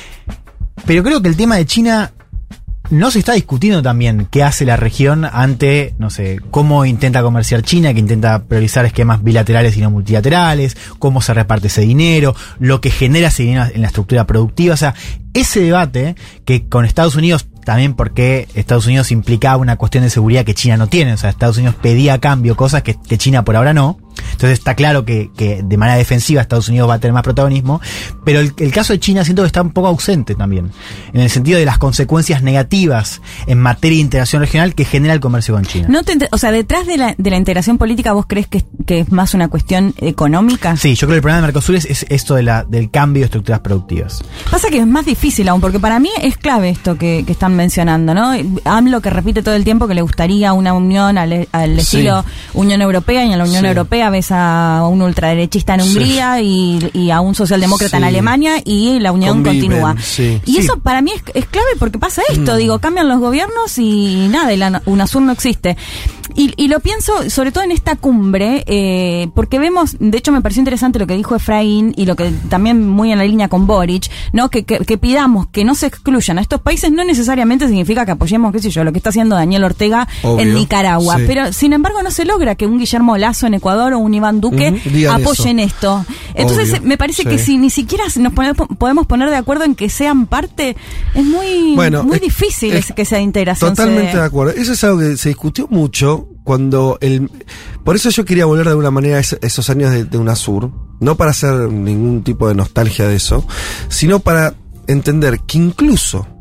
pero creo que el tema de China no se está discutiendo también qué hace la región ante, no sé, cómo intenta comerciar China, que intenta priorizar esquemas bilaterales y no multilaterales, cómo se reparte ese dinero, lo que genera ese dinero en la estructura productiva, o sea, ese debate que con Estados Unidos, también porque Estados Unidos implicaba una cuestión de seguridad que China no tiene, o sea, Estados Unidos pedía a cambio cosas que, que China por ahora no. Entonces está claro que, que de manera defensiva Estados Unidos va a tener más protagonismo, pero el, el caso de China siento que está un poco ausente también, en el sentido de las consecuencias negativas en materia de integración regional que genera el comercio con China. No te, o sea, detrás de la, de la integración política, ¿vos crees que, que es más una cuestión económica? Sí, yo creo que el problema de Mercosur es, es esto de la, del cambio de estructuras productivas. Pasa que es más difícil aún, porque para mí es clave esto que, que están mencionando, ¿no? AMLO que repite todo el tiempo que le gustaría una unión al, al estilo sí. Unión Europea, y en la Unión sí. Europea ves a un ultraderechista en Hungría sí. y, y a un socialdemócrata sí. en Alemania, y la unión Conviven, continúa. Sí. Y sí. eso para mí es, es clave porque pasa esto, mm. digo, cambian los gobiernos y nada, y la UNASUR no existe. Y, y lo pienso sobre todo en esta cumbre, eh, porque vemos, de hecho me pareció interesante lo que dijo Efraín y lo que también muy en la línea con Boric, ¿no? Que, que, que pidamos que no se excluyan a estos países no necesariamente significa que apoyemos, qué sé yo, lo que está haciendo Daniel Ortega Obvio. en Nicaragua, sí. pero sin embargo no se logra que un Guillermo Lasso en Ecuador o un Iván Duque uh-huh. apoyen eso. esto. Entonces Obvio. me parece sí. que si ni siquiera nos pone, podemos poner de acuerdo en que sean parte, es muy, bueno, muy es, difícil es, que sea integración. Totalmente se... de acuerdo. Eso es algo que se discutió mucho cuando el... Por eso yo quería volver de alguna manera a esos años de, de UNASUR, no para hacer ningún tipo de nostalgia de eso, sino para entender que incluso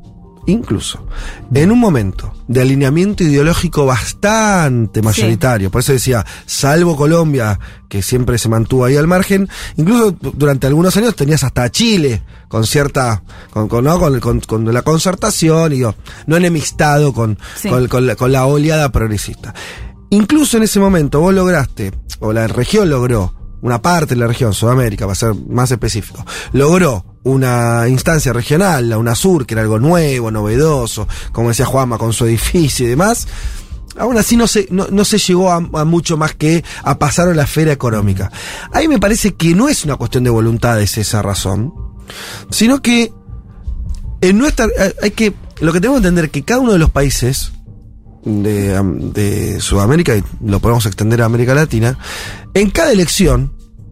incluso, en un momento de alineamiento ideológico bastante mayoritario, sí. Por eso decía, salvo Colombia, que siempre se mantuvo ahí al margen, incluso durante algunos años tenías hasta Chile, con cierta, con, con, ¿no? con, con, con la concertación, y digo, no enemistado con, sí. con, con, la, con la oleada progresista. Incluso en ese momento vos lograste, o la región logró, una parte de la región, Sudamérica, para ser más específico, logró una instancia regional, la UNASUR, que era algo nuevo, novedoso, como decía Juanma, con su edificio y demás. Aún así no se, no, no se llegó a, a mucho más que a pasar a la esfera económica. Ahí me parece que no es una cuestión de voluntades esa razón, sino que en nuestra, hay que, lo que tenemos que entender es que cada uno de los países de, de Sudamérica, y lo podemos extender a América Latina, en cada elección,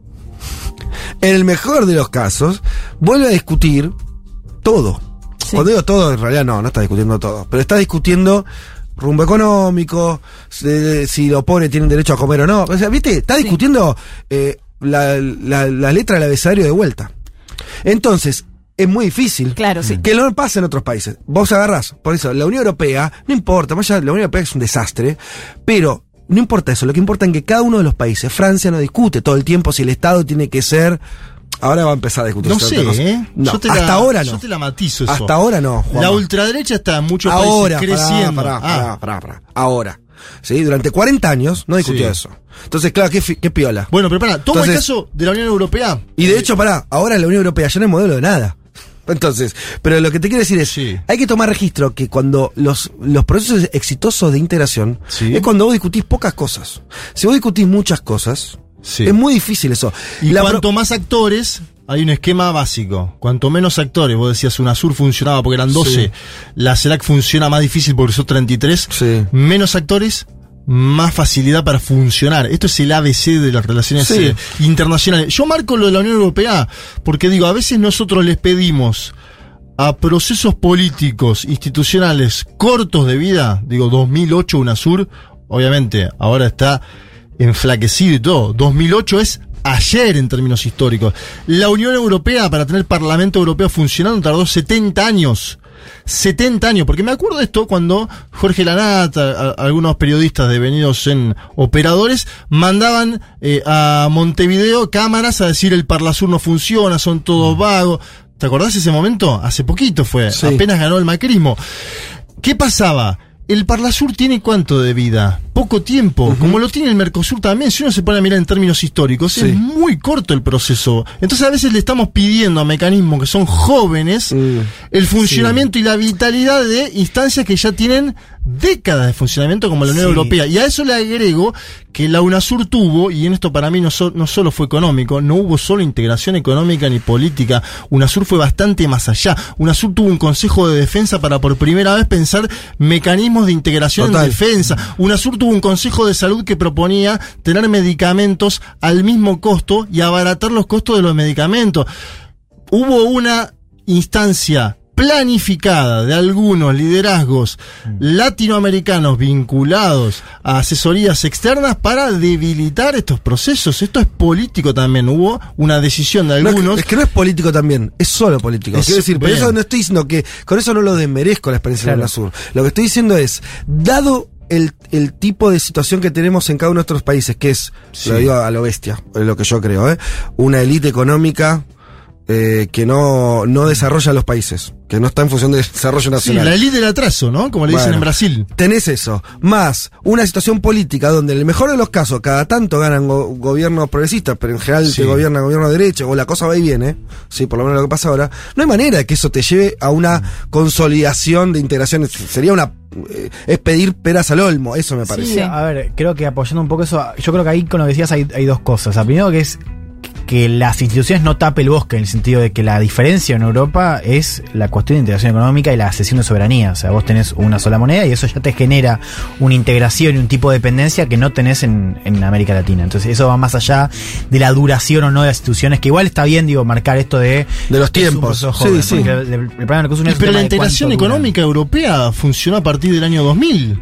en el mejor de los casos, vuelve a discutir todo. Sí. Cuando digo todo, en realidad no, no está discutiendo todo, pero está discutiendo rumbo económico, si, si los pobres tienen derecho a comer o no. O sea, ¿viste? Está discutiendo eh, la, la, la letra del abecedario de vuelta. Entonces, es muy difícil claro, sí. que lo pase en otros países. Vos agarrás, por eso, la Unión Europea, no importa, más allá, la Unión Europea es un desastre, pero no importa eso, lo que importa es que cada uno de los países, Francia no discute todo el tiempo si el Estado tiene que ser. Ahora va a empezar a discutir. No sé, ¿eh? No, yo te hasta la, ahora no. Yo te la matizo eso. Hasta ahora no, Juanma. La ultraderecha está en muchos ahora, países creciendo. Pará, pará, ah. pará, pará, pará. Ahora. ¿Sí? Durante cuarenta años no discutió sí. eso. Entonces, claro, qué, qué piola. Bueno, pero pará, toma Entonces, el caso de la Unión Europea. Y de eh, hecho, pará, ahora la Unión Europea ya no es modelo de nada. Entonces, pero lo que te quiero decir es, sí. hay que tomar registro que cuando los, los procesos exitosos de integración, sí. es cuando vos discutís pocas cosas. Si vos discutís muchas cosas, sí. es muy difícil eso. Y la cuanto pro- más actores, hay un esquema básico. Cuanto menos actores, vos decías, UNASUR funcionaba porque eran doce, sí. la CELAC funciona más difícil porque son treinta y tres, sí. menos actores, más facilidad para funcionar. Esto es el A B C de las relaciones sí. eh, internacionales. Yo marco lo de la Unión Europea porque digo, a veces nosotros les pedimos a procesos políticos, institucionales cortos de vida, digo, dos mil ocho UNASUR, obviamente ahora está enflaquecido y todo. dos mil ocho es ayer en términos históricos. La Unión Europea, para tener Parlamento Europeo funcionando, tardó setenta años. setenta años, porque me acuerdo de esto cuando Jorge Lanata, a, a, algunos periodistas devenidos en operadores, mandaban eh, a Montevideo cámaras a decir el Parlasur no funciona, son todos vagos. ¿Te acordás de ese momento? Hace poquito fue, sí. apenas ganó el macrismo. ¿Qué pasaba? El Parlasur tiene ¿cuánto de vida? Poco tiempo, uh-huh. como lo tiene el Mercosur también. Si uno se pone a mirar en términos históricos, sí. es muy corto el proceso. Entonces a veces le estamos pidiendo a mecanismos que son jóvenes uh, el funcionamiento sí. y la vitalidad de instancias que ya tienen décadas de funcionamiento como la Unión sí. Europea. Y a eso le agrego que la UNASUR tuvo, y en esto para mí no, so, no solo fue económico, no hubo solo integración económica ni política. UNASUR fue bastante más allá. UNASUR tuvo un consejo de defensa para por primera vez pensar mecanismos de integración Total. en defensa. UNASUR tuvo un consejo de salud que proponía tener medicamentos al mismo costo y abaratar los costos de los medicamentos. Hubo una instancia planificada de algunos liderazgos latinoamericanos vinculados a asesorías externas para debilitar estos procesos. Esto es político también. Hubo una decisión de algunos. No, es que no es político también, es solo político. Es, Quiero decir, por eso no estoy diciendo que, con eso no lo desmerezco la experiencia claro. de UNASUR. Lo que estoy diciendo es, dado el, el tipo de situación que tenemos en cada uno de nuestros países, que es, sí. lo digo a lo bestia, es lo que yo creo, ¿eh? una élite económica Eh, que no, no desarrolla los países, que no está en función del desarrollo nacional. Sí, la élite del atraso, ¿no? Como le bueno, dicen en Brasil. Tenés eso, más una situación política donde en el mejor de los casos cada tanto ganan go- gobiernos progresistas, pero en general sí. te gobierna gobierno de derecha, o la cosa va y viene, sí, por lo menos lo que pasa ahora. No hay manera de que eso te lleve a una consolidación de integración. Sería una eh, es pedir peras al olmo, eso me parece. Sí, a ver, creo que apoyando un poco eso, yo creo que ahí con lo que decías hay, hay dos cosas. La primera que es que las instituciones no tapen el bosque, en el sentido de que la diferencia en Europa es la cuestión de integración económica y la cesión de soberanía. O sea, vos tenés una sola moneda y eso ya te genera una integración y un tipo de dependencia que no tenés en, en América Latina. Entonces eso va más allá de la duración o no de las instituciones, que igual está bien, digo, marcar esto de... De los tiempos. Joven, sí, sí. El, el, el problema es pero la integración económica europea funcionó a partir del año dos mil.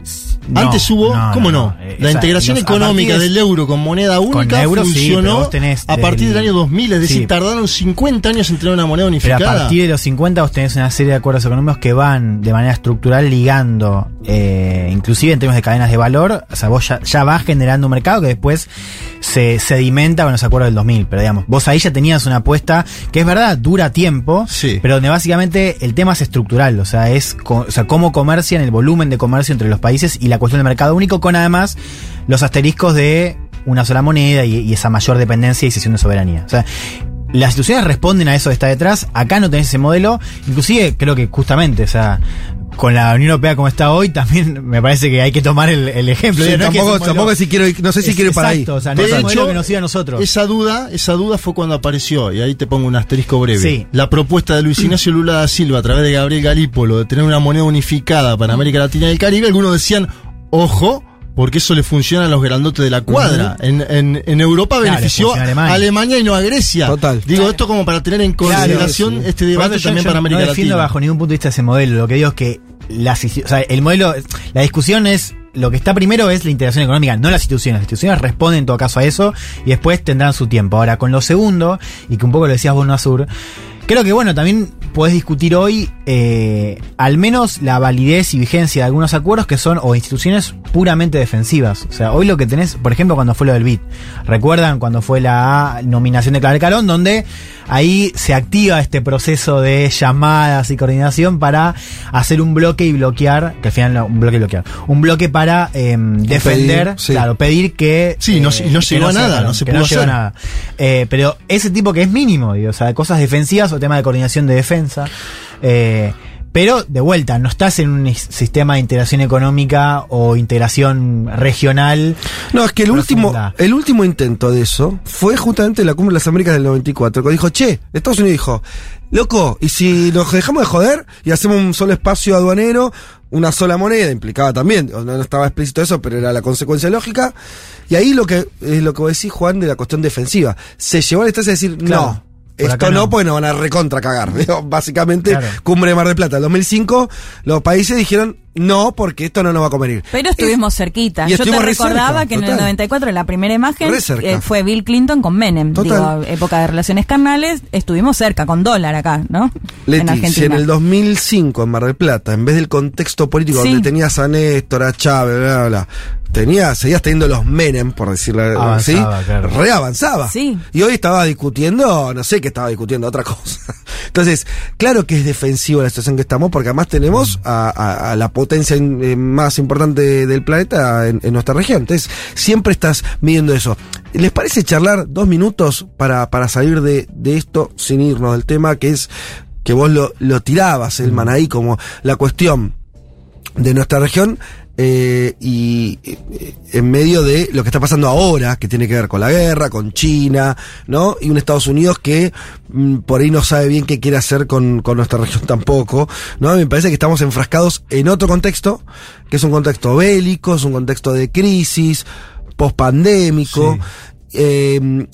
No, Antes hubo, no, ¿cómo no? no? no. La o sea, integración los, económica del euro con moneda única con euro, funcionó sí, a partir del, del año dos mil, es decir, sí. tardaron cincuenta años en tener una moneda unificada. Pero a partir de los cincuenta vos tenés una serie de acuerdos económicos que van de manera estructural ligando, eh, inclusive en términos de cadenas de valor, o sea, vos ya, ya vas generando un mercado que después se sedimenta con los acuerdos del dos mil, pero digamos, vos ahí ya tenías una apuesta que es verdad, dura tiempo, sí. pero donde básicamente el tema es estructural, o sea, es co- o sea, cómo comercian, el volumen de comercio entre los países y la cuestión del mercado único, con además los asteriscos de una sola moneda y, y esa mayor dependencia y cesión de soberanía. O sea, las instituciones responden a eso que está detrás. Acá no tenés ese modelo. Inclusive creo que justamente, o sea, con la Unión Europea como está hoy, también me parece que hay que tomar el, el ejemplo. Sí, no tampoco, es que tampoco si quiero, no sé si es, quiero ir para exacto, ahí. O sea, no es el modelo que nos siga a nosotros. Esa duda, esa duda fue cuando apareció, y ahí te pongo un asterisco breve. Sí. La propuesta de Luis Ignacio Lula da Silva a través de Gabriel Galípolo de tener una moneda unificada para América Latina y el Caribe. Algunos decían, ojo, porque eso le funciona a los grandotes de la cuadra. Uh-huh. En, en, en Europa claro, benefició a Alemania. a Alemania y no a Grecia. Total. Digo, claro. esto como para tener en consideración claro, sí. este debate yo, también yo, para América Latina. No defiendo Latina. Bajo ningún punto de vista ese modelo. Lo que digo es que las, o sea, el modelo, la discusión es, lo que está primero es la integración económica, no las instituciones. Las instituciones responden en todo caso a eso y después tendrán su tiempo. Ahora, con lo segundo, y que un poco lo decías vos, Nasur, creo que bueno, también podés discutir hoy eh, al menos la validez y vigencia de algunos acuerdos que son o instituciones puramente defensivas. O sea, hoy lo que tenés, por ejemplo, cuando fue lo del B I D. ¿Recuerdan cuando fue la nominación de Claver Carón? Donde ahí se activa este proceso de llamadas y coordinación para hacer un bloque y bloquear, que al final no, un bloque y bloquear, un bloque para eh, defender, pedir, sí. claro, pedir que... Sí, no, eh, no llegó a nada, no se pudo no hacer. Nada. Eh, pero ese tipo que es mínimo, digo, o sea, cosas defensivas o tema de coordinación de defensa. Eh, pero, de vuelta, no estás en un sistema de integración económica o integración regional. No, es que el último, el último intento de eso fue justamente la Cumbre de las Américas del noventa y cuatro, que dijo, che, Estados Unidos dijo, loco, y si nos dejamos de joder y hacemos un solo espacio aduanero, una sola moneda, implicaba también, no estaba explícito eso, pero era la consecuencia lógica, y ahí lo que es lo que vos decís, Juan, de la cuestión defensiva. Se llevó a la instancia de decir, claro. no. Por Esto no, no, pues nos van a recontra cagar. Básicamente, claro. Cumbre de Mar del Plata. En dos mil cinco, los países dijeron no, porque esto no nos va a convenir. Pero estuvimos es, cerquita. Yo te recordaba cerca, que total. En el noventa y cuatro, en la primera imagen, eh, fue Bill Clinton con Menem. Total. Digo, época de relaciones carnales, estuvimos cerca, con dólar acá, ¿no? Leti, en Argentina. Si en el dos mil cinco, en Mar del Plata, en vez del contexto político sí. donde tenías a Néstor, a Chávez, bla, bla, bla, tenías, seguías teniendo los Menem, por decirlo así, claro. reavanzaba. Sí. Y hoy estaba discutiendo, no sé qué estaba discutiendo, otra cosa. Entonces, claro que es defensivo la situación que estamos, porque además tenemos a, a, a la potencia in, más importante del planeta en, en nuestra región. Entonces, siempre estás midiendo eso. ¿Les parece charlar dos minutos para, para salir de, de esto sin irnos del tema, que es que vos lo, lo tirabas, Elman, ahí como la cuestión de nuestra región? Eh, y eh, en medio de lo que está pasando ahora, que tiene que ver con la guerra, con China, ¿no? Y un Estados Unidos que mm, por ahí no sabe bien qué quiere hacer con, con nuestra región tampoco, ¿no? Me parece que estamos enfrascados en otro contexto, que es un contexto bélico, es un contexto de crisis, pospandémico. Sí. Eh,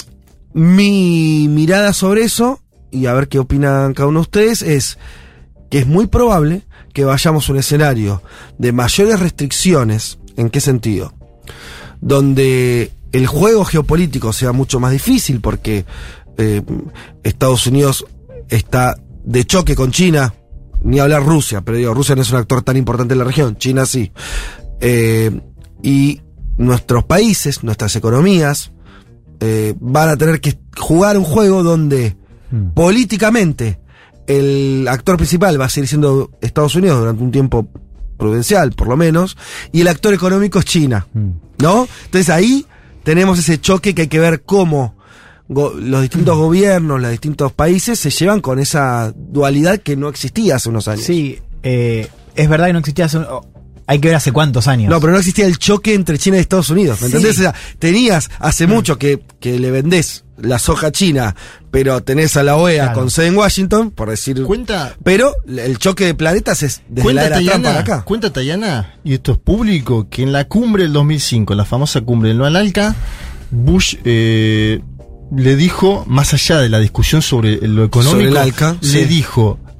mi mirada sobre eso, y a ver qué opinan cada uno de ustedes, es que es muy probable que vayamos a un escenario de mayores restricciones. ¿En qué sentido? Donde el juego geopolítico sea mucho más difícil porque eh, Estados Unidos está de choque con China, ni hablar Rusia, pero digo, Rusia no es un actor tan importante en la región, China sí. Eh, y nuestros países, nuestras economías, eh, van a tener que jugar un juego donde hmm. políticamente el actor principal va a seguir siendo Estados Unidos durante un tiempo prudencial, por lo menos, y el actor económico es China, ¿no? Entonces ahí tenemos ese choque que hay que ver cómo go- los distintos gobiernos, los distintos países se llevan con esa dualidad que no existía hace unos años. Sí, eh, es verdad que no existía hace... Oh, hay que ver hace cuántos años. No, pero no existía el choque entre China y Estados Unidos, ¿me sí. entendés? O sea, tenías hace mm. mucho que, que le vendés la soja a China, pero tenés a la O E A claro. con sede en Washington, por decir... Cuenta... Pero el choque de planetas es desde la era Trump para acá. Cuenta, Tayana, y esto es público, que en la cumbre del dos mil cinco, la famosa cumbre del Nualalca, Bush eh, le dijo, más allá de la discusión sobre lo económico, sobre el Alca, le sí. dijo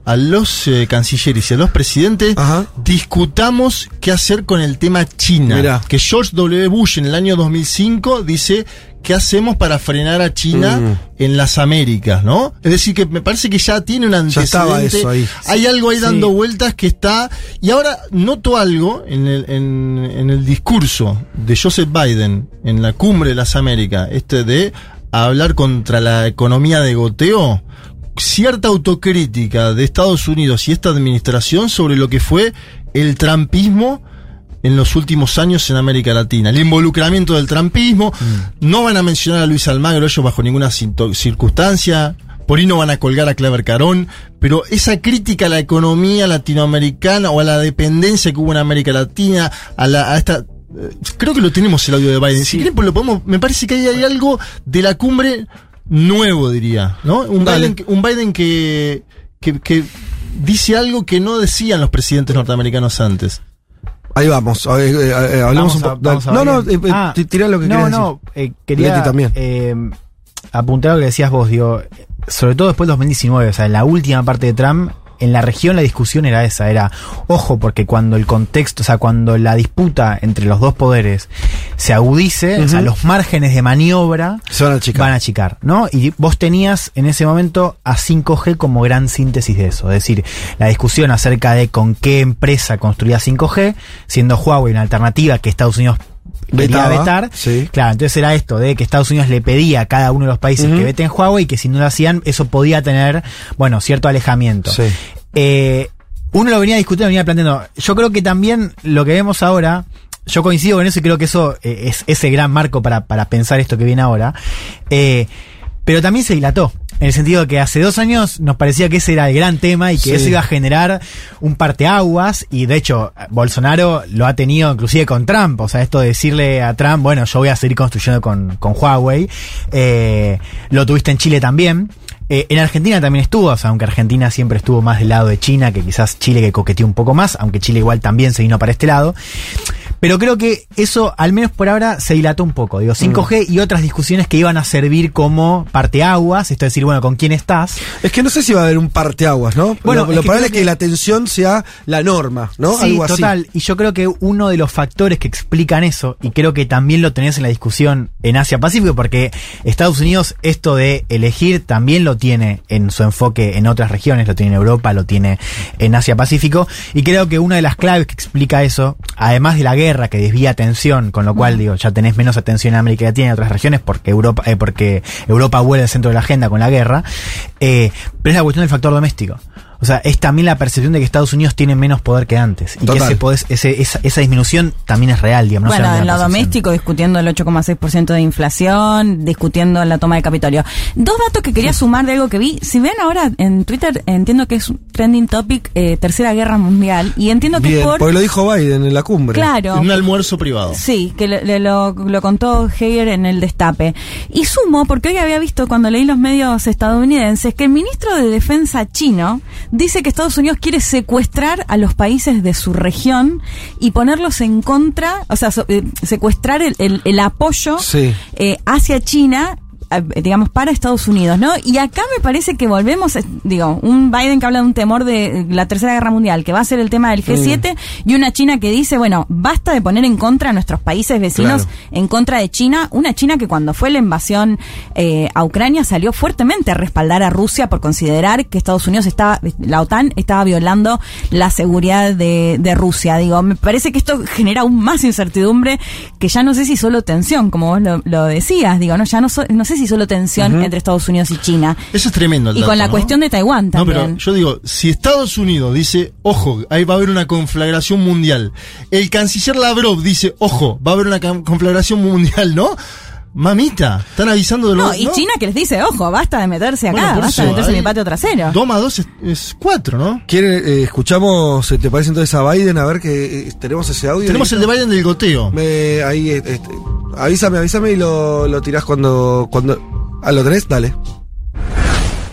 a los eh, cancilleres y a los presidentes, Ajá. discutamos qué hacer con el tema China. Mirá. Que George W. Bush en el año dos mil cinco dice, ¿qué hacemos para frenar a China mm. en las Américas, no? Es decir, que me parece que ya tiene un antecedente. Ya estaba eso ahí. Hay sí, algo ahí sí. dando vueltas que está... Y ahora noto algo en el, en, en el discurso de Joseph Biden en la cumbre de las Américas, este de hablar contra la economía de goteo, cierta autocrítica de Estados Unidos y esta administración sobre lo que fue el trumpismo en los últimos años en América Latina. El involucramiento del trumpismo. Mm. No van a mencionar a Luis Almagro ellos bajo ninguna circunstancia. Por ahí no van a colgar a Clever Carón. Pero esa crítica a la economía latinoamericana o a la dependencia que hubo en América Latina, a, la, a esta... Creo que lo tenemos el audio de Biden. Sí. Si quieren, pues lo podemos... Me parece que hay, hay algo de la cumbre nuevo, diría, ¿no? Un Biden, un Biden que, que, que dice algo que no decían los presidentes norteamericanos antes. Ahí vamos, a ver, eh, eh, hablemos un poco. No, no, eh, ah, tirá lo que no, querías no, decir. Eh, quería también. Eh, apuntar a lo que decías vos, digo, sobre todo después del dos mil diecinueve, o sea, en la última parte de Trump, en la región la discusión era esa, era, ojo, porque cuando el contexto, o sea, cuando la disputa entre los dos poderes se agudice, uh-huh. o sea, los márgenes de maniobra se van a achicar. van a achicar, ¿no? Y vos tenías en ese momento a cinco G como gran síntesis de eso, es decir, la discusión acerca de con qué empresa construía cinco G, siendo Huawei una alternativa que Estados Unidos quería Betaba, vetar, sí. Claro, entonces era esto de que Estados Unidos le pedía a cada uno de los países uh-huh. que veten Huawei y que si no lo hacían, eso podía tener, bueno, cierto alejamiento. Sí. Eh, uno lo venía discutiendo, venía planteando. Yo creo que también lo que vemos ahora, yo coincido con eso y creo que eso eh, es ese gran marco para, para pensar esto que viene ahora, eh, pero también se dilató. En el sentido de que hace dos años nos parecía que ese era el gran tema y que sí. eso iba a generar un parteaguas, y de hecho Bolsonaro lo ha tenido inclusive con Trump, o sea, esto de decirle a Trump, bueno, yo voy a seguir construyendo con, con Huawei, eh, lo tuviste en Chile también. Eh, en Argentina también estuvo, o sea, aunque Argentina siempre estuvo más del lado de China, que quizás Chile que coqueteó un poco más, aunque Chile igual también se vino para este lado. Pero creo que eso, al menos por ahora, se dilató un poco. Digo, cinco G y otras discusiones que iban a servir como parteaguas, esto es decir, bueno, ¿con quién estás? Es que no sé si va a haber un parteaguas, ¿no? Bueno, lo, lo probable es que, que la tensión sea la norma, ¿no? Sí, algo total. Así. Y yo creo que uno de los factores que explican eso, y creo que también lo tenés en la discusión en Asia-Pacífico, porque Estados Unidos esto de elegir también lo tiene en su enfoque en otras regiones, lo tiene en Europa, lo tiene en Asia-Pacífico, y creo que una de las claves que explica eso, además de la guerra que desvía atención, con lo cual digo, ya tenés menos atención en América Latina y en otras regiones porque Europa, eh, porque Europa vuelve al centro de la agenda con la guerra, eh, pero es la cuestión del factor doméstico. O sea, es también la percepción de que Estados Unidos tiene menos poder que antes. Y Total. que ese poder, ese, esa, esa disminución también es real, digamos. Bueno, no en lo doméstico, discutiendo el ocho coma seis por ciento de inflación, discutiendo la toma de Capitolio. Dos datos que quería sumar de algo que vi. Si ven ahora en Twitter, entiendo que es un trending topic, eh, Tercera Guerra Mundial. Y entiendo que Bien, es por... porque lo dijo Biden en la cumbre. Claro. En un almuerzo privado. Sí, que le, le lo, lo contó Heger en el Destape. Y sumo, porque hoy había visto cuando leí los medios estadounidenses, que el ministro de Defensa chino dice que Estados Unidos quiere secuestrar a los países de su región y ponerlos en contra, o sea, so, eh, secuestrar el, el, el apoyo sí. eh, hacia China, eh, digamos, para Estados Unidos, ¿no? Y acá me parece que volvemos, eh, digo, un Biden que habla de un temor de la Tercera Guerra Mundial, que va a ser el tema del G siete, mm. y una China que dice, bueno, basta de poner en contra a nuestros países vecinos, claro. en contra de China, una China que cuando fue la invasión eh, a Ucrania salió fuertemente a respaldar a Rusia por considerar que Estados Unidos estaba, la OTAN estaba violando la seguridad de, de Rusia. Digo, me parece que esto genera aún más incertidumbre, que ya no sé si solo tensión, como vos lo, lo decías, digo, no, ya no, so, no sé si solo tensión uh-huh. entre Estados Unidos y China. Eso es tremendo el Y dato, con la ¿no? cuestión de Taiwán también. No, pero yo digo, si Estados Unidos dice, ojo, ahí va a haber una conflagración mundial, el canciller Lavrov dice, ojo, va a haber una conflagración mundial, ¿no? Mamita, están avisando de lo No, y ¿no? China que les dice, ojo, basta de meterse acá, bueno, basta eso, de meterse en mi patio trasero. Dos más dos es, es cuatro, ¿no? ¿Quiere, eh, escuchamos, ¿te parece entonces a Biden? A ver que eh, tenemos ese audio. Tenemos el de Biden del goteo. Me, ahí, este, avísame, avísame y lo, lo tirás cuando, cuando... Ah, ¿lo tenés? Dale.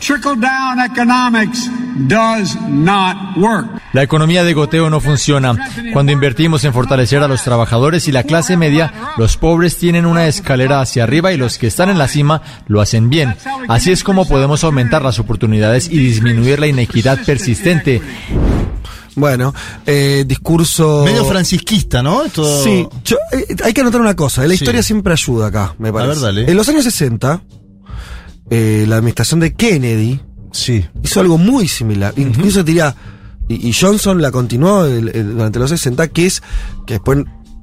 Trickle-down economics does not work. La economía de goteo no funciona. Cuando invertimos en fortalecer a los trabajadores y la clase media, los pobres tienen una escalera hacia arriba y los que están en la cima lo hacen bien. Así es como podemos aumentar las oportunidades y disminuir la inequidad persistente. Bueno, eh, discurso... medio francisquista, ¿no? Esto... Sí, yo, eh, hay que anotar una cosa, la historia sí. siempre ayuda acá, me parece. A ver, dale. En los años sesenta, eh, la administración de Kennedy sí. hizo algo muy similar. Uh-huh. Incluso diría, y, y Johnson la continuó el, el, durante los sesenta, que es que después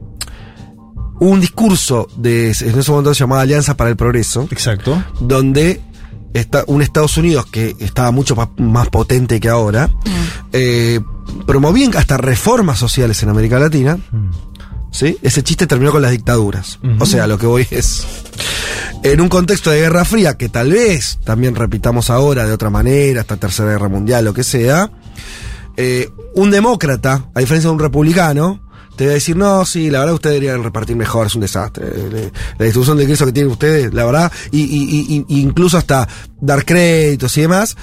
hubo un discurso de, en ese momento se llamaba Alianza para el Progreso. Exacto. Donde está un Estados Unidos que estaba mucho más, más potente que ahora, mm. eh, promovían hasta reformas sociales en América Latina. Mm. ¿Sí? Ese chiste terminó con las dictaduras. Uh-huh. O sea, lo que voy es, en un contexto de Guerra Fría, que tal vez también repitamos ahora de otra manera, esta Tercera Guerra Mundial, lo que sea, eh, un demócrata, a diferencia de un republicano, te va a decir, no, sí, la verdad ustedes deberían repartir mejor, es un desastre. La distribución de ingresos que tienen ustedes, la verdad, y, y, y incluso hasta dar créditos y demás.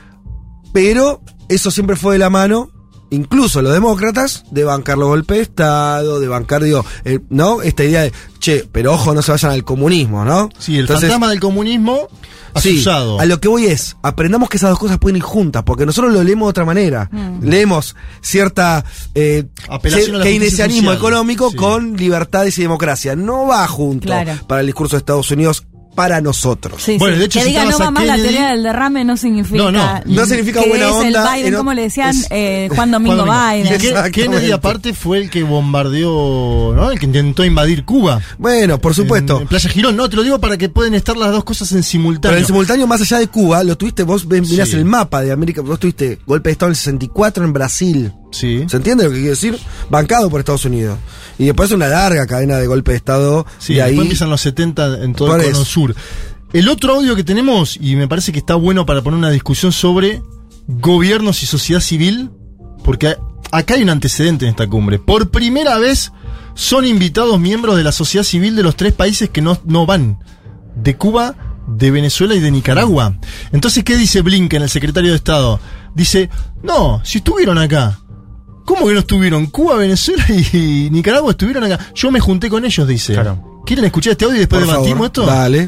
Pero eso siempre fue de la mano, incluso los demócratas, de bancar los golpes de Estado, de bancar, digo, eh, ¿no? Esta idea de, che, pero ojo, no se vayan al comunismo, ¿no? Sí, el Entonces, fantasma del comunismo asusado. Sí, a lo que voy es, aprendamos que esas dos cosas pueden ir juntas, porque nosotros lo leemos de otra manera. Mm. Leemos cierta eh, keynesianismo económico sí. con libertades y democracia. No va junto claro. para el discurso de Estados Unidos. Para nosotros. Sí, bueno, sí. De hecho, que diga no va más la teoría del derrame no significa. No, no. No significa buena es onda. El Biden, como le decían, es, eh, Juan Domingo Biden. Kennedy, aparte, fue el que bombardeó, ¿no? El que intentó invadir Cuba. Bueno, por supuesto. En, en Playa Girón, no, te lo digo para que pueden estar las dos cosas en simultáneo. Pero en simultáneo, más allá de Cuba, lo tuviste, vos mirás sí. el mapa de América, vos tuviste golpe de Estado en el sesenta y cuatro en Brasil. Sí. ¿Se entiende lo que quiero decir? Bancado por Estados Unidos. Y después una larga cadena de golpe de Estado. Sí, de después ahí empiezan los setenta en todo el cono sur. El otro audio que tenemos, y me parece que está bueno para poner una discusión sobre gobiernos y sociedad civil, porque acá hay un antecedente en esta cumbre. Por primera vez son invitados miembros de la sociedad civil de los tres países que no, no van, de Cuba, de Venezuela y de Nicaragua. Entonces, ¿qué dice Blinken, el secretario de Estado? Dice, no, si estuvieron acá. ¿Cómo que no estuvieron? Cuba, Venezuela y Nicaragua estuvieron acá. Yo me junté con ellos, dice. Claro. ¿Quieren escuchar este audio y después Por debatimos favor, esto? Dale.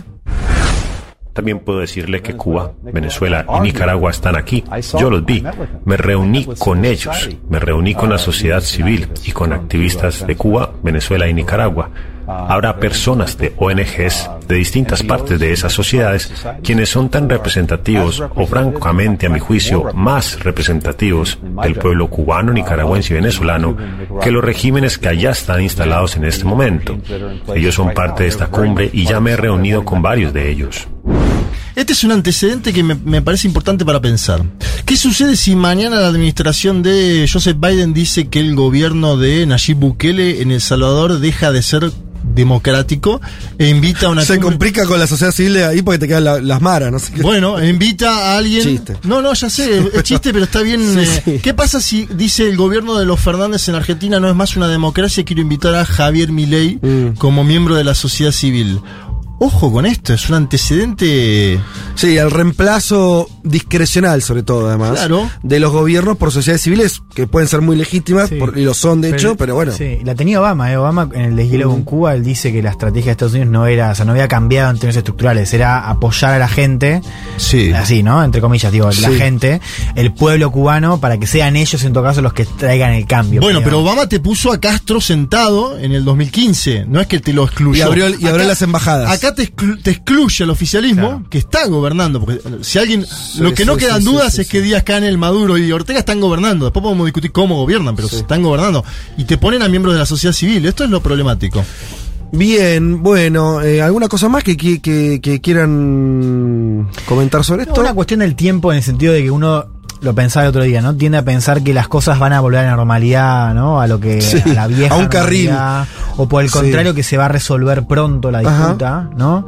También puedo decirle que Cuba, Venezuela y Nicaragua están aquí. Yo los vi. Me reuní con ellos. Me reuní con la sociedad civil y con activistas de Cuba, Venezuela y Nicaragua. Habrá personas de O N Ges de distintas partes de esas sociedades quienes son tan representativos o francamente a mi juicio más representativos del pueblo cubano, nicaragüense y venezolano que los regímenes que allá están instalados en este momento. Ellos son parte de esta cumbre y ya me he reunido con varios de ellos. Este es un antecedente que me, me parece importante para pensar. ¿Qué sucede si mañana la administración de Joseph Biden dice que el gobierno de Nayib Bukele en El Salvador deja de ser democrático e invita a una... Se cumbre... complica con la sociedad civil de ahí porque te quedan la, las maras, no sé qué. Bueno, invita a alguien... Chiste. No, no, ya sé, es chiste, pero está bien. Sí, eh... sí. ¿Qué pasa si dice el gobierno de los Fernández en Argentina no es más una democracia, quiero invitar a Javier Milei mm. como miembro de la sociedad civil? Ojo con esto, es un antecedente... Sí, el reemplazo discrecional, sobre todo, además, claro. de los gobiernos por sociedades civiles, que pueden ser muy legítimas, sí. por, y lo son de pero, hecho, pero bueno. Sí, la tenía Obama, ¿eh? Obama en el deshielo uh-huh. con Cuba, él dice que la estrategia de Estados Unidos no era, o sea, no había cambiado en términos estructurales, era apoyar a la gente, sí. así, ¿no? Entre comillas, digo, sí. la gente, el pueblo cubano, para que sean ellos, en todo caso, los que traigan el cambio. Bueno, pero, pero Obama te puso a Castro sentado en el dos mil quince, no es que te lo excluyó. Y abrió, y abrió acá, las embajadas. Acá te, exclu- te excluye al oficialismo, claro. que está gobernando, porque si alguien, sí, lo que sí, no quedan sí, dudas sí, sí, es que sí. Díaz Canel, Maduro y Ortega están gobernando, después podemos discutir cómo gobiernan, pero sí. están gobernando, y te ponen a miembros de la sociedad civil, esto es lo problemático. Bien, bueno, eh, ¿alguna cosa más que, que, que, que quieran comentar sobre esto? No, una cuestión del tiempo en el sentido de que uno... Lo pensaba el otro día, ¿no? Tiende a pensar que las cosas van a volver a la normalidad, ¿no? A lo que sí, a la vieja a un carril. O por el contrario, sí. que se va a resolver pronto la disputa, Ajá. ¿no?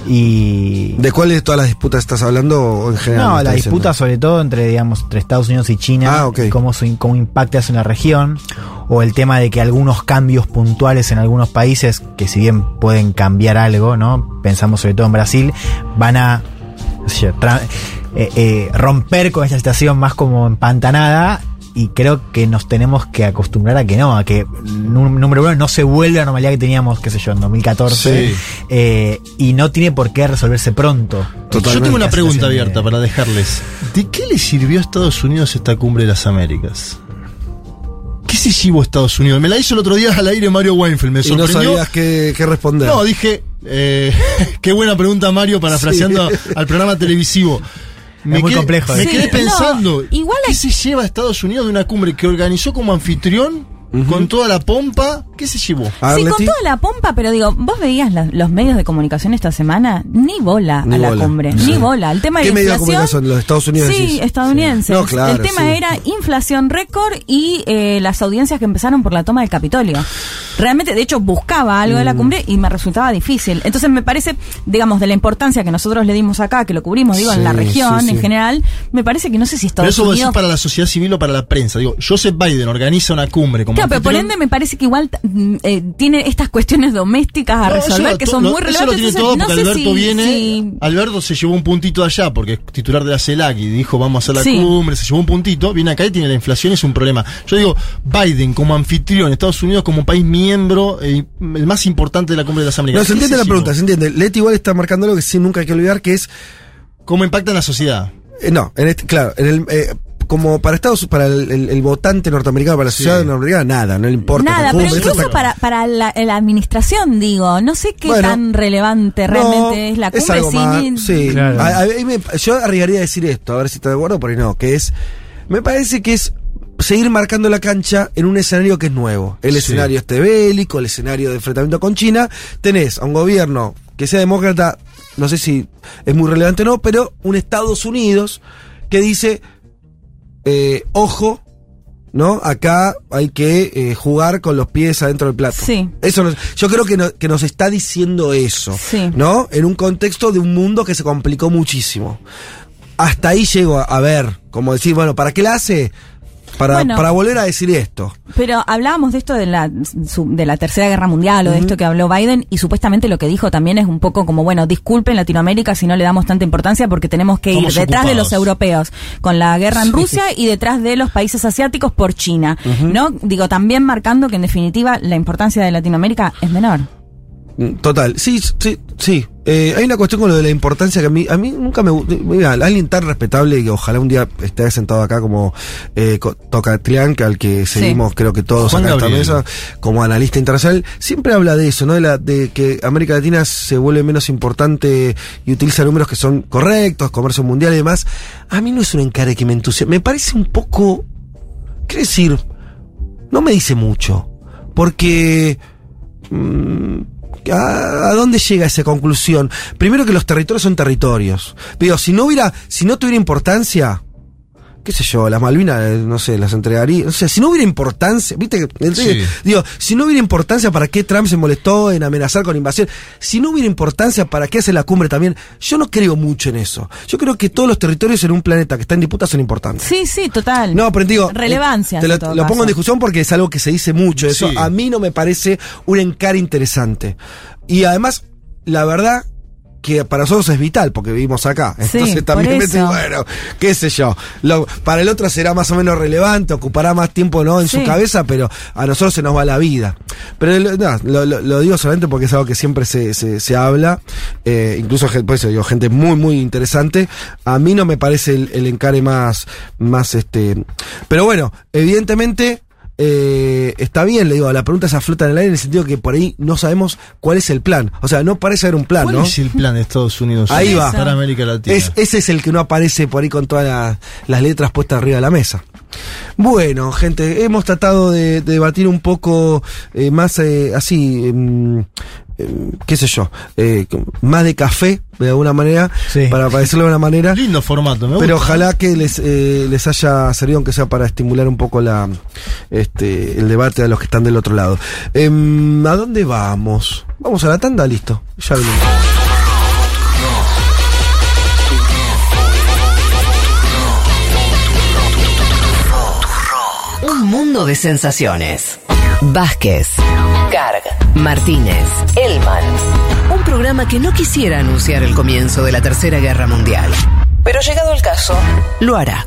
Y ¿de cuál de todas las disputas estás hablando o en general? No, la disputa diciendo? sobre todo entre, digamos, entre Estados Unidos y China, ah, okay. y cómo, su, cómo impacta eso en la región, o el tema de que algunos cambios puntuales en algunos países, que si bien pueden cambiar algo, ¿no? Pensamos sobre todo en Brasil, van a... Tra- eh, eh, romper con esta situación más como empantanada. Y creo que nos tenemos que acostumbrar a que no, a que número uno no se vuelve a la normalidad que teníamos, qué sé yo, en dos mil catorce, sí. eh, y no tiene por qué resolverse pronto. Totalmente. Yo tengo una pregunta abierta de... para dejarles. ¿De qué le sirvió a Estados Unidos esta cumbre de las Américas? ¿Qué se llevó a Estados Unidos? Me la hizo el otro día al aire Mario Weinfeld, me sorprendió. Y no sabías qué, qué responder. No, dije, eh, qué buena pregunta Mario, parafraseando sí. al programa televisivo. Me es muy quedé, complejo. Me Sí, quedé pensando, no, igual ¿qué hay... se lleva a Estados Unidos de una cumbre que organizó como anfitrión? Uh-huh. Con toda la pompa, ¿qué se llevó? Sí, con toda la pompa, pero digo, vos veías la, los medios de comunicación esta semana, ni bola ni a la bola. cumbre, Sí. ni bola. El tema de ¿Qué la medios de inflación. comunicación? ¿Los Estados Unidos? Sí, decís? estadounidenses. No, claro, el tema sí. era inflación récord y eh, las audiencias que empezaron por la toma del Capitolio. Realmente, de hecho, buscaba algo mm. de la cumbre y me resultaba difícil. Entonces me parece, digamos, de la importancia que nosotros le dimos acá, que lo cubrimos, digo, sí, en la región, sí, sí. en general, me parece que no sé si Estados Unidos... Pero eso Unidos... vos decís para la sociedad civil o para la prensa. Digo, Joseph Biden organiza una cumbre como Claro, pero por ende me parece que igual eh, tiene estas cuestiones domésticas a no, resolver que son lo, muy relevantes. Eso lo tiene Entonces, todo no porque sé Alberto si, viene... Si... Alberto se llevó un puntito allá porque es titular de la CELAC y dijo vamos a hacer la sí. cumbre, se llevó un puntito, viene acá y tiene la inflación, es un problema. Yo digo, Biden como anfitrión, Estados Unidos como país miembro, eh, el más importante de la cumbre de las Américas. No, se entiende la pregunta, se entiende. Leti igual está marcando algo que sí nunca hay que olvidar, que es... ¿Cómo impacta en la sociedad? Eh, no, en este, claro, en el... Eh, como para Estados para el, el, el votante norteamericano, para la sociedad sí. norteamericana, nada, no le importa. Nada, pero incluso para, para la, la administración, digo, no sé qué bueno, tan relevante realmente no, es la cumbre. Es algo sin... más, sí, claro. a, a, a me, yo arriesgaría a decir esto, a ver si está de acuerdo, pero no, que es, me parece que es seguir marcando la cancha en un escenario que es nuevo. El sí. escenario este bélico, el escenario de enfrentamiento con China. Tenés a un gobierno que sea demócrata, no sé si es muy relevante o no, pero un Estados Unidos que dice... Eh, ojo, ¿no? Acá hay que eh, jugar con los pies adentro del plato. Sí. Eso nos, yo creo que, no, que nos está diciendo eso, sí. ¿no? En un contexto de un mundo que se complicó muchísimo. Hasta ahí llego a, a ver, como decir, bueno, ¿para qué la hace? Para, bueno, para volver a decir esto. Pero hablábamos de esto de la de la Tercera Guerra Mundial o de uh-huh. esto que habló Biden y supuestamente lo que dijo también es un poco como, bueno, disculpen Latinoamérica si no le damos tanta importancia porque tenemos que Estamos ir detrás ocupados. de los europeos con la guerra en Rusia y detrás de los países asiáticos por China, uh-huh. ¿no? Digo, también marcando que en definitiva la importancia de Latinoamérica es menor. Total, sí, sí, sí. Eh, hay una cuestión con lo de la importancia que a mí, a mí nunca me gusta. Mira, alguien tan respetable que ojalá un día esté sentado acá como eh, Tocatlián, que al que seguimos, sí. creo que todos Juan acá en esta mesa, como analista internacional, siempre habla de eso, ¿no? De, la, de que América Latina se vuelve menos importante y utiliza números que son correctos, comercio mundial y demás. A mí no es un encare que me entusiasma. Me parece un poco. Quiero decir, no me dice mucho. Porque. Mmm, ¿A dónde llega esa conclusión? Primero que los territorios son territorios. Pero si no hubiera, si no tuviera importancia, qué sé yo, las Malvinas, no sé, las entregaría. O sea, si no hubiera importancia, viste, sí. digo, si no hubiera importancia, ¿para qué Trump se molestó en amenazar con invasión? Si no hubiera importancia, ¿para qué hace la cumbre también? Yo no creo mucho en eso. Yo creo que todos los territorios en un planeta que está en disputa son importantes. Sí, sí, total. No, pero digo, relevancia. Te lo, lo pongo en discusión porque es algo que se dice mucho. Eso sí. A mí no me parece un encare interesante. Y además, la verdad que para nosotros es vital porque vivimos acá. Entonces sí, también me digo, bueno, qué sé yo. Lo, para el otro será más o menos relevante, ocupará más tiempo no en sí. su cabeza, pero a nosotros se nos va la vida. Pero no, lo, lo, lo digo solamente porque es algo que siempre se, se, se habla, eh, incluso por eso digo, gente muy, muy interesante. A mí no me parece el, el encare más, más este. Pero bueno, evidentemente. Eh, está bien, le digo, la pregunta se flota en el aire en el sentido que por ahí no sabemos cuál es el plan. O sea, no parece haber un plan, ¿cuál ¿no? ¿Cuál es el plan de Estados Unidos ahí va. para América Latina? Es, ese es el que no aparece por ahí con todas la, las letras puestas arriba de la mesa. Bueno, gente, hemos tratado de, de debatir un poco eh, más eh, así, eh, eh, qué sé yo, eh, más de café, de alguna manera, sí. para, para decirlo de alguna manera. Lindo formato, me gusta. Pero ojalá que les eh, les haya servido, aunque sea para estimular un poco la este el debate de los que están del otro lado. Eh, ¿A dónde vamos? Vamos a la tanda, listo. Ya venimos. Un mundo de sensaciones. Vázquez, Carg, Martínez, Elman. Un programa que no quisiera anunciar el comienzo de la Tercera Guerra Mundial, pero llegado el caso, lo hará.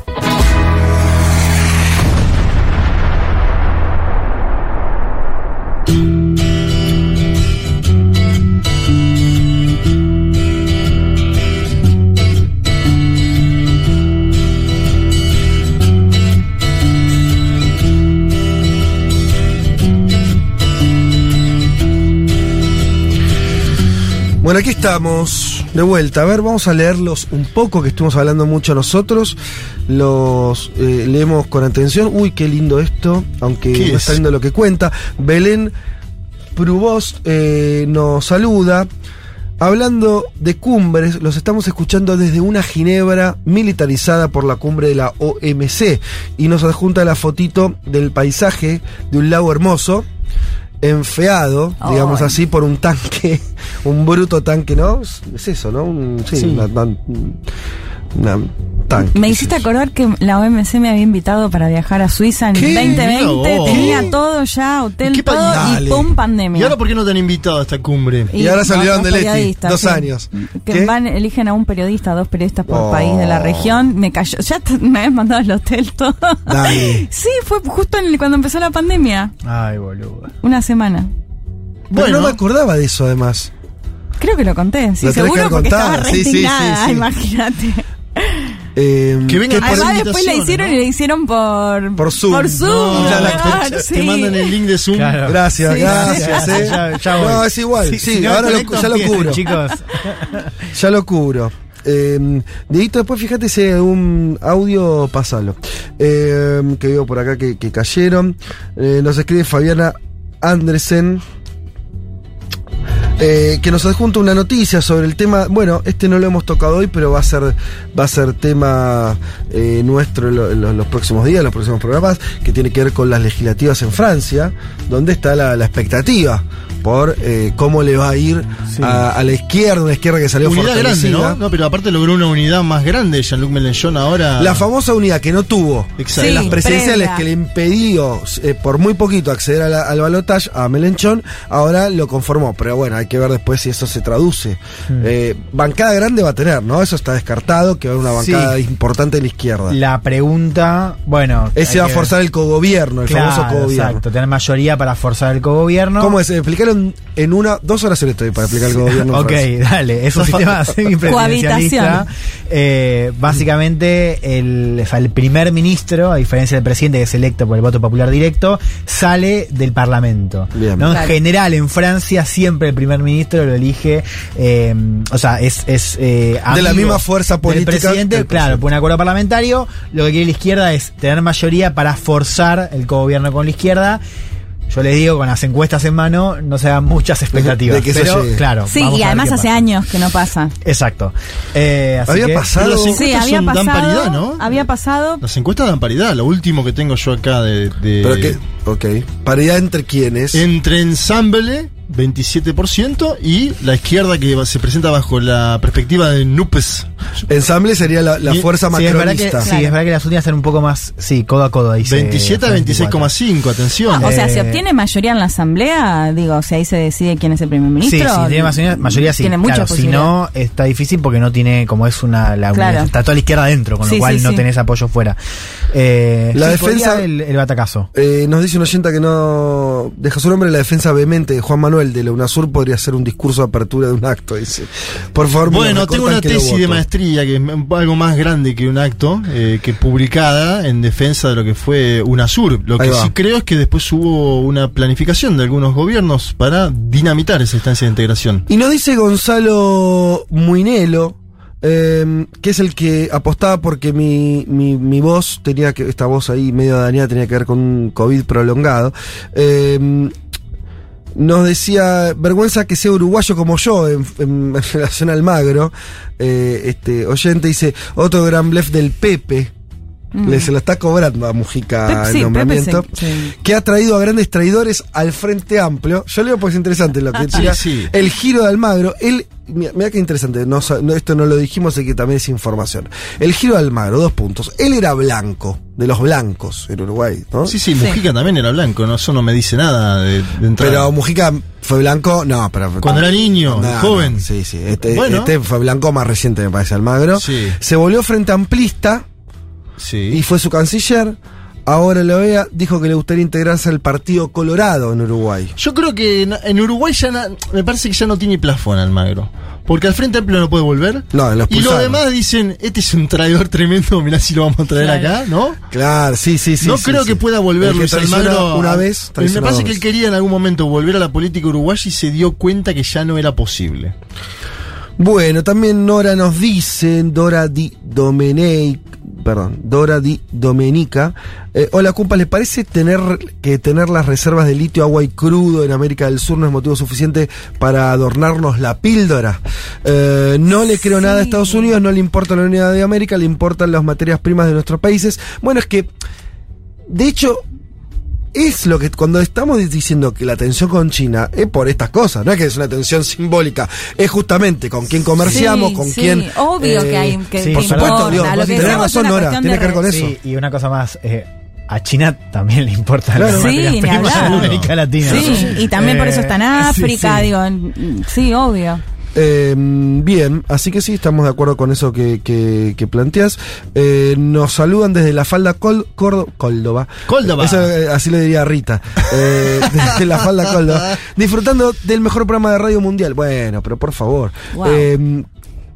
Bueno, aquí estamos de vuelta. A ver, vamos a leerlos un poco, que estuvimos hablando mucho nosotros. Los eh, leemos con atención. Uy, qué lindo esto, aunque no está lindo lo que cuenta. Belén Provost eh, nos saluda. Hablando de cumbres, los estamos escuchando desde una Ginebra militarizada por la cumbre de la O M C. Y nos adjunta la fotito del paisaje de un lago hermoso, enfeado, oh, digamos así, por un tanque, un bruto tanque, ¿no? Es eso, ¿no? Un, sí, sí. Una, una, una tanque. Me hiciste acordar que la O M C me había invitado para viajar a Suiza en ¿Qué? veinte veinte, No. tenía todo ya, hotel, ¿Qué todo, Dale. y pum, pandemia. ¿Y ahora por qué no te han invitado a esta cumbre? Y, y ahora salieron dos de Leti, periodistas, dos sí, años. Que ¿Qué? van, eligen a un periodista, dos periodistas por Oh. país de la región. Me cayó, ya te- me habías mandado al hotel todo. Dale. Sí, fue justo en el- cuando empezó la pandemia. Ay, boludo. Una semana. Bueno, no me acordaba de eso, además. Creo que lo conté, sí, Lo tenés seguro que porque contar. estaba Sí, re sí, sí, indignada, sí. imagínate. Eh, Que venga ¿qué por Además después la invitaciones, hicieron ¿no? y la hicieron por... Por Zoom. Por Zoom, No, ya la- claro, te, sí. te mandan el link de Zoom. Claro. Gracias, Sí, gracias. sí, eh. ya- ya voy. No, es igual. Sí, Sí, si no ahora lo, conecto, ya lo empiecen, cubro. chicos. Ya lo cubro. Eh, Dieguito, después fíjate si hay algún audio, pasalo. Eh, que veo por acá que, que cayeron. Eh, nos escribe Fabiana Andresen. Eh, que nos adjunta una noticia sobre el tema. Bueno, este no lo hemos tocado hoy, pero va a ser va a ser tema eh, nuestro en, lo- en lo- en los próximos días, en los próximos programas, que tiene que ver con las legislativas en Francia, donde está la, la expectativa por eh, cómo le va a ir Sí. a, a la izquierda, una izquierda que salió Unidad grande, fortalecida. ¿no? No, pero aparte logró una unidad más grande. Jean-Luc Mélenchon ahora. La famosa unidad que no tuvo Exacto. en las Sí, presidenciales, previa. que le impidió eh, por muy poquito acceder a la- al balotaje a Mélenchon, ahora lo conformó. Pero bueno, hay que ver después si eso se traduce. Mm. Eh, bancada grande va a tener, ¿no? Eso está descartado, que va a haber una bancada Sí. importante de la izquierda. La pregunta, bueno. Ese hay va a que forzar el cogobierno, el Claro, famoso cogobierno. exacto, tener mayoría para forzar el cogobierno. ¿Cómo es? Explicaron en una, dos horas se le estoy para explicar el gobierno. en Ok, Francia. dale, es un sistema semipresidencialista. Cohabitación. Eh, básicamente, el, o sea, el primer ministro, a diferencia del presidente que es electo por el voto popular directo, sale del parlamento. Bien. ¿no? En Claro. general, en Francia, siempre el primer ministro lo elige, eh, o sea, es. es eh, De la amigo misma fuerza del política presidente, del claro, presidente. por un acuerdo parlamentario. Lo que quiere la izquierda es tener mayoría para forzar el cogobierno con la izquierda. Yo les digo, con las encuestas en mano, no se dan muchas expectativas. De que eso pero, llegue. claro. Sí, vamos y a ver además qué hace pasa. años que no pasa. Exacto. Eh, así Había que- pasado- Pero las Sí, encuestas había son- dan pasado, paridad, ¿no? había pasado. Las encuestas dan paridad. Lo último que tengo yo acá de. de- Pero que, ok. ¿Paridad entre quiénes? Entre Ensemble, veintisiete por ciento, y la izquierda que va- se presenta bajo la perspectiva de Nupes. Ensamble sería la, la Y- fuerza Sí, es verdad que, macronista. sí, es verdad que las últimas están un poco más, sí, codo a codo. Dice veintisiete a veintiséis coma cinco, atención. Ah, o sea, si Eh, obtiene mayoría en la asamblea, digo, si ahí se decide quién es el primer Sí, ministro. sí, tiene mayoría, mayoría sí. Tiene muchas Claro, si posibilidades. no, está difícil porque no tiene, como es una, la Claro. unidad, está toda la izquierda adentro, con Sí, lo cual sí, no sí. tenés apoyo fuera. Eh, La sí, podría defensa- haber el, el batacazo. Eh, nos dice un oyenta que no deja su nombre. La defensa vehemente de Juan Manuel de la UNASUR podría ser un discurso de apertura de un acto, dice. Por favor, me Bueno, recortan tengo una que lo tesis de voto. maestría que es algo más grande que un acto, eh, que publicada en defensa de lo que fue UNASUR. Lo Ahí que va. sí creo es que después hubo una planificación de algunos gobiernos para dinamitar esa instancia de integración. Y nos dice Gonzalo Muinelo, eh, que es el que apostaba porque mi, mi, mi voz tenía que, esta voz ahí medio dañada tenía que ver con un COVID prolongado. Eh, nos decía, vergüenza que sea uruguayo como yo en, en relación al Magro. Eh, este oyente dice, otro gran blef del Pepe. Mm. Le se lo está cobrando a Mujica Pepe, el sí, nombramiento. Pepe, sí. Que ha traído a grandes traidores al Frente Amplio. Yo leo porque es interesante lo que tira. Sí, sí. El giro de Almagro. Él, mira, mira qué interesante. No, no, esto no lo dijimos, y que también es información. El giro de Almagro, dos puntos. Él era blanco, de los blancos en Uruguay, ¿no? Sí, sí, Mujica sí. también era blanco, ¿no? Eso no me dice nada de, de entrada. Pero Mujica fue blanco, no, pero. Cuando era niño, no, joven. No, sí, sí. Este, bueno. este fue blanco más reciente, me parece, Almagro. Sí. Se volvió frente amplista. Sí. Y fue su canciller. Ahora lo vea, dijo que le gustaría integrarse al Partido Colorado en Uruguay. Yo creo que en Uruguay ya na, me parece que ya no tiene plafón Almagro. Porque al Frente Amplio no puede volver. No, los y los demás dicen, este es un traidor tremendo, mirá si lo vamos a traer claro. acá, ¿no? Claro, sí, sí, sí. No sí, creo sí. que pueda volver Luis Almagro una vez. Me parece que él quería en algún momento volver a la política uruguaya y se dio cuenta que ya no era posible. Bueno, también Nora nos dice, Dora Di Domenech, perdón, Dora Di Domenica. Eh, hola, compa, ¿le parece tener que tener las reservas de litio, agua y crudo en América del Sur no es motivo suficiente para adornarnos la píldora? Eh, no le creo sí. nada a Estados Unidos, no le importa la unidad de América, le importan las materias primas de nuestros países. Bueno, es que, de hecho, es lo que cuando estamos diciendo que la tensión con China es por estas cosas, no es que es una tensión simbólica, es justamente con quién comerciamos, sí, con sí. quién. Obvio eh, que hay que. Sí, por supuesto, Dios, tenés razón, Nora, tiene que ver con eso. Sí, y una cosa más. Eh, A China también le importa claro. las materias sí, primas en América Latina. Sí, y también eh, por eso está en África, sí, sí. digo, sí, obvio. Eh, bien, así que sí, estamos de acuerdo con eso que, que, que planteas. Eh, nos saludan desde la falda Col, Córdoba, Córdoba. Córdoba. Eso, eh, así le diría a Rita. Eh, desde la falda Córdoba. Disfrutando del mejor programa de radio mundial. Bueno, pero por favor. Wow. Eh,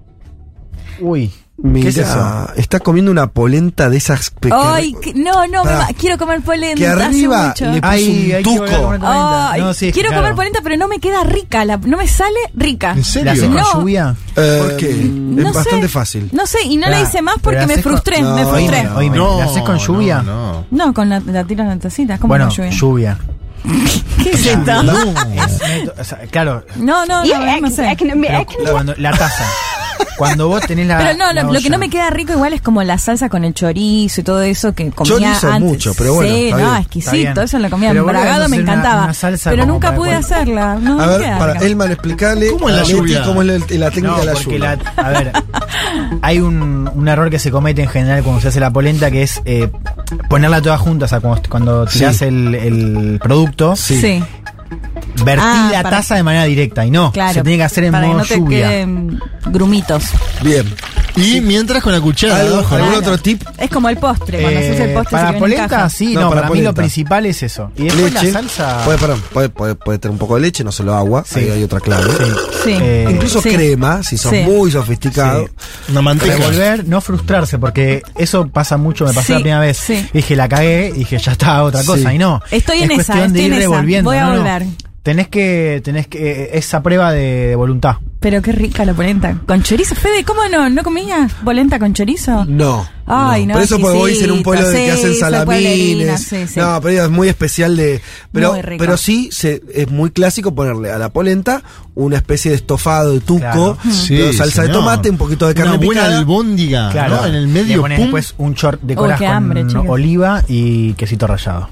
Uy. Mira, ¿qué es eso? Está comiendo una polenta de esas pequeñas. Ay, que, no, no, me, quiero comer polenta. Que arriba le puso ay, un tuco. Ay, no, sí, quiero claro. comer polenta, pero no me queda rica, la, no me sale rica. ¿En serio? ¿La haces con no. lluvia? Eh, ¿Por qué? No es sé, bastante fácil. No sé, y no la hice más porque me frustré, con, me no, frustré. Oíme, oíme, no, ¿la haces con lluvia? No, no. no con la, la tiro en la tacita, ¿cómo bueno, con lluvia? lluvia. ¿Qué es esto? No, es, o sea, claro. No, no, no, no, no sé. Pero cuando, la taza. Cuando vos tenés la. Pero no, la lo, lo que no me queda rico igual es como la salsa con el chorizo y todo eso que comía chorizo antes. mucho, pero bueno. Sí, no, bien. exquisito. Eso lo comía pero embragado, me encantaba. Una, una pero nunca pude para hacerla. No, a me ver, queda para rica. Elman, explicarle ¿Cómo es la lluvia? ¿Cómo es la, la técnica no, de la porque lluvia? La, a ver, hay un, un error que se comete en general cuando se hace la polenta, que es eh, ponerla toda junta. O sea, cuando, cuando tirás sí. el, el producto. Sí. sí. Vertí ah, la para, taza de manera directa y no, claro, se tiene que hacer en para modo que no lluvia. Te queden grumitos. Bien. Y sí. mientras con la cuchara. ¿Algo, ¿no? ¿Algún claro. otro tip? Es como el postre, cuando eh, haces el postre. Para polenta, sí, no, no para, para mí lo principal es eso. Y después leche. la salsa. Puede, perdón, puede, puede, puede tener un poco de leche, no solo agua. Sí. Ahí hay otra clave. Sí. sí. Eh, Incluso sí. crema, si sos sí. muy sofisticado. Sí. Una manteca. Revolver, no frustrarse, porque eso pasa mucho, me pasó sí. la primera vez. Sí. Dije, la cagué, y dije, ya está, otra cosa. Y no. Estoy en esa, estoy en esa. Voy a volver. Tenés que, tenés que, esa prueba de, de voluntad. Pero qué rica la polenta. ¿Con chorizo? Fede, ¿cómo no? ¿No comías polenta con chorizo? No. Ay, no. no por eso porque vos en un pueblo sí, de que hacen salamines. Sí, sí. No, pero es muy especial de. Pero, pero sí, se, es muy clásico ponerle a la polenta una especie de estofado de tuco, claro. sí, salsa señor. de tomate, un poquito de carne una buena picada. albóndiga, claro. ¿no? En el medio. Le pones después un short de coras oh, con hambre, oliva y quesito rallado.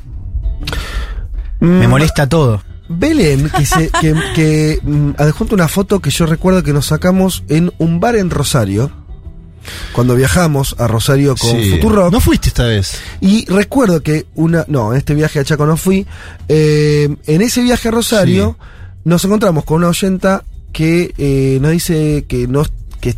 Mm. Me molesta todo. Belén, que, se, que, que mm, adjunta una foto que yo recuerdo que nos sacamos en un bar en Rosario, cuando viajamos a Rosario con sí. Futurock. ¿No fuiste esta vez? Y recuerdo que una... No, en este viaje a Chaco no fui. Eh, en ese viaje a Rosario sí. nos encontramos con una oyenta que eh, nos dice que no...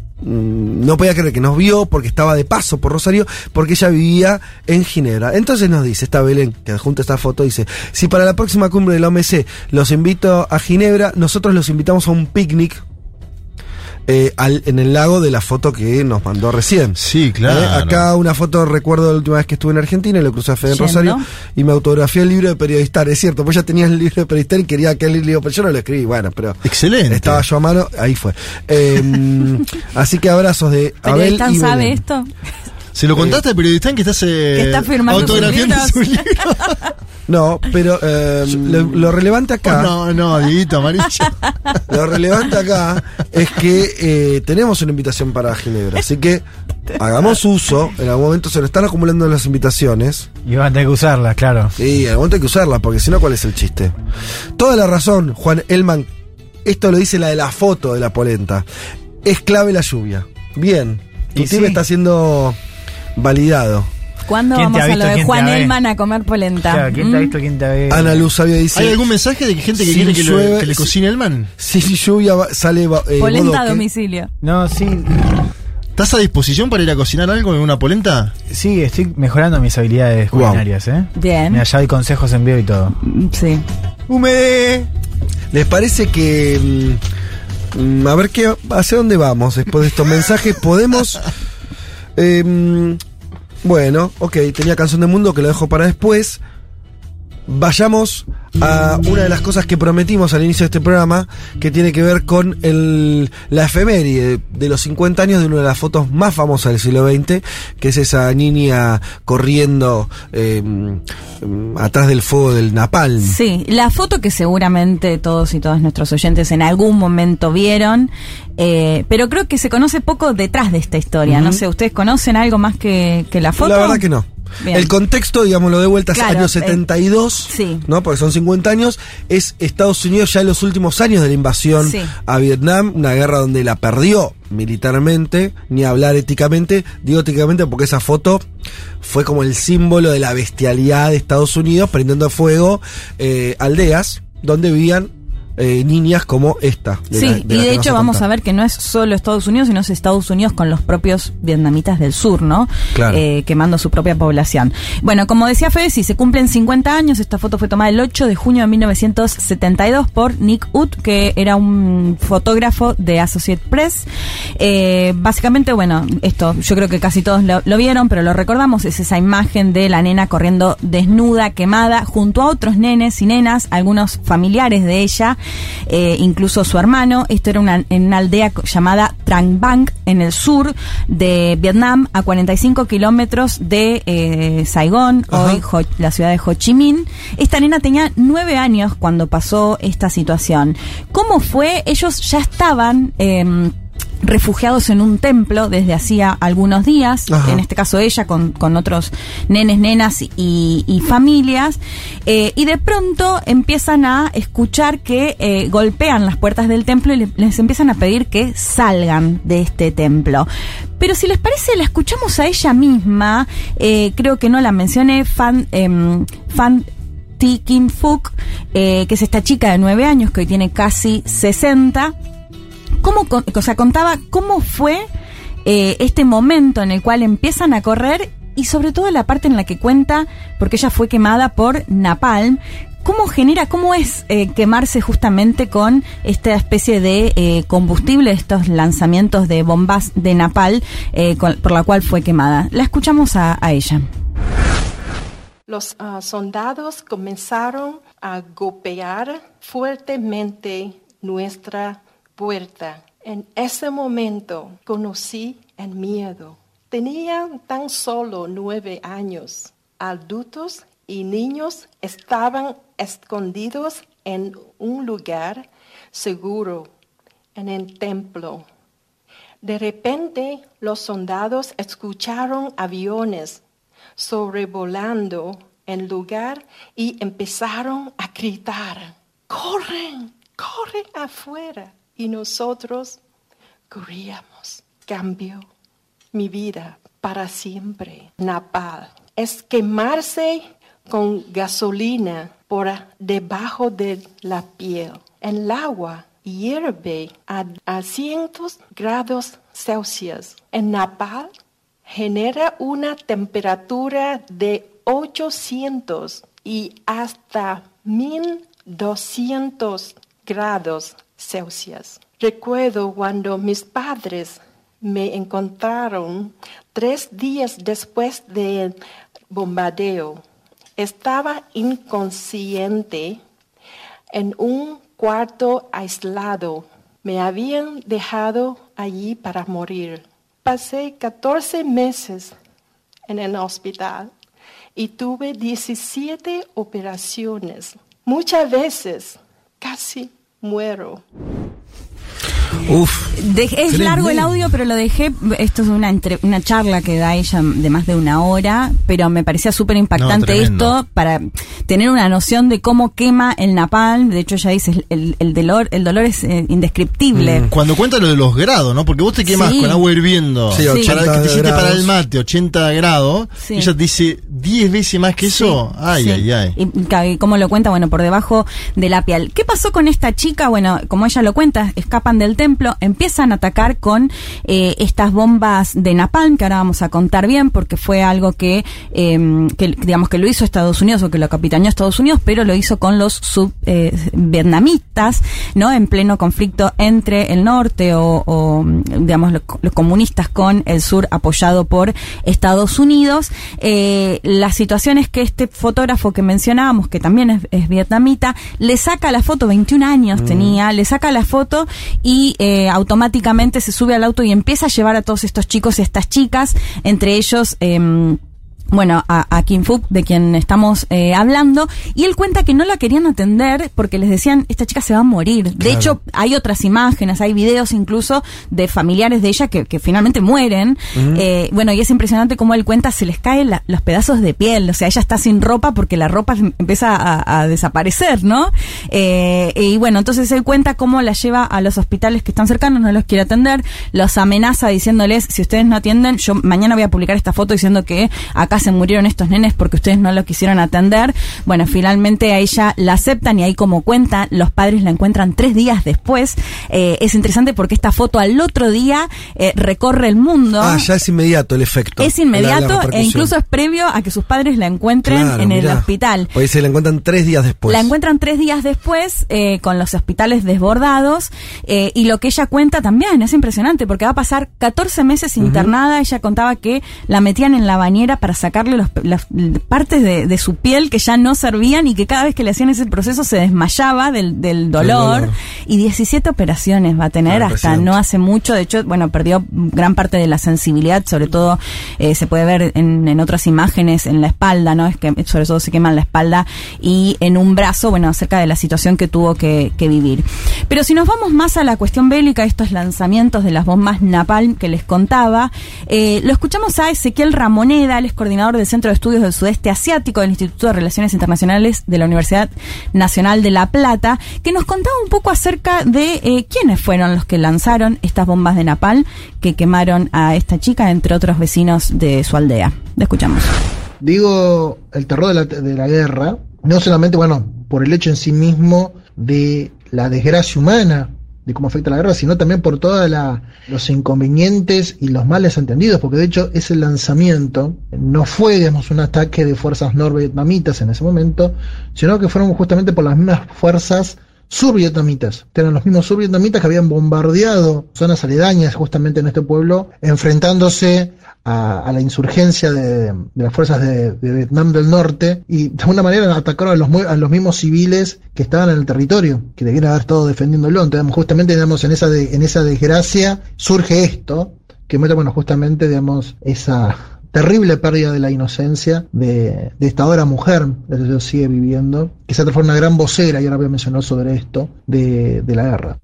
no podía creer que nos vio porque estaba de paso por Rosario, porque ella vivía en Ginebra. Entonces nos dice, esta Belén, que adjunta esta foto, dice, si para la próxima cumbre de la O M C los invito a Ginebra, nosotros los invitamos a un picnic eh, al, en el lago de la foto que nos mandó recién. Sí, claro. Eh, acá una foto, recuerdo la última vez que estuve en Argentina, lo crucé a Fede en Rosario y me autografié el libro de periodistar. Es cierto, pues ya tenía el libro de periodistar y quería aquel libro, pero yo no lo escribí, bueno, pero excelente. Estaba yo a mano, ahí fue. Eh, así que abrazos de Abel y Belén. ¿Sabe esto? ¿Se lo contaste al periodista que estás eh, que está firmando autografiando su libro? No, pero eh, lo, lo relevante acá... Oh, no, no, Dieguito amarillo. Lo relevante acá es que eh, tenemos una invitación para Ginebra, así que hagamos uso. En algún momento se nos están acumulando las invitaciones. Y van a tener que usarlas, claro. Sí, en algún momento hay que usarlas, porque si no, ¿cuál es el chiste? Toda la razón, Juan Elman. Esto lo dice la de la foto de la polenta. Es clave la lluvia. Bien. Tu Y team sí. está siendo validado. ¿Cuándo ¿Quién te vamos ha a visto, lo de quién te Juan ha ve? Elman a comer polenta? Claro, ¿quién te ha ¿Mm? visto, quién te ha visto? Ana Luz Sabio dice... ¿Hay algún mensaje de gente que sin quiere que, lo- llueve- que le cocine Elman? Sin lluvia va- sale... va- eh, Polenta a bodoque. domicilio. No, sí. ¿Estás a disposición para ir a cocinar algo en una polenta? Sí, estoy mejorando mis habilidades Wow. culinarias, ¿eh? Bien. Mira, ya doy consejos en vivo y todo. Sí. Húmede. ¿Les parece que... mm, mm, a ver qué... ¿Hacia dónde vamos después de estos mensajes? Podemos... eh, mm, bueno, ok, tenía Canción del Mundo que lo dejo para después. Vayamos a una de las cosas que prometimos al inicio de este programa, que tiene que ver con el, la efeméride de los cincuenta años de una de las fotos más famosas del siglo veinte, que es esa niña corriendo eh, mm, atrás del fuego del napalm. Sí, la foto que seguramente todos y todas nuestros oyentes en algún momento vieron, eh, pero creo que se conoce poco detrás de esta historia. Ujú. No sé, ¿ustedes conocen algo más que, que la foto? La verdad que no. Bien. El contexto, digámoslo de vuelta, es Claro, años setenta y dos, eh, sí. ¿no? Porque son cincuenta años. Es Estados Unidos ya en los últimos años de la invasión Sí. a Vietnam, una guerra donde la perdió militarmente, ni hablar éticamente. Digo éticamente porque esa foto fue como el símbolo de la bestialidad de Estados Unidos, prendiendo fuego eh, aldeas donde vivían eh, niñas como esta. Sí, la- y la de que hecho vas vamos contar. a ver que no es solo Estados Unidos, sino es Estados Unidos con los propios vietnamitas del sur, ¿no? Claro. Eh, quemando su propia población. Bueno, como decía Fede, sí, se cumplen cincuenta años. Esta foto fue tomada el ocho de junio de mil novecientos setenta y dos por Nick Ut, que era un fotógrafo de Associated Press. Eh, básicamente, bueno, esto yo creo que casi todos lo, lo vieron, pero lo recordamos, es esa imagen de la nena corriendo desnuda, quemada, junto a otros nenes y nenas, algunos familiares de ella, eh, incluso su hermano. Esto era una, en una aldea co- llamada Trang Bang, en el sur de Vietnam, a cuarenta y cinco kilómetros de eh, Saigón, Ajá. hoy Ho- la ciudad de Ho Chi Minh. Esta nena tenía nueve años cuando pasó esta situación. ¿Cómo fue? Ellos ya estaban... Eh, refugiados en un templo desde hacía algunos días, Ajá. en este caso ella con, con otros nenes, nenas y, y familias, eh, y de pronto empiezan a escuchar que eh, golpean las puertas del templo y le- les empiezan a pedir que salgan de este templo. Pero si les parece, la escuchamos a ella misma, eh, creo que no la mencioné, Fan, em, Fan Thi Kim Phuc, eh, que es esta chica de nueve años que hoy tiene casi sesenta. ¿Cómo, con- o sea, contaba cómo fue eh, este momento en el cual empiezan a correr y sobre todo la parte en la que cuenta, porque ella fue quemada por napalm, cómo genera, cómo es eh, quemarse justamente con esta especie de eh, combustible, estos lanzamientos de bombas de napalm eh, con- por la cual fue quemada. La escuchamos a, a ella. Los uh, soldados comenzaron a golpear fuertemente nuestra puerta. En ese momento conocí el miedo. Tenía tan solo nueve años. Adultos y niños estaban escondidos en un lugar seguro, en el templo. De repente, los soldados escucharon aviones sobrevolando el lugar y empezaron a gritar: ¡corren! ¡Corren afuera! Y nosotros corríamos. Cambió mi vida para siempre. Napalm es quemarse con gasolina por debajo de la piel. El agua hierve a, a cientos grados Celsius. El napalm genera una temperatura de ochocientos y hasta mil doscientos grados Celsius. Recuerdo cuando mis padres me encontraron tres días después del bombardeo. Estaba inconsciente en un cuarto aislado. Me habían dejado allí para morir. Pasé catorce meses en el hospital y tuve diecisiete operaciones. Muchas veces casi muero. Uf. De, es Tremendo. largo el audio, pero lo dejé. Esto es una entre, una charla que da ella de más de una hora, pero me parecía súper impactante No, esto para tener una noción de cómo quema el napalm. De hecho, ella dice el, el dolor, el dolor es eh, indescriptible. Mm. Cuando cuenta lo de los grados, ¿no? Porque vos te quemas Sí. con agua hirviendo. Sí, para ochenta que te hiciste grados. para el mate, ochenta grados. Sí. Ella te dice diez veces más que eso. Ay, Sí. ay, ay. Y, y cómo lo cuenta, bueno, por debajo de la piel. ¿Qué pasó con esta chica? Bueno, como ella lo cuenta, escapan del templo, empiezan a atacar con eh, estas bombas de napalm, que ahora vamos a contar bien, porque fue algo que, eh, que digamos que lo hizo Estados Unidos o que lo capitaneó Estados Unidos, pero lo hizo con los sub eh, vietnamitas, ¿no? En pleno conflicto entre el norte o, o digamos, los, los comunistas con el sur apoyado por Estados Unidos. Eh, la situación es que este fotógrafo que mencionábamos, que también es, es vietnamita, le saca la foto, veintiún años mm. tenía, le saca la foto y eh, automáticamente se sube al auto y empieza a llevar a todos estos chicos y estas chicas, entre ellos... Eh, bueno, a, a Kim Phuc, de quien estamos eh, hablando, y él cuenta que no la querían atender porque les decían, esta chica se va a morir. De Claro. hecho, hay otras imágenes, hay videos incluso de familiares de ella que, que finalmente mueren. Uh-huh. Eh, bueno, y es impresionante cómo él cuenta, se les caen la, los pedazos de piel, o sea, ella está sin ropa porque la ropa empieza a, a desaparecer, ¿no? Eh, y bueno, entonces él cuenta cómo la lleva a los hospitales que están cercanos, no los quiere atender, los amenaza diciéndoles, si ustedes no atienden, yo mañana voy a publicar esta foto diciendo que acá se murieron estos nenes porque ustedes no lo quisieron atender. Bueno, finalmente a ella la aceptan y ahí, como cuenta, los padres la encuentran tres días después. Eh, es interesante porque esta foto al otro día eh, recorre el mundo. Ah, ya es inmediato el efecto. Es inmediato e incluso es previo a que sus padres la encuentren claro, en mirá. el hospital. Pues se la encuentran tres días después. La encuentran tres días después eh, con los hospitales desbordados eh, y lo que ella cuenta también es impresionante porque va a pasar catorce meses internada. Uh-huh. Ella contaba que la metían en la bañera para sacarle los, las partes de, de su piel que ya no servían y que cada vez que le hacían ese proceso se desmayaba del, del dolor. dolor. Y diecisiete operaciones va a tener ah, hasta no hace mucho. De hecho, bueno, perdió gran parte de la sensibilidad, sobre todo eh, se puede ver en, en otras imágenes en la espalda, ¿no? Es que sobre todo se quema en la espalda y en un brazo, bueno, acerca de la situación que tuvo que, que vivir. Pero si nos vamos más a la cuestión bélica, estos lanzamientos de las bombas napalm que les contaba, eh, lo escuchamos a Ezequiel Ramoneda, él es coordinador del Centro de Estudios del Sudeste Asiático del Instituto de Relaciones Internacionales de la Universidad Nacional de La Plata, que nos contaba un poco acerca de eh, quiénes fueron los que lanzaron estas bombas de napalm que quemaron a esta chica, entre otros vecinos de su aldea. La escuchamos. Digo, el terror de la, de la guerra, no solamente, bueno, por el hecho en sí mismo de la desgracia humana, de cómo afecta la guerra, sino también por todos los inconvenientes y los males entendidos, porque de hecho ese lanzamiento no fue, digamos, un ataque de fuerzas norvietnamitas en ese momento, sino que fueron justamente por las mismas fuerzas survietnamitas. Eran los mismos survietnamitas que habían bombardeado zonas aledañas justamente en este pueblo, enfrentándose a, a la insurgencia de, de las fuerzas de, de Vietnam del Norte, y de alguna manera atacaron a los, a los mismos civiles que estaban en el territorio, que debían haber estado defendiéndolo. Entonces, justamente, digamos, en esa, de, en esa desgracia surge esto, que muestra, bueno, justamente, digamos, esa terrible pérdida de la inocencia de, de esta ahora mujer, de que sigue viviendo, que se transforma en una gran vocera, y ahora voy a mencionar sobre esto, de, de la guerra.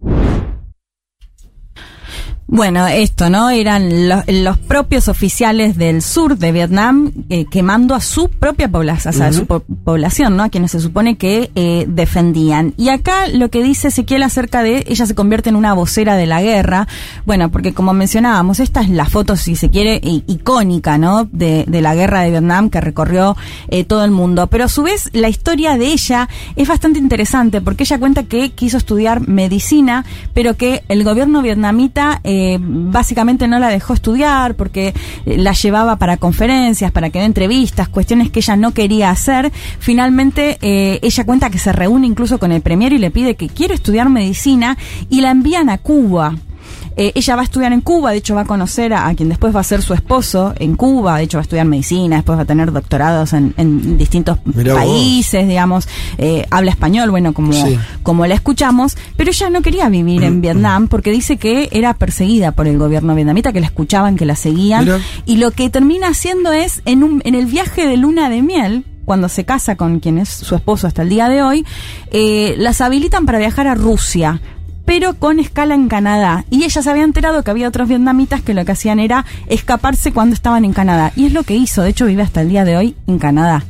Bueno, esto, ¿no? Eran los, los propios oficiales del sur de Vietnam eh, quemando a su propia población, o sea, uh-huh. a su po- población, ¿no? A quienes se supone que eh, defendían. Y acá lo que dice Ezequiel acerca de ella se convierte en una vocera de la guerra. Bueno, porque como mencionábamos, esta es la foto, si se quiere, i- icónica, ¿no? De, de la guerra de Vietnam que recorrió eh, todo el mundo. Pero a su vez, la historia de ella es bastante interesante porque ella cuenta que quiso estudiar medicina, pero que el gobierno vietnamita eh, Eh, básicamente no la dejó estudiar porque la llevaba para conferencias, para que dé entrevistas, cuestiones que ella no quería hacer. Finalmente eh, ella cuenta que se reúne incluso con el premier y le pide que quiere estudiar medicina y la envían a Cuba. Eh, ella va a estudiar en Cuba, de hecho va a conocer a, a quien después va a ser su esposo en Cuba, de hecho va a estudiar medicina, después va a tener doctorados en, en distintos Mirá países, vos. digamos, eh, habla español, bueno, como, sí. como la escuchamos, pero ella no quería vivir en Vietnam porque dice que era perseguida por el gobierno vietnamita, que la escuchaban, que la seguían, Mirá. y lo que termina haciendo es, en, un, en el viaje de luna de miel, cuando se casa con quien es su esposo hasta el día de hoy, eh, las habilitan para viajar a Rusia. pero con escala en Canadá. Y ella se había enterado que había otros vietnamitas que lo que hacían era escaparse cuando estaban en Canadá. Y es lo que hizo, de hecho vive hasta el día de hoy en Canadá.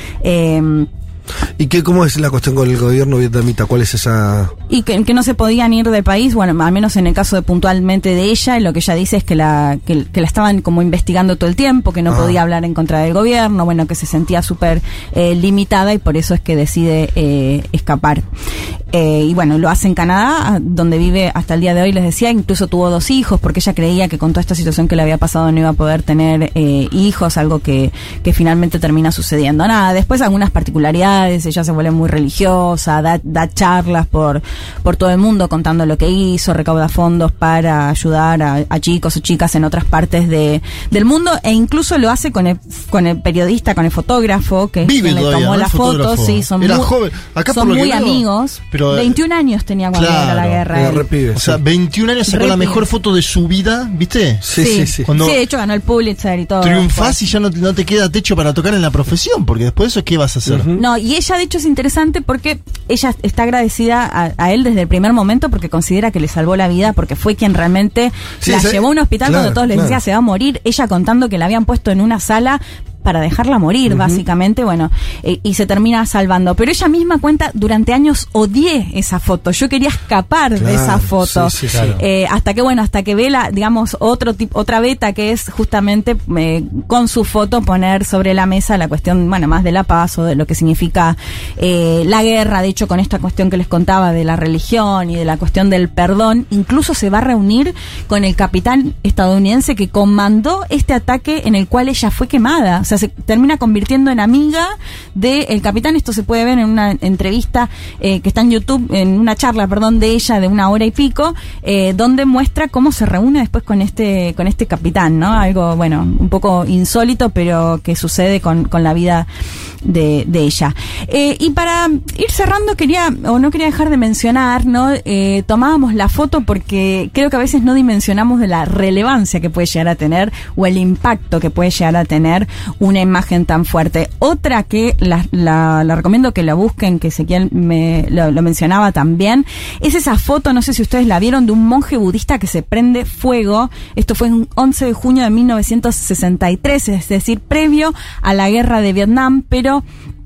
Eh, ¿Y qué, cómo es la cuestión con el gobierno vietnamita? ¿Cuál es esa...? Y que, que no se podían ir del país, bueno, al menos en el caso de puntualmente de ella, y lo que ella dice es que la que, que la estaban como investigando todo el tiempo, que no Ah. podía hablar en contra del gobierno, bueno, que se sentía súper eh, limitada y por eso es que decide eh, escapar. Eh, y bueno, lo hace en Canadá, donde vive hasta el día de hoy, les decía, incluso tuvo dos hijos, porque ella creía que con toda esta situación que le había pasado no iba a poder tener eh, hijos, algo que, que finalmente termina sucediendo. Nada, después algunas particularidades, ella se vuelve muy religiosa, da, da charlas por, por todo el mundo contando lo que hizo, recauda fondos para ayudar a, a chicos o chicas en otras partes de, del mundo, e incluso lo hace con el, con el periodista, con el fotógrafo, que es Vive quien le todavía, tomó ¿no? las El fotos, fotógrafo. sí, son Era muy, joven. Acá son por lo que muy veo, amigos. pero, veintiún años tenía cuando claro, era la guerra. era él. re pibe, o sea, veintiún años sacó Re la mejor pibe. foto de su vida, ¿viste? Sí, sí, Cuando Sí, de hecho ganó el Pulitzer y todo. triunfás y ya no, te- no te queda techo para tocar en la profesión, porque después de eso, ¿qué vas a hacer? No, y ella de hecho es interesante porque ella está agradecida a, a él desde el primer momento porque considera que le salvó la vida, porque fue quien realmente Sí, la sí, llevó a un hospital claro, cuando todos le claro. decían se va a morir, ella contando que la habían puesto en una sala para dejarla morir, Ujú. básicamente, bueno, eh, y se termina salvando. Pero ella misma cuenta, durante años odié esa foto, yo quería escapar de Claro, esa foto. sí, sí, claro. Eh, hasta que, bueno, hasta que ve la, digamos, otro tipo, otra beta que es justamente eh, con su foto poner sobre la mesa la cuestión, bueno, más de la paz o de lo que significa eh, la guerra. De hecho, con esta cuestión que les contaba de la religión y de la cuestión del perdón, incluso se va a reunir con el capitán estadounidense que comandó este ataque en el cual ella fue quemada. O sea, se termina convirtiendo en amiga del capitán. Esto se puede ver en una entrevista eh, que está en YouTube, en una charla, perdón, de ella de una hora y pico, eh, donde muestra cómo se reúne después con este con este capitán, ¿no? Algo, bueno, un poco insólito, pero que sucede con, con la vida de, de ella. Eh, y para ir cerrando, quería, o no quería dejar de mencionar, ¿no? Eh, tomábamos la foto porque creo que a veces no dimensionamos de la relevancia que puede llegar a tener o el impacto que puede llegar a tener una imagen tan fuerte. Otra que la, la, la recomiendo que la busquen, que Ezequiel me, lo, lo mencionaba también, es esa foto, no sé si ustedes la vieron, de un monje budista que se prende fuego. Esto fue un once de junio de mil novecientos sesenta y tres, es decir, previo a la guerra de Vietnam, pero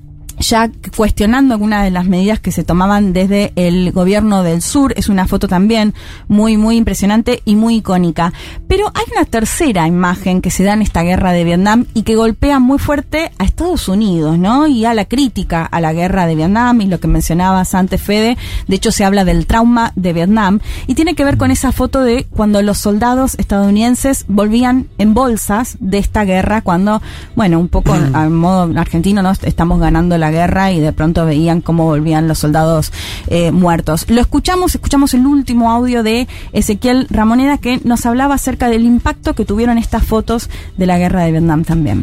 ya cuestionando algunas de las medidas que se tomaban desde el gobierno del sur. Es una foto también muy, muy impresionante y muy icónica. Pero hay una tercera imagen que se da en esta guerra de Vietnam y que golpea muy fuerte a Estados Unidos, ¿no? Y a la crítica a la guerra de Vietnam, y lo que mencionabas antes, Fede. De hecho, se habla del trauma de Vietnam y tiene que ver con esa foto de cuando los soldados estadounidenses volvían en bolsas de esta guerra, cuando, bueno, un poco a modo argentino, ¿no? Estamos ganando la guerra y de pronto veían cómo volvían los soldados eh, muertos. Lo escuchamos, escuchamos el último audio de Ezequiel Ramoneda, que nos hablaba acerca del impacto que tuvieron estas fotos de la guerra de Vietnam también.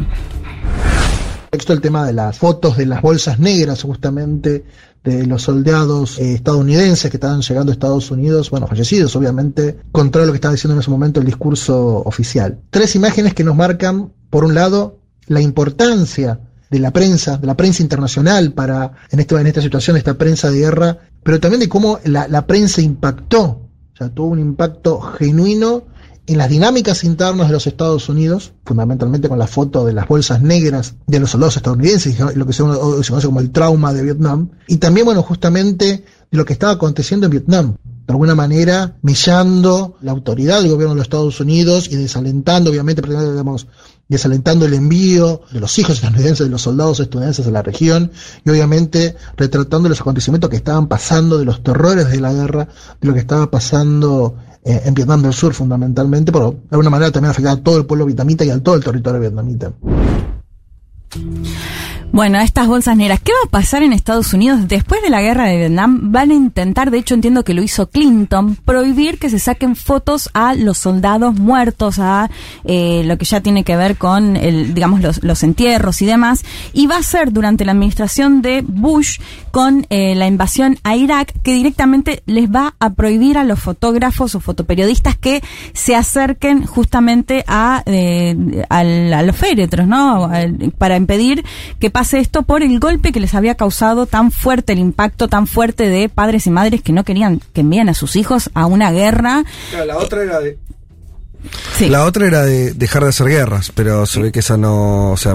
Texto el tema de las fotos de las bolsas negras, justamente, de los soldados eh, estadounidenses que estaban llegando a Estados Unidos, bueno, fallecidos, obviamente, contra lo que estaba diciendo en ese momento el discurso oficial. Tres imágenes que nos marcan, por un lado, la importancia de la prensa, de la prensa internacional para, en, este, en esta situación, esta prensa de guerra, pero también de cómo la, la prensa impactó, o sea, tuvo un impacto genuino en las dinámicas internas de los Estados Unidos, fundamentalmente con la foto de las bolsas negras de los soldados estadounidenses, lo que se, se conoce como el trauma de Vietnam, y también, bueno, justamente de lo que estaba aconteciendo en Vietnam, de alguna manera mellando la autoridad del gobierno de los Estados Unidos y desalentando, obviamente, digamos, desalentando el envío de los hijos estadounidenses, de los soldados estadounidenses a la región, y obviamente retratando los acontecimientos que estaban pasando, de los terrores de la guerra, de lo que estaba pasando eh, en Vietnam del Sur fundamentalmente, pero de alguna manera también afectaba a todo el pueblo vietnamita y a todo el territorio vietnamita. Bueno, estas bolsas negras, ¿qué va a pasar en Estados Unidos después de la guerra de Vietnam? Van a intentar, de hecho entiendo que lo hizo Clinton, prohibir que se saquen fotos a los soldados muertos, a eh, lo que ya tiene que ver con el, digamos, los, los entierros y demás. Y va a ser durante la administración de Bush con eh, la invasión a Irak, que directamente les va a prohibir a los fotógrafos o fotoperiodistas que se acerquen justamente a, eh, al, a los féretros, ¿no? Para impedir que pase esto por el golpe que les había causado tan fuerte, el impacto tan fuerte de padres y madres que no querían que envíen a sus hijos a una guerra. Claro, la otra era de... Sí. La otra era de dejar de hacer guerras, pero se ve que esa no, o sea,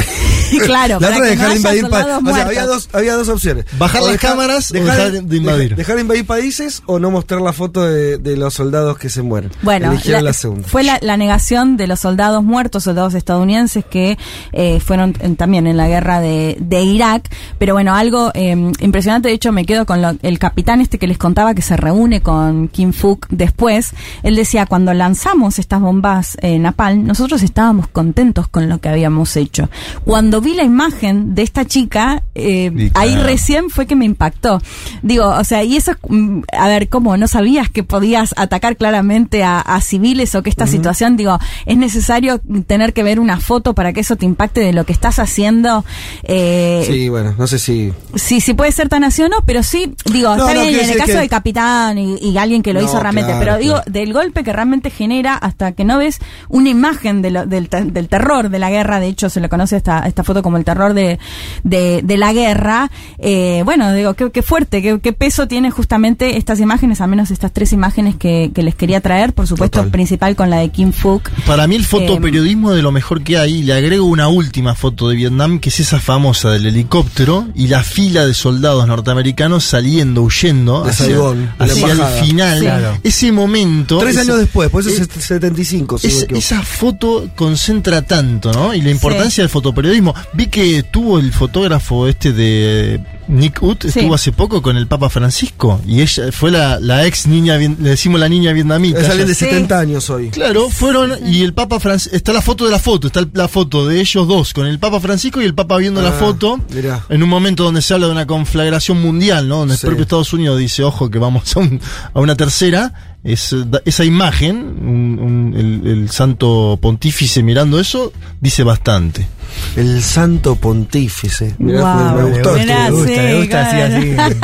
claro, la otra para de dejar no de invadir países. O sea, muertos. había dos, había dos opciones. Bajar O las cámaras o dejar de invadir. Dejar, dejar de invadir países o no mostrar la foto de, de los soldados que se mueren. Bueno, Eligieron la, la segunda. fue la, la negación de los soldados muertos, soldados estadounidenses que eh, fueron en, también en la guerra de, de Irak. Pero bueno, algo eh, impresionante, de hecho me quedo con lo, el capitán este que les contaba que se reúne con Kim Phuc después. Él decía, cuando lanzamos estas bombas Eh, napalm, nosotros estábamos contentos con lo que habíamos hecho. Cuando vi la imagen de esta chica, eh, ahí claro. recién fue que me impactó. Digo, o sea, y eso, a ver, ¿cómo? ¿No sabías que podías atacar claramente a, a civiles o que esta uh-huh. situación, digo, es necesario tener que ver una foto para que eso te impacte de lo que estás haciendo? Eh, sí, bueno, no sé si... Sí, sí puede ser tan así o no, pero sí, digo, no, está no, bien, en el caso que... del capitán y, y alguien que lo no, hizo realmente, claro, pero digo, claro. del golpe que realmente genera hasta que no ves una imagen de lo, del, del terror de la guerra, de hecho se le conoce esta, esta foto como el terror de, de, de la guerra, eh, bueno, digo, qué, qué fuerte, qué, qué peso tiene justamente estas imágenes, al menos estas tres imágenes que, que les quería traer, por supuesto, Total. principal con la de Kim Phuc. Para mí el fotoperiodismo eh, de lo mejor que hay, le agrego una última foto de Vietnam, que es esa famosa del helicóptero y la fila de soldados norteamericanos saliendo, huyendo de hacia, Saigón, hacia el final, sí. claro. ese momento... Tres ese, años después, por eso es setenta y cinco, si es, esa foto concentra tanto, ¿no? Y la importancia sí. del fotoperiodismo. Vi que tuvo el fotógrafo este de Nick Ut, sí. estuvo hace poco con el Papa Francisco y ella fue la, la ex niña, le decimos la niña vietnamita. Es alguien de sí. setenta años hoy. Claro, fueron y el Papa Francisco, está la foto de la foto, está la foto de ellos dos con el Papa Francisco y el Papa viendo ah, la foto mirá. en un momento donde se habla de una conflagración mundial, ¿no? Donde sí. el propio Estados Unidos dice, ojo que vamos a, un, a una tercera. Es, esa imagen, un, un, el, el santo pontífice mirando eso, dice bastante. El santo pontífice. Mirá, wow, me, me gustó. Mirá, esto, me gusta, sí, me gusta claro. así, así.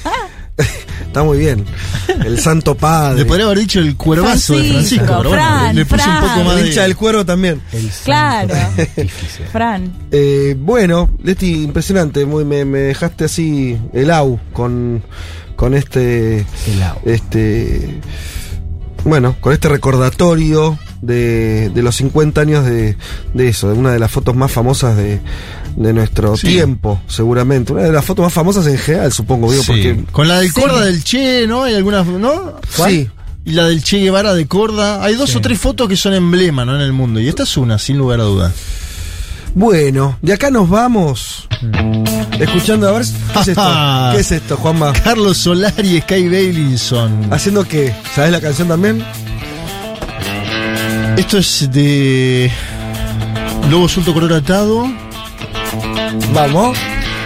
Está muy bien. El santo padre. Le podría haber dicho el cuervazo Francisco, de Francisco, pero Fran, bueno, le puse Fran. un poco más el de... hincha del cuervo también. El claro. Fran. Eh, bueno, Leti, impresionante. Muy, me, me dejaste así helado con, con este... Helado. Este... Bueno, con este recordatorio de, de los cincuenta años de, de eso, de una de las fotos más famosas de, de nuestro sí. tiempo, seguramente. Una de las fotos más famosas en general, supongo, digo, sí. porque... Con la del sí. Corda del Che, ¿no? Hay algunas, ¿no? ¿Cuál? Sí. Y la del Che Guevara de Corda. Hay dos sí. o tres fotos que son emblema, ¿no? En el mundo. Y esta es una, sin lugar a dudas. Bueno, de acá nos vamos escuchando, a ver, ¿qué es esto? ¿Qué es esto, Juanma? Carlos Solari y Sky Bailinson. ¿Haciendo qué? ¿Sabes la canción también? Esto es de Lobo Suelto Color Atado. Vamos.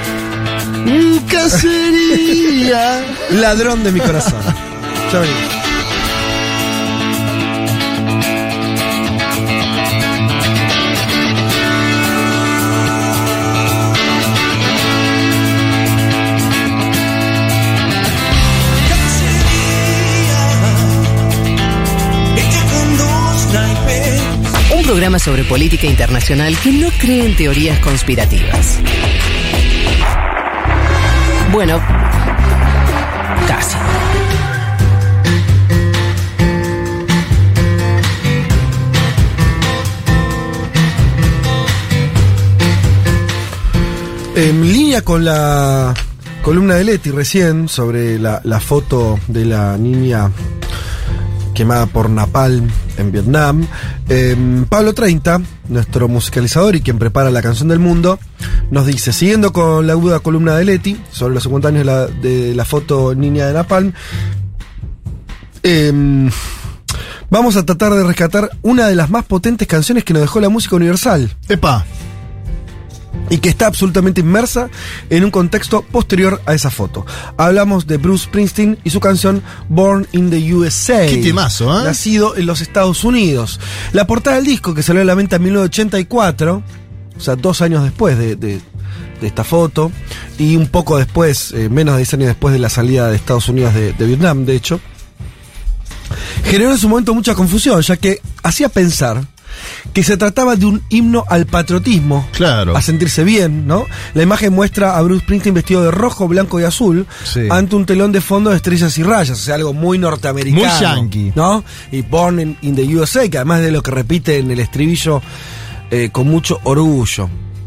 Cacería. Ladrón de mi corazón. Ya venimos. Un programa sobre política internacional que no cree en teorías conspirativas. Bueno, casi. En línea con la columna de Leti recién sobre la, la foto de la niña quemada por napalm en Vietnam, eh, Pablo treinta, nuestro musicalizador y quien prepara la canción del mundo, nos dice, siguiendo con la aguda columna de Leti sobre los cincuenta años de la, de la foto niña de napalm, eh, vamos a tratar de rescatar una de las más potentes canciones que nos dejó la música universal. ¡Epa! Y que está absolutamente inmersa en un contexto posterior a esa foto. Hablamos de Bruce Springsteen y su canción Born in the U S A. ¡Qué temazo, eh! Nacido en los Estados Unidos. La portada del disco, que salió a la venta en mil novecientos ochenta y cuatro, o sea, dos años después de, de, de esta foto, y un poco después, eh, menos de diez años después de la salida de Estados Unidos de, de Vietnam, de hecho, generó en su momento mucha confusión, ya que hacía pensar que se trataba de un himno al patriotismo, claro, a sentirse bien, ¿no? La imagen muestra a Bruce Springsteen vestido de rojo, blanco y azul, sí, ante un telón de fondo de estrellas y rayas, o sea, algo muy norteamericano, muy yankee, ¿no? Y Born in, in the U S A, que además de lo que repite en el estribillo eh, con mucho orgullo.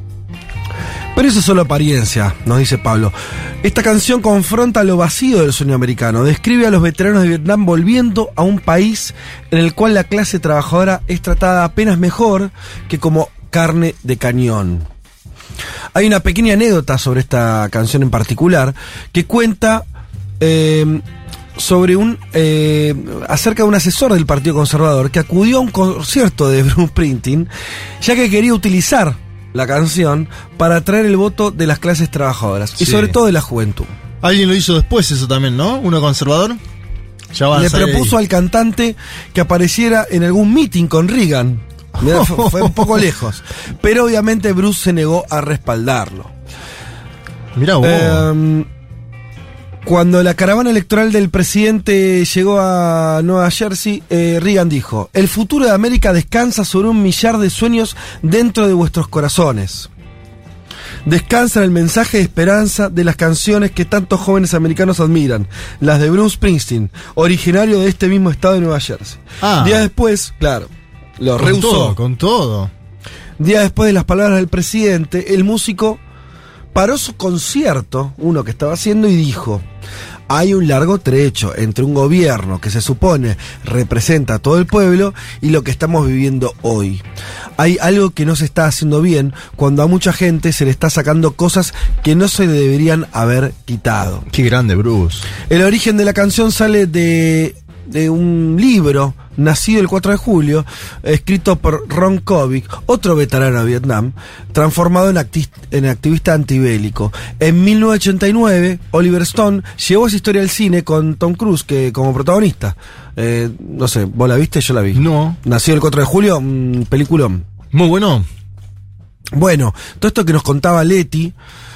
Pero eso es solo apariencia, nos dice Pablo. Esta canción confronta lo vacío del sueño americano, describe a los veteranos de Vietnam volviendo a un país en el cual la clase trabajadora es tratada apenas mejor que como carne de cañón. Hay una pequeña anécdota sobre esta canción en particular que cuenta eh, sobre un eh, acerca de un asesor del Partido Conservador que acudió a un concierto de Bruce Springsteen ya que quería utilizar la canción para atraer el voto de las clases trabajadoras, sí, y sobre todo de la juventud. Alguien lo hizo después eso también, ¿no? ¿Uno conservador? Ya va a Le propuso ahí al cantante que apareciera en algún meeting con Reagan. Mirá, fue, fue un poco lejos. Pero obviamente Bruce se negó a respaldarlo. Mirá vos. Eh, Cuando la caravana electoral del presidente llegó a Nueva Jersey, eh, Reagan dijo: el futuro de América descansa sobre un millar de sueños dentro de vuestros corazones. Descansa en el mensaje de esperanza de las canciones que tantos jóvenes americanos admiran, las de Bruce Springsteen, originario de este mismo estado de Nueva Jersey. Ah, días después, claro, lo con rehusó. Todo, con todo. Días después de las palabras del presidente, el músico paró su concierto, uno que estaba haciendo, y dijo: hay un largo trecho entre un gobierno que se supone representa a todo el pueblo y lo que estamos viviendo hoy. Hay algo que no se está haciendo bien cuando a mucha gente se le está sacando cosas que no se le deberían haber quitado. Qué grande, Bruce. El origen de la canción sale de, de un libro nacido el cuatro de julio, escrito por Ron Kovic, otro veterano de Vietnam, transformado en, acti- en activista antibélico. En mil novecientos ochenta y nueve, Oliver Stone llevó esa historia al cine con Tom Cruise que, como protagonista. Eh, no sé, ¿vos la viste? Yo la vi. No. Nacido el cuatro de julio, un peliculón. Muy bueno. Bueno, todo esto que nos contaba Leti,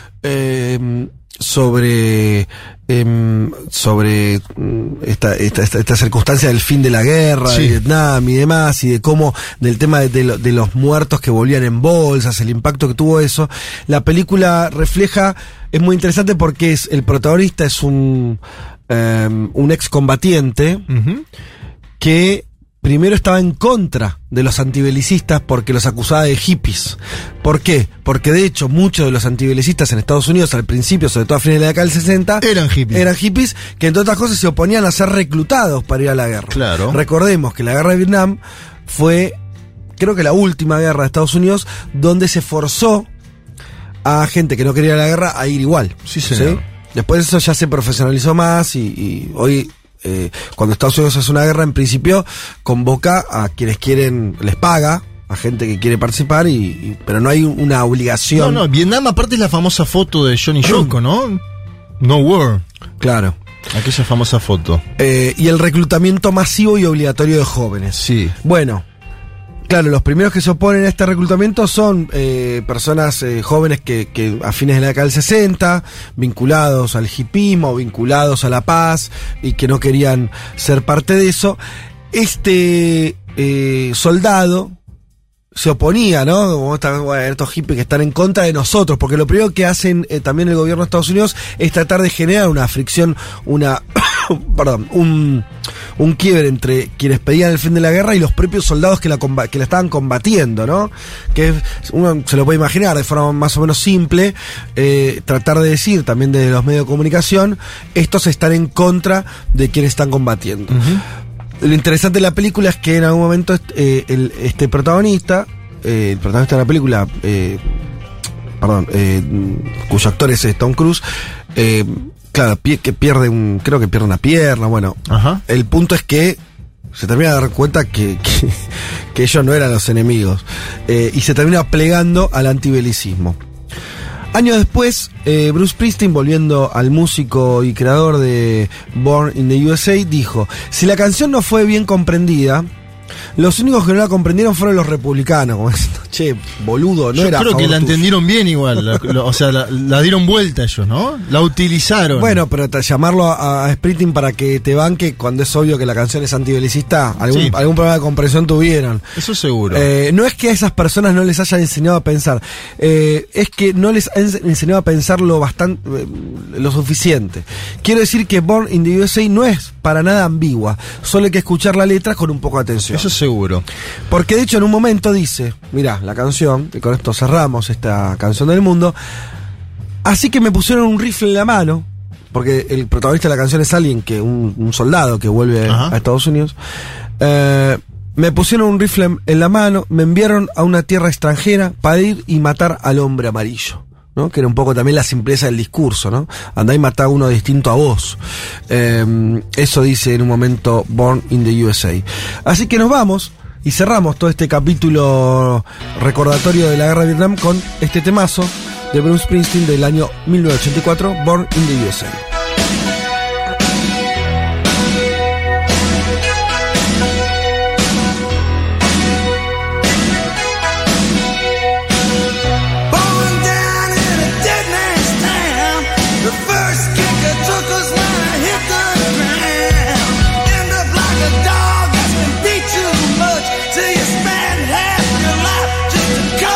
eh, sobre eh, sobre esta, esta, esta, esta circunstancia del fin de la guerra, sí, de Vietnam y demás, y de cómo, del tema de, de, lo, de los muertos que volvían en bolsas, el impacto que tuvo eso. La película refleja, es muy interesante porque es el protagonista es un eh, un excombatiente uh-huh. que primero estaba en contra de los antibelicistas porque los acusaba de hippies. ¿Por qué? Porque de hecho muchos de los antibelicistas en Estados Unidos al principio, sobre todo a fines de la década del sesenta, eran hippies. Eran hippies que entre otras cosas se oponían a ser reclutados para ir a la guerra. Claro. Recordemos que la guerra de Vietnam fue, creo que la última guerra de Estados Unidos donde se forzó a gente que no quería ir a la guerra a ir igual. Sí, señor. ¿Sí? Después eso ya se profesionalizó más y, y hoy... Eh, cuando Estados Unidos hace una guerra, en principio convoca a quienes quieren, les paga a gente que quiere participar, y, y pero no hay una obligación. No, no, Vietnam aparte es la famosa foto de Johnny Yoko, ¿no? No War. Claro. Aquella famosa foto. Eh, y el reclutamiento masivo y obligatorio de jóvenes. Sí. Bueno, claro, los primeros que se oponen a este reclutamiento son eh, personas eh, jóvenes que, que a fines de la década del sesenta, vinculados al hippismo, vinculados a la paz, y que no querían ser parte de eso. Este eh, soldado se oponía, ¿no? Como esta, bueno, estos hippies que están en contra de nosotros, porque lo primero que hacen eh, también el gobierno de Estados Unidos es tratar de generar una fricción, una, perdón, un, un quiebre entre quienes pedían el fin de la guerra y los propios soldados que la, que la estaban combatiendo, ¿no? Que uno se lo puede imaginar de forma más o menos simple, eh, tratar de decir también desde los medios de comunicación, estos están en contra de quienes están combatiendo. Uh-huh. Lo interesante de la película es que en algún momento eh, el, este protagonista, eh, el protagonista de la película, eh, perdón, eh, cuyo actor es Tom Cruise, eh, claro, pie, que pierde un, creo que pierde una pierna, bueno. Ajá. El punto es que se termina de dar cuenta que, que, que ellos no eran los enemigos, eh, y se termina plegando al antibelicismo. Años después, eh, Bruce Springsteen, volviendo al músico y creador de Born in the U S A, dijo: si la canción no fue bien comprendida, los únicos que no la comprendieron fueron los republicanos. che, boludo, no Yo era creo que la tuyo. entendieron bien igual, la, lo, o sea, la, la dieron vuelta ellos, ¿no? La utilizaron. Bueno, pero te, llamarlo a, a Springsteen para que te banque cuando es obvio que la canción es antibelicista, algún, Sí. algún problema de comprensión tuvieron. Eso seguro. Eh, no es que a esas personas no les hayan enseñado a pensar, eh, es que no les han enseñado a pensar lo bastante, eh, lo suficiente. Quiero decir que Born in the U S A no es para nada ambigua, solo hay que escuchar la letra con un poco de atención. Eso seguro. Porque de hecho en un momento dice, mirá, la canción, y con esto cerramos esta canción del mundo, así que me pusieron un rifle en la mano, porque el protagonista de la canción es alguien que, un, un soldado que vuelve Ajá. a Estados Unidos, eh, me pusieron un rifle en, en la mano, me enviaron a una tierra extranjera para ir y matar al hombre amarillo. ¿No? Que era un poco también la simpleza del discurso, ¿no? Andá y matá a uno distinto a vos. Eh, eso dice en un momento Born in the U S A. Así que nos vamos y cerramos todo este capítulo recordatorio de la guerra de Vietnam con este temazo de Bruce Springsteen del año mil novecientos ochenta y cuatro, Born in the U S A.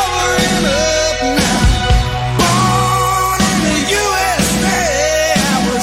Born in the U S A, I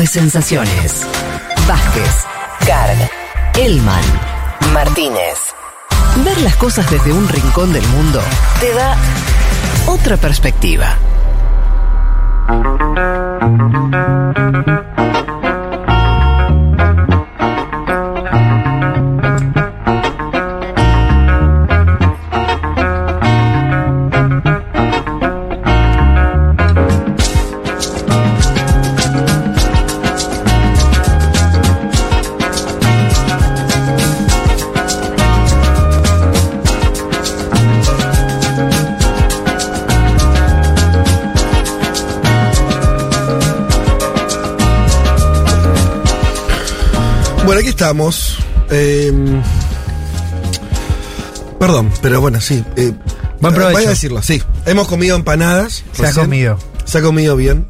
sensaciones. Vázquez, Carg, Elman, Martínez. Ver las cosas desde un rincón del mundo te da otra perspectiva. Bueno, aquí estamos. Eh, perdón, pero bueno, sí. Eh, Buen provecho. Voy a decirlo, sí. Hemos comido empanadas. Se ha comido. Se ha comido bien.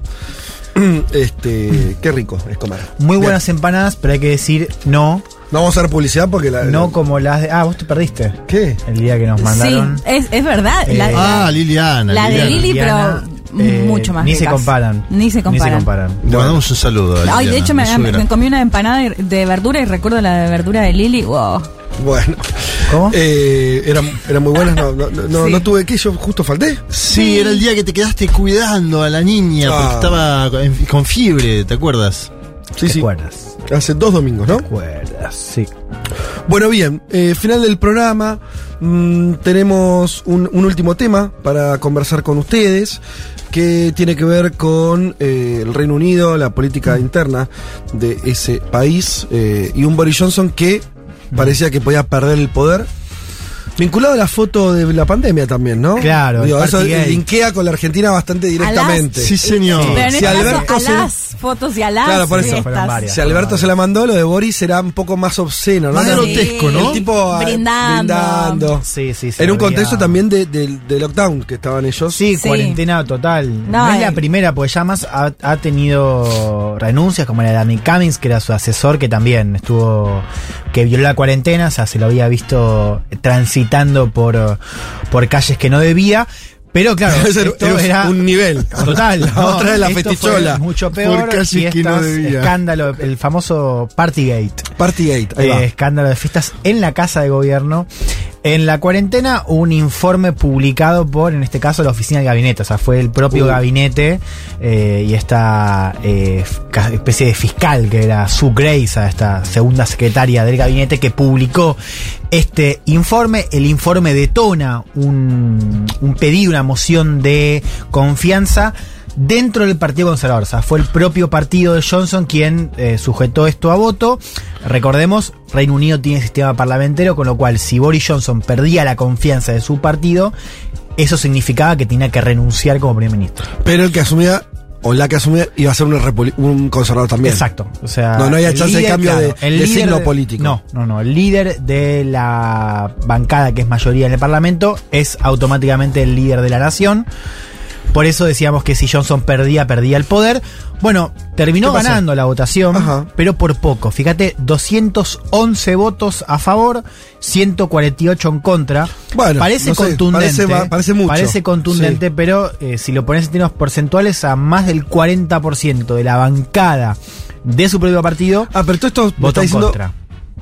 Este, qué rico es comer. Muy Bien. buenas empanadas, pero hay que decir no. No vamos a hacer publicidad porque la. No la- como las de. Ah, vos te perdiste. ¿Qué? El día que nos mandaron. Sí, es, es verdad. Eh, la, la- Ah, Liliana. la de Liliana. Lili, Liliana, pero eh, mucho más Ni se ricas. comparan. Ni se comparan. Ni se comparan. Le mandamos un saludo a Liliana. Ay, de hecho me, mi suegra. me comí una empanada de, de verdura y recuerdo la de verdura de Lili. Wow. Bueno. ¿Cómo? Eh, eran, eran muy buenas. No, no, no, Sí. no tuve que yo justo falté. Sí, era el día que te quedaste cuidando a la niña Ah. porque estaba en- con fiebre, ¿te acuerdas? Sí, ¿Te sí. acuerdas? Hace dos domingos, ¿no? ¿Te acuerdas? Sí. Bueno, bien, eh, final del programa. Mm, tenemos un, un último tema para conversar con ustedes que tiene que ver con eh, el Reino Unido, la política interna de ese país eh, y un Boris Johnson que parecía que podía perder el poder. Vinculado a la foto de la pandemia también, ¿no? Claro, Digo, el eso Partygate. linkea con la Argentina bastante directamente. Sí, señor. Pero en Si este caso, Alberto a se- las fotos y a las Claro, por eso. fiestas. Fueron varias. Si Alberto se la mandó, lo de Boris era un poco más obsceno, ¿no? Más No, grotesco, ¿no? El tipo ah, Brindando. brindando. Sí, sí, sí. En un había- contexto también de, de- de lockdown que estaban ellos. Sí, Sí. cuarentena total. No, No, es la eh. primera, porque ya más ha, ha tenido renuncias, como la de Danny Cummings, que era su asesor, que también estuvo, que violó la cuarentena, o sea, se lo había visto transitando por, por calles que no debía. Pero claro, Ese era- esto era era un nivel. total. La ¿no? otra es la Esto fetichola. fue mucho peor. Por calles y que no estas, debía. escándalo, el famoso Partygate. Partygate, ahí Eh, va. escándalo de fiestas en la casa de gobierno. En la cuarentena, un informe publicado por, en este caso, la oficina del gabinete. O sea, fue el propio Uh. gabinete eh, y esta eh, ca- especie de fiscal que era Sue Grace, esta segunda secretaria del gabinete, que publicó este informe. El informe detona un, un pedido, una moción de confianza dentro del Partido Conservador. O sea, fue el propio partido de Johnson quien eh, sujetó esto a voto. Recordemos, Reino Unido tiene sistema parlamentario, con lo cual si Boris Johnson perdía la confianza de su partido, eso significaba que tenía que renunciar como primer ministro. Pero el que asumía, o la que asumía, iba a ser un, repuli- un conservador también. Exacto. O sea, No, no había el chance de cambio de- el de líder signo político. No, no, no. El líder de la bancada, que es mayoría en el Parlamento, es automáticamente el líder de la nación. Por eso decíamos que si Johnson perdía, perdía el poder. Bueno, terminó ¿Qué pasó? ganando la votación, Ajá. pero por poco. Fíjate, doscientos once votos a favor, ciento cuarenta y ocho en contra. Bueno, parece no sé, contundente. parece va- parece mucho. Parece contundente, Sí. pero eh, si lo pones en términos porcentuales, a más del cuarenta por ciento de la bancada de su propio partido Ah, pero todo esto me votó está en diciendo. contra.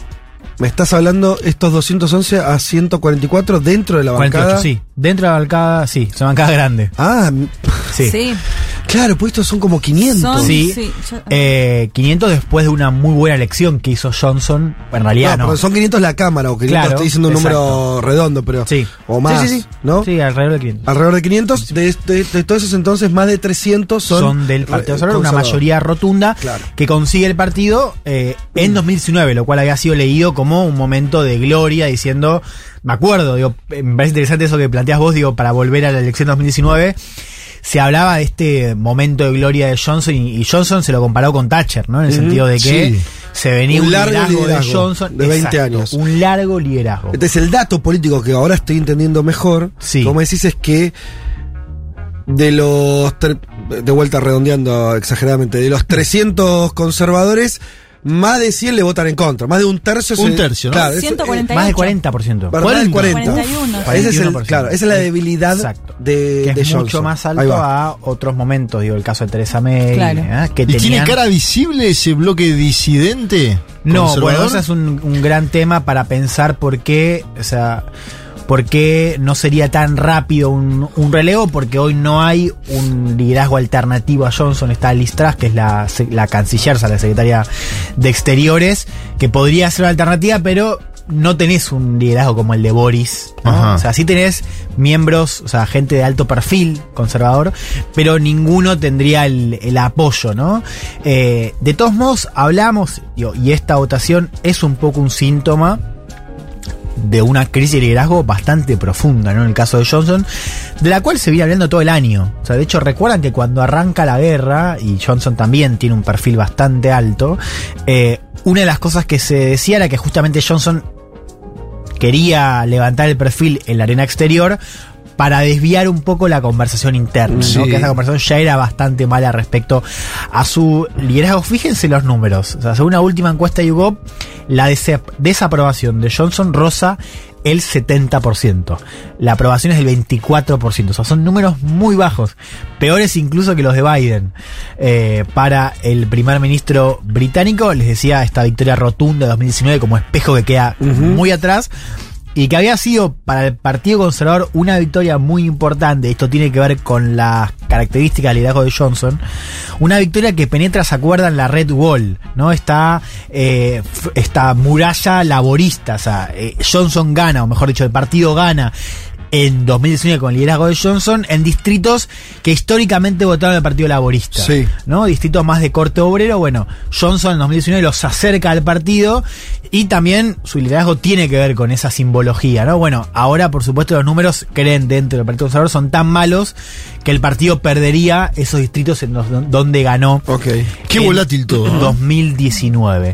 Me estás hablando estos doscientos once a ciento cuarenta y cuatro dentro de la cuarenta y ocho, bancada. sí. Dentro de la bancada, sí. Es una bancada grande. Ah, Sí. Sí. claro, pues estos son como quinientos. Son- Sí, sí, yo- eh, quinientos después de una muy buena elección que hizo Johnson. En realidad No, no. pero son quinientos la Cámara, o quinientos Claro, estoy diciendo un número exacto. redondo, pero. Sí. O más. Sí, sí, sí. ¿No? Sí, alrededor de quinientos. Alrededor de quinientos. De, de, de todos esos entonces, más de trescientos son. Son, del Partido eh, Conservador, una conservador. mayoría rotunda Claro. que consigue el partido eh, en dos mil diecinueve, lo cual había sido leído como un momento de gloria, diciendo, me acuerdo, digo, me parece interesante eso que planteas vos, digo, para volver a la elección de dos mil diecinueve, se hablaba de este momento de gloria de Johnson y, y Johnson se lo comparó con Thatcher, ¿no? En el Ujú, sentido de que sí. se venía Un un, largo liderazgo, liderazgo de Johnson de veinte exacto, años. un largo liderazgo. Entonces, el dato político que ahora estoy entendiendo mejor, Sí. como decís, es que de los. tre- De vuelta redondeando exageradamente, de los trescientos conservadores, más de cien le votan en contra. Más de un tercio. Un se, tercio, ¿no? Claro, ciento cuarenta y ocho. Más del cuarenta por ciento. Más del cuarenta. cuarenta y uno. Ese es el, claro, esa es la debilidad Exacto. de, que de es Johnson. mucho más alto a otros momentos, digo, el caso de Theresa May. Claro. ¿eh? Que ¿Y tenían... tiene cara visible ese bloque disidente? No, conservador? bueno, ese es un, un gran tema para pensar por qué, o sea, por qué no sería tan rápido un, un relevo, porque hoy no hay un liderazgo alternativo a Johnson. Está Liz Truss, que es la, la canciller, o sea, la secretaria de Exteriores, que podría ser una alternativa, pero no tenés un liderazgo como el de Boris, ¿no? O sea, sí tenés miembros, o sea, gente de alto perfil conservador, pero ninguno tendría el, el apoyo, ¿no? Eh, de todos modos, hablamos, digo, y esta votación es un poco un síntoma de una crisis de liderazgo bastante profunda, ¿no? En el caso de Johnson, de la cual se viene hablando todo el año. O sea, de hecho, recuerdan que cuando arranca la guerra, y Johnson también tiene un perfil bastante alto, eh, una de las cosas que se decía era que justamente Johnson quería levantar el perfil en la arena exterior para desviar un poco la conversación interna, sí. ¿no? Que esa conversación ya era bastante mala respecto a su liderazgo. Fíjense los números. O sea, según una última encuesta de YouGov, la des- desaprobación de Johnson roza el setenta por ciento. La aprobación es del veinticuatro por ciento. O sea, son números muy bajos. Peores incluso que los de Biden. Eh, para el primer ministro británico, les decía, esta victoria rotunda de dos mil diecinueve como espejo que queda uh-huh. muy atrás. Y que había sido para el Partido Conservador una victoria muy importante. Esto tiene que ver con las características del liderazgo de Johnson. Una victoria que penetra, ¿se acuerdan? La Red Wall, ¿no? Esta, eh, esta muralla laborista. O sea, eh, Johnson gana, o mejor dicho, el partido gana en dos mil diecinueve con el liderazgo de Johnson en distritos que históricamente votaron el Partido Laborista, sí. ¿no? Distritos más de corte obrero. Bueno, Johnson en dos mil diecinueve los acerca al partido y también su liderazgo tiene que ver con esa simbología, ¿no? Bueno, ahora por supuesto los números creen dentro del Partido Conservador son tan malos que el partido perdería esos distritos en los, donde ganó. Okay. Qué volátil todo, ¿no? dos mil diecinueve.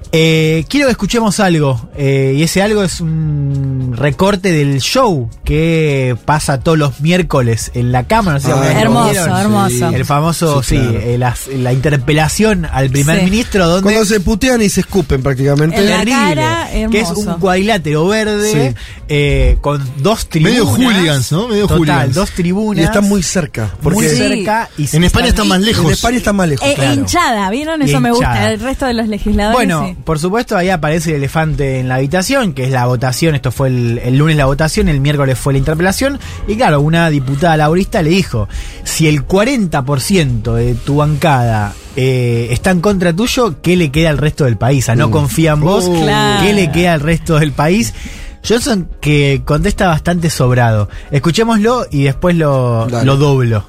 Eh, quiero que escuchemos algo, eh, y ese algo es un recorte del show que pasa todos los miércoles en la Cámara. No sé si ah, hermoso, vieron. hermoso. El famoso, sí, sí, claro. eh, la, la interpelación al primer sí. ministro, donde cuando se putean y se escupen prácticamente. En la terrible, cara, que es un cuadrilátero verde, sí. eh, con dos tribunas. Medio hooligans, ¿no? Medio total, hooligans. dos tribunas. Y están muy cerca. Muy sí. cerca. Y en España están más lejos. En España están más lejos. Eh, claro. Hinchada, ¿vieron? Eso y me hinchada. gusta. El resto de los legisladores. Bueno, sí. por supuesto, ahí aparece el elefante en la habitación, que es la votación. Esto fue el, el lunes la votación, el miércoles fue la interpelación. Y claro, una diputada laborista le dijo: si el cuarenta por ciento de tu bancada eh, está en contra tuyo, ¿qué le queda al resto del país? O sea, no uh. confía en vos, uh. claro. ¿qué le queda al resto del país? Johnson, que contesta bastante sobrado. Escuchémoslo y después lo, lo doblo.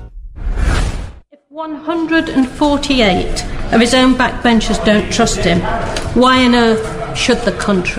one hundred forty-eight of his own backbenchers don't trust him. Why on earth should the country?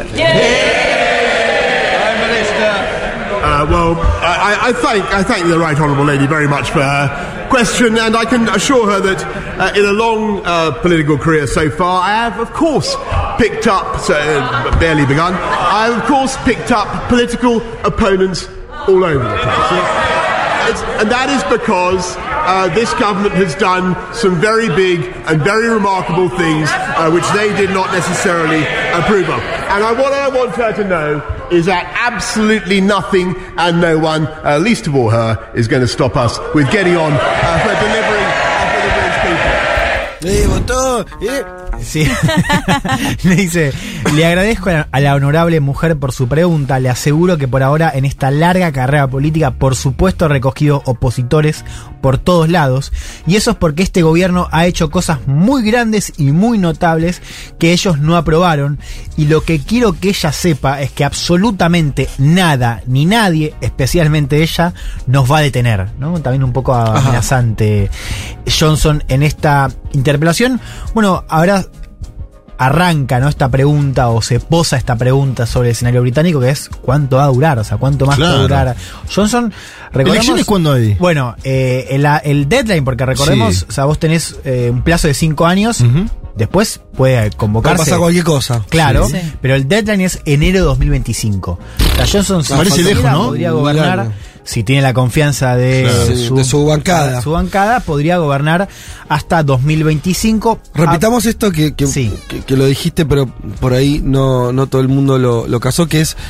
Uh, well, I, I thank I thank the right honourable lady very much for her question, and I can assure her that uh, in a long uh, political career so far, I have, of course, picked up, so, uh, barely begun, I have, of course, picked up political opponents all over the place. It's, and that is because uh, this government has done some very big and very remarkable things uh, which they did not necessarily approve of. And I, what I want her to know is that absolutely nothing and no one, uh, least of all her, is going to stop us with getting on uh, for delivering uh, for the British people. Eh, votó, eh. Sí. Le dice: le agradezco a la honorable mujer por su pregunta. Le aseguro que por ahora, en esta larga carrera política, por supuesto he recogido opositores por todos lados, y eso es porque este gobierno ha hecho cosas muy grandes y muy notables que ellos no aprobaron, y lo que quiero que ella sepa es que absolutamente nada ni nadie, especialmente ella, nos va a detener, ¿no? También un poco amenazante Johnson en esta interpelación. Bueno, ahora arranca, ¿no?, esta pregunta, o se posa esta pregunta sobre el escenario británico, que es ¿cuánto va a durar? O sea, ¿cuánto más claro. va a durar Johnson? ¿Elecciones cuándo hay? Bueno, eh, el, el deadline, porque recordemos, sí. o sea, vos tenés eh, un plazo de cinco años, uh-huh. después puede convocarse. Puede pasar cualquier cosa. Claro, sí. pero el deadline es enero de dos mil veinticinco. O sea, Johnson parece lejos, ¿no? podría gobernar si tiene la confianza de, Claro. su, de su bancada. su bancada, podría gobernar hasta dos mil veinticinco. Repitamos esto que, que, que, que lo dijiste, pero por ahí no, no todo el mundo lo, lo casó, que es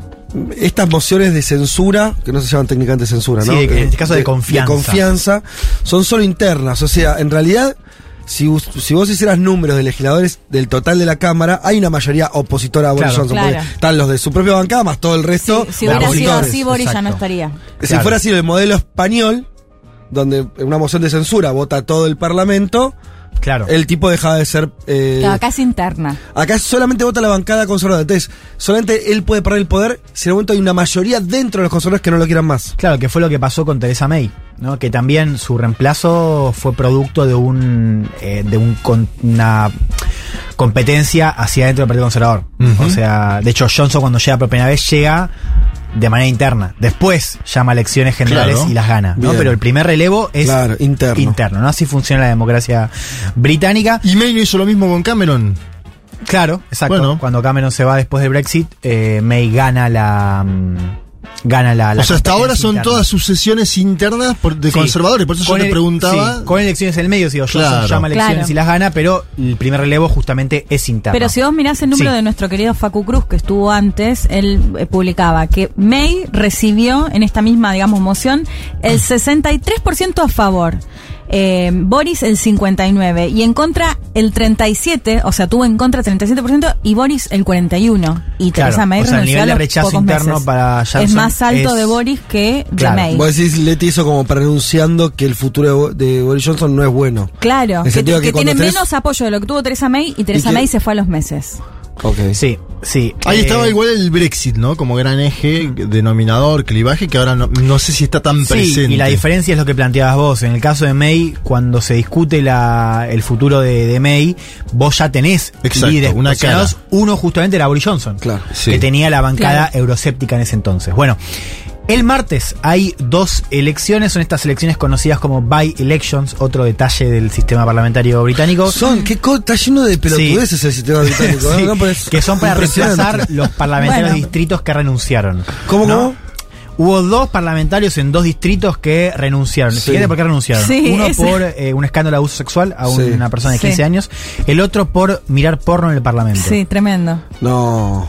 estas mociones de censura, que no se llaman técnicamente censura, ¿no? Sí, en este caso de confianza. De confianza, son solo internas. O sea, en realidad, si, vos- si vos hicieras números de legisladores del total de la Cámara, hay una mayoría opositora a Boris Claro, Johnson. claro. Porque están los de su propia bancada, más todo el resto. Si hubiera sido opositores. así, Boris ya no Exacto. estaría. Si Claro. fuera así el modelo español, donde en una moción de censura vota todo el Parlamento, claro. el tipo deja de ser... eh, Claro, acá es interna. Acá solamente vota la bancada conservadora. Entonces, solamente él puede perder el poder si en el momento hay una mayoría dentro de los conservadores que no lo quieran más. Claro, que fue lo que pasó con Theresa May, ¿no? Que también su reemplazo fue producto de un eh, de un con- una competencia hacia dentro del Partido Conservador. Ujú. O sea, de hecho Johnson cuando llega por primera vez llega de manera interna. Después llama a elecciones generales Claro. y las gana, ¿no? Bien. Pero el primer relevo es Claro, interno. ¿no? Así funciona la democracia británica. Y May no hizo lo mismo con Cameron. Claro, exacto. Bueno. Cuando Cameron se va después del Brexit, eh, May gana la mm, gana la, la O sea, hasta ahora competencia son interna. todas sucesiones internas por- de Sí. conservadores. Por eso yo Con le el- preguntaba. sí, con elecciones en el medio, si Johnson Claro. llama elecciones Claro. y las gana, pero el primer relevo justamente es interno. Pero si vos mirás el número Sí. de nuestro querido Facu Cruz, que estuvo antes, él eh, publicaba que May recibió en esta misma, digamos, moción el sesenta y tres por ciento a favor. Eh, Boris el cincuenta y nueve por ciento y en contra el treinta y siete por ciento, o sea, tuvo en contra treinta y siete por ciento y Boris el cuarenta y uno por ciento. Y Claro, Theresa May o sea, el renunció nivel a de los rechazo pocos interno meses. para Johnson es más alto es- de Boris que Claro. de May. Vos decís, Leti hizo como pronunciando que el futuro de, Bo- de Boris Johnson no es bueno. Claro, En que, sentido que que cuando tiene tenés- menos apoyo de lo que tuvo Theresa May y Theresa que- May se fue a los meses. Ok. Sí, sí. Ahí Eh, estaba igual el Brexit, ¿no? Como gran eje, denominador, clivaje, que ahora no, no sé si está tan Sí, presente. y la diferencia es lo que planteabas vos. En el caso de May, cuando se discute la, el futuro de, de May, vos ya tenés Exacto, líderes una posicionados. cara. Uno justamente era Boris Johnson, Claro. Sí. que tenía la bancada Claro. euroscéptica en ese entonces. Bueno, el martes hay dos elecciones, son estas elecciones conocidas como by-elections, otro detalle del sistema parlamentario británico. Son, qué co- está lleno de pelotudeces el sistema británico. Sí, ¿no? No, pero es que son para impresionante. reemplazar los parlamentarios Bueno. distritos que renunciaron. ¿Cómo, ¿no? cómo? Hubo dos parlamentarios en dos distritos que renunciaron. Sí. Fíjate por qué renunciaron. Sí, Uno ese. por eh, un escándalo de abuso sexual a Sí. una persona de Sí. quince años. El otro por mirar porno en el Parlamento. Sí, tremendo. No.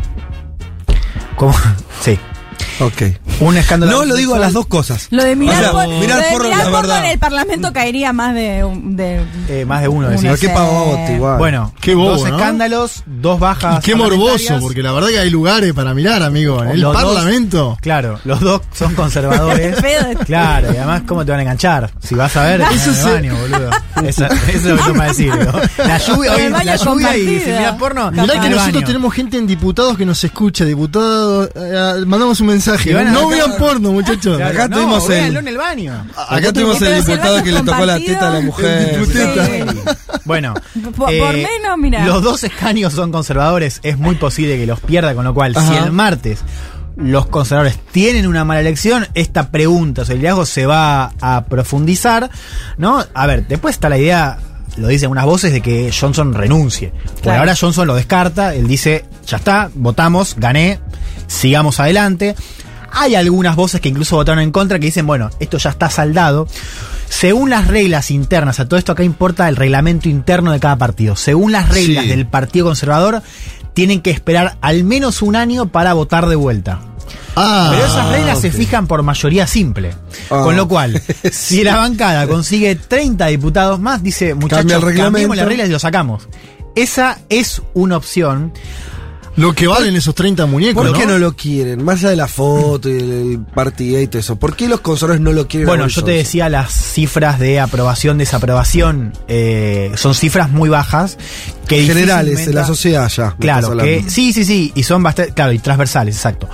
¿Cómo? Sí. Ok. Un escándalo de No abuso lo digo a sexual. las dos cosas. Lo de mirar, O sea, por, mirar lo de porno, mirar la porno verdad. en el Parlamento caería más de... un- de Eh, más de uno, decís. Pero qué pavote, igual. Bueno, Qué bobo, dos ¿no? escándalos, dos bajas. Y qué morboso, parlamentarias. porque la verdad que hay lugares para mirar, amigo. En el Los dos- Parlamento. Claro, los dos son conservadores. Pedo de- Claro, y además, ¿cómo te van a enganchar? Si vas a ver, en Eso el sí. baño, boludo. Esa- Eso es lo que tengo para decir, ¿no? La lluvia, En el hoy, baño la lluvia y compartido. si miras porno. Mirá en que el nosotros baño. tenemos gente en diputados que nos escucha. Diputados, eh, mandamos un mensaje. Y van a No sacar- vean porno, muchachos. Claro, Acá no, tuvimos el- véanlo en el baño. Acá tuvimos Pero el es el diputado baño que le tocó la compartido. teta a la mujer. El diputeta. Sí. Bueno, Por, eh, por menos, mira. los dos escaños son conservadores, es muy posible que los pierda, con lo cual, si Ajá. el martes los conservadores tienen una mala elección, esta pregunta sobre el liderazgo se va a profundizar, ¿no? A ver, después está la idea, lo dicen unas voces, de que Johnson renuncie. Por Claro. ahora Johnson lo descarta, él dice, ya está, votamos, gané, sigamos adelante. Hay algunas voces que incluso votaron en contra que dicen, bueno, esto ya está saldado. Según las reglas internas, a todo esto acá importa el reglamento interno de cada partido. Según las reglas Sí. del Partido Conservador, tienen que esperar al menos un año para votar de vuelta. Ah, Pero esas reglas se ok. fijan por mayoría simple. Ah. Con lo cual, si la bancada consigue treinta diputados más, dice, muchachos, Cambia el reglamento. cambiemos las reglas y lo sacamos. Esa es una opción. lo que valen esos treinta muñecos, ¿Por qué ¿no? no lo quieren? Más allá de la foto y el partido y todo eso. ¿Por qué los conservadores no lo quieren? a Bueno, Boris yo te Johnson? decía las cifras de aprobación, desaprobación, eh, son cifras muy bajas. Que Generales, difícilmente- en la sociedad ya. me estás Claro, hablando. que sí, sí, sí, y son bastante, claro, y transversales, exacto.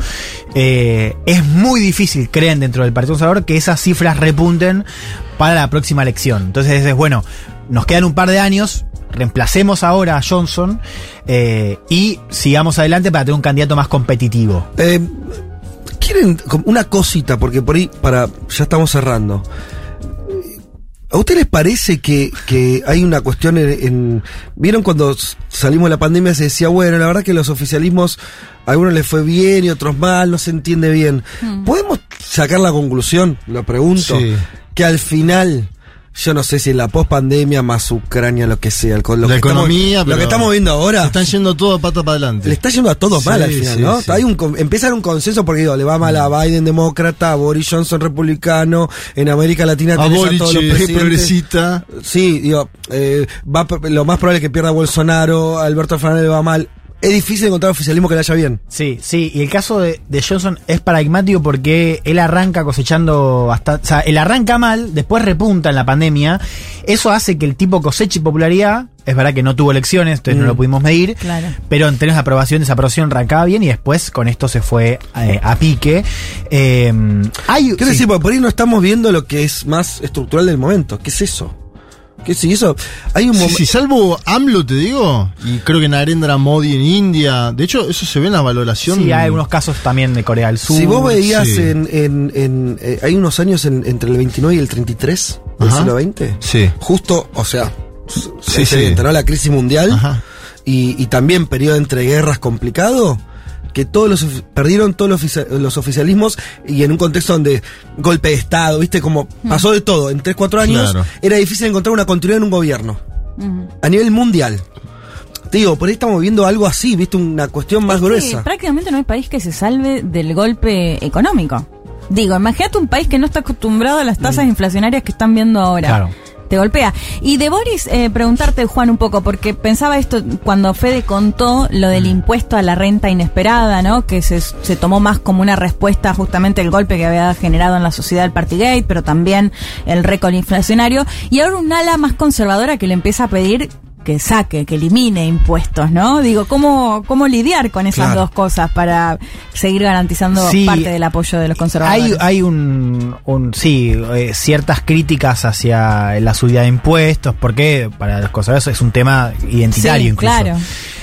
Eh, es muy difícil, creen dentro del Partido Conservador, que esas cifras repunten para la próxima elección. Entonces es bueno, nos quedan un par de años, reemplacemos ahora a Johnson eh, y sigamos adelante para tener un candidato más competitivo. Eh, ¿Quieren como una cosita? Porque por ahí, para ya estamos cerrando. ¿A ustedes les parece que, que hay una cuestión en, en... ¿Vieron cuando salimos de la pandemia se decía, bueno, la verdad que los oficialismos, a algunos les fue bien y otros mal, no se entiende bien? Mm. ¿Podemos sacar la conclusión, lo pregunto, sí, que al final, yo no sé si en la pospandemia más Ucrania, lo que sea, lo la que economía, estamos, lo que estamos viendo ahora, están yendo todo a pata para adelante. Le está yendo a todo sí, mal al final, sí, ¿no? Sí. Hay un, empieza a haber un consenso porque digo, le va mal a Biden demócrata, a Boris Johnson republicano, en América Latina a tenés Boric, a todos los presidentes. progresista. Sí, digo, eh, va, lo más probable es que pierda Bolsonaro, a Alberto Fernández le va mal. Es difícil encontrar oficialismo que le haya bien. Sí, sí, y el caso de, de Johnson es paradigmático porque él arranca cosechando hasta, o sea, él arranca mal, después repunta en la pandemia, eso hace que el tipo coseche popularidad, es verdad que no tuvo elecciones, entonces mm. no lo pudimos medir, claro, pero en términos de aprobación, desaprobación arrancaba bien y después con esto se fue eh, a pique. Eh, hay, Quiero sí. decir, porque por ahí no estamos viendo lo que es más estructural del momento, ¿qué es eso? ¿Qué es eso? Hay un sí, momento. sí, salvo AMLO, te digo, y creo que Narendra Modi en India. De hecho, eso se ve en la valoración. Sí, hay algunos casos también de Corea del Sur. Si vos veías sí. en. en, en eh, hay unos años en, entre el veintinueve y el treinta y tres del siglo veinte. Sí. Justo, o sea, sí, se sí. enteró la crisis mundial. Y, y también periodo entre guerras complicado. Que todos los perdieron todos los, ofici los oficialismos y en un contexto donde golpe de Estado, viste, como pasó de todo. En tres, cuatro años claro. era difícil encontrar una continuidad en un gobierno. Uh-huh. A nivel mundial. Te digo, por ahí estamos viendo algo así, viste, una cuestión más es gruesa. Que prácticamente no hay país que se salve del golpe económico. Digo, imagínate un país que no está acostumbrado a las tasas mm. inflacionarias que están viendo ahora. Claro. Te golpea. Y de Boris, eh, preguntarte, Juan, un poco, porque pensaba esto cuando Fede contó lo del impuesto a la renta inesperada, ¿no? Que se, se tomó más como una respuesta justamente al golpe que había generado en la sociedad el Partygate, pero también el récord inflacionario. Y ahora un ala más conservadora que le empieza a pedir que saque, que elimine impuestos, ¿no? Digo, ¿cómo, cómo lidiar con esas claro. dos cosas para seguir garantizando sí, parte del apoyo de los conservadores? Hay, hay un, un sí, eh, ciertas críticas hacia la subida de impuestos, porque para los conservadores es un tema identitario sí, incluso. Claro.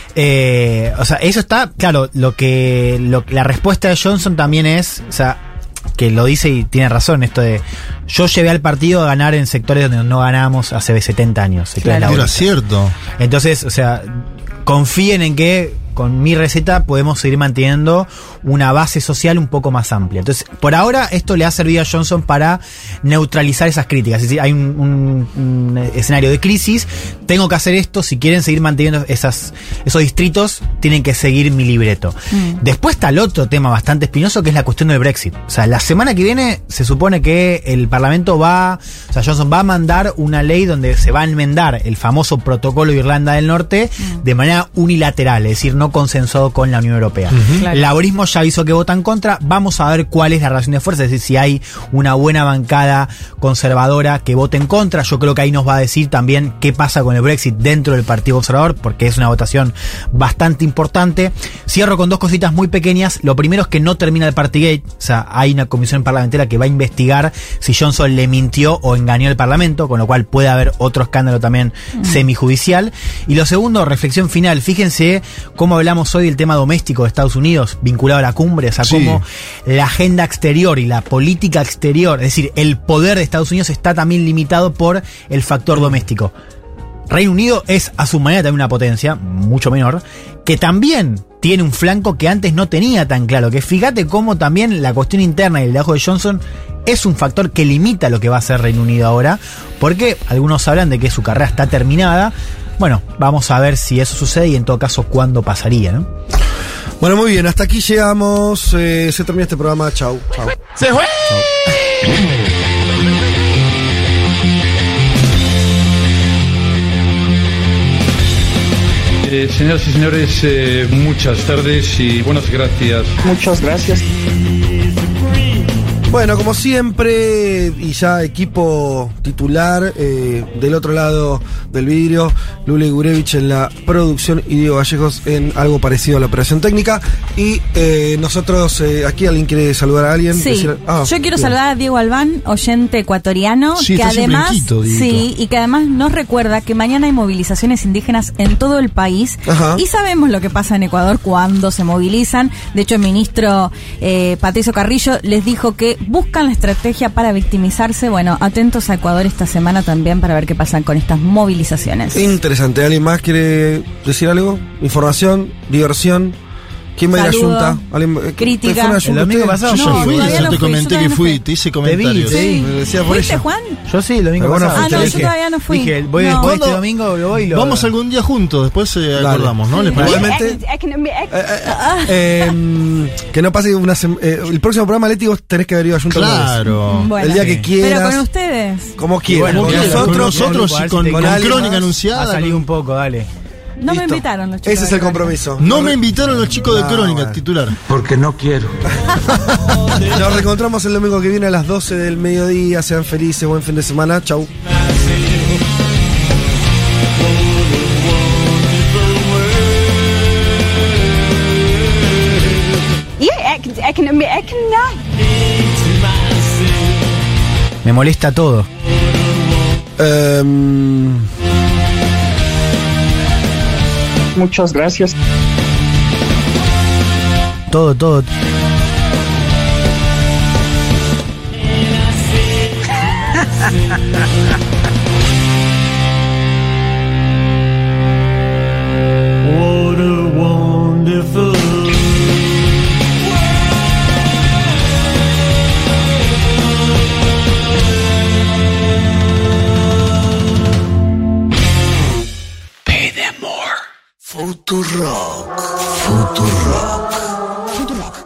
Eh, o sea, eso está, claro, lo que, lo, la respuesta de Johnson también es, o sea, que lo dice y tiene razón, esto de yo llevé al partido a ganar en sectores donde no ganamos hace setenta años. Claro, era cierto. Entonces, o sea, confíen en que con mi receta podemos seguir manteniendo una base social un poco más amplia. Entonces, por ahora, esto le ha servido a Johnson para neutralizar esas críticas. Es decir, hay un, un, un escenario de crisis, tengo que hacer esto, si quieren seguir manteniendo esas, esos distritos, tienen que seguir mi libreto. Mm. Después está el otro tema bastante espinoso, que es la cuestión del Brexit. O sea, la semana que viene se supone que el Parlamento va, o sea, Johnson va a mandar una ley donde se va a enmendar el famoso protocolo de Irlanda del Norte mm. de manera unilateral, es decir, no consensuado con la Unión Europea. Uh-huh. Claro. El laborismo ya avisó que vota en contra. Vamos a ver cuál es la relación de fuerzas, es decir, si hay una buena bancada conservadora que vote en contra. Yo creo que ahí nos va a decir también qué pasa con el Brexit dentro del Partido Conservador, porque es una votación bastante importante. Cierro con dos cositas muy pequeñas. Lo primero es que no termina el Partygate, o sea, hay una comisión parlamentaria que va a investigar si Johnson le mintió o engañó al Parlamento, con lo cual puede haber otro escándalo también uh-huh. semijudicial. Y lo segundo, reflexión final. Fíjense cómo hablamos hoy del tema doméstico de Estados Unidos vinculado a la cumbre, o sea, sí. cómo la agenda exterior y la política exterior, es decir, el poder de Estados Unidos está también limitado por el factor doméstico. Reino Unido es a su manera también una potencia, mucho menor, que también tiene un flanco que antes no tenía tan claro, que fíjate cómo también la cuestión interna y el liderazgo de Johnson es un factor que limita lo que va a hacer Reino Unido ahora, porque algunos hablan de que su carrera está terminada. Bueno, vamos a ver si eso sucede y en todo caso cuándo pasaría, ¿no? Bueno, muy bien, hasta aquí llegamos. Eh, se termina este programa. Chau. Chau. ¡Se fue! Eh, señoras y señores, eh, muchas tardes y buenas gracias. Muchas gracias. Bueno, como siempre, y ya equipo titular, eh, del otro lado del vidrio, Luli Gurevich en la producción y Diego Vallejos en algo parecido a la operación técnica. Y eh, nosotros, eh, aquí alguien quiere saludar a alguien. Sí, decir, ah, yo quiero bien. saludar a Diego Albán, oyente ecuatoriano, sí, que además, quito, sí, y que además nos recuerda que mañana hay movilizaciones indígenas en todo el país. Ajá. Y sabemos lo que pasa en Ecuador cuando se movilizan. De hecho, el ministro eh, Patricio Carrillo les dijo que buscan la estrategia para victimizarse. Bueno, atentos a Ecuador esta semana también para ver qué pasa con estas movilizaciones. Interesante. ¿Alguien más quiere decir algo? Información, diversión. ¿Quién va a ir a la Junta? ¿Alguien, crítica. ¿Fue El domingo pasado Yo No, ya fui, todavía yo no te fui, comenté yo que todavía fui, no fui. te hice Te vi, comentarios. sí. Me decía por ¿Fuiste, ella. Juan? Yo sí, el domingo Pero bueno, pasado. Ah, no, yo dije- todavía no fui. Dije, voy No. después este ¿Cuándo? domingo, lo voy y lo Vamos algún día juntos, después eh, Dale. acordamos, ¿no? ¿Les parece? Igualmente, eh, que no pase una sem- eh, el próximo programa, Leti, vos tenés que haber ido a Junta. Claro. Bueno. El día que quieras. Pero con ustedes. Como quieras. Bueno, con, con nosotros, nosotros con- y con, con con alguien Crónica más. Anunciada. A salir con- un poco, dale. No me Listo. invitaron los chicos. Ese es de el Crónica. compromiso. No me invitaron los chicos de No, Crónica, bueno. titular. Porque no quiero. Nos reencontramos el domingo que viene a las doce del mediodía. Sean felices, buen fin de semana. Chau. Me molesta todo. Em, Muchas gracias. Todo, todo. What a wonderful Pay them more. Futurock. Futurock. Futurock.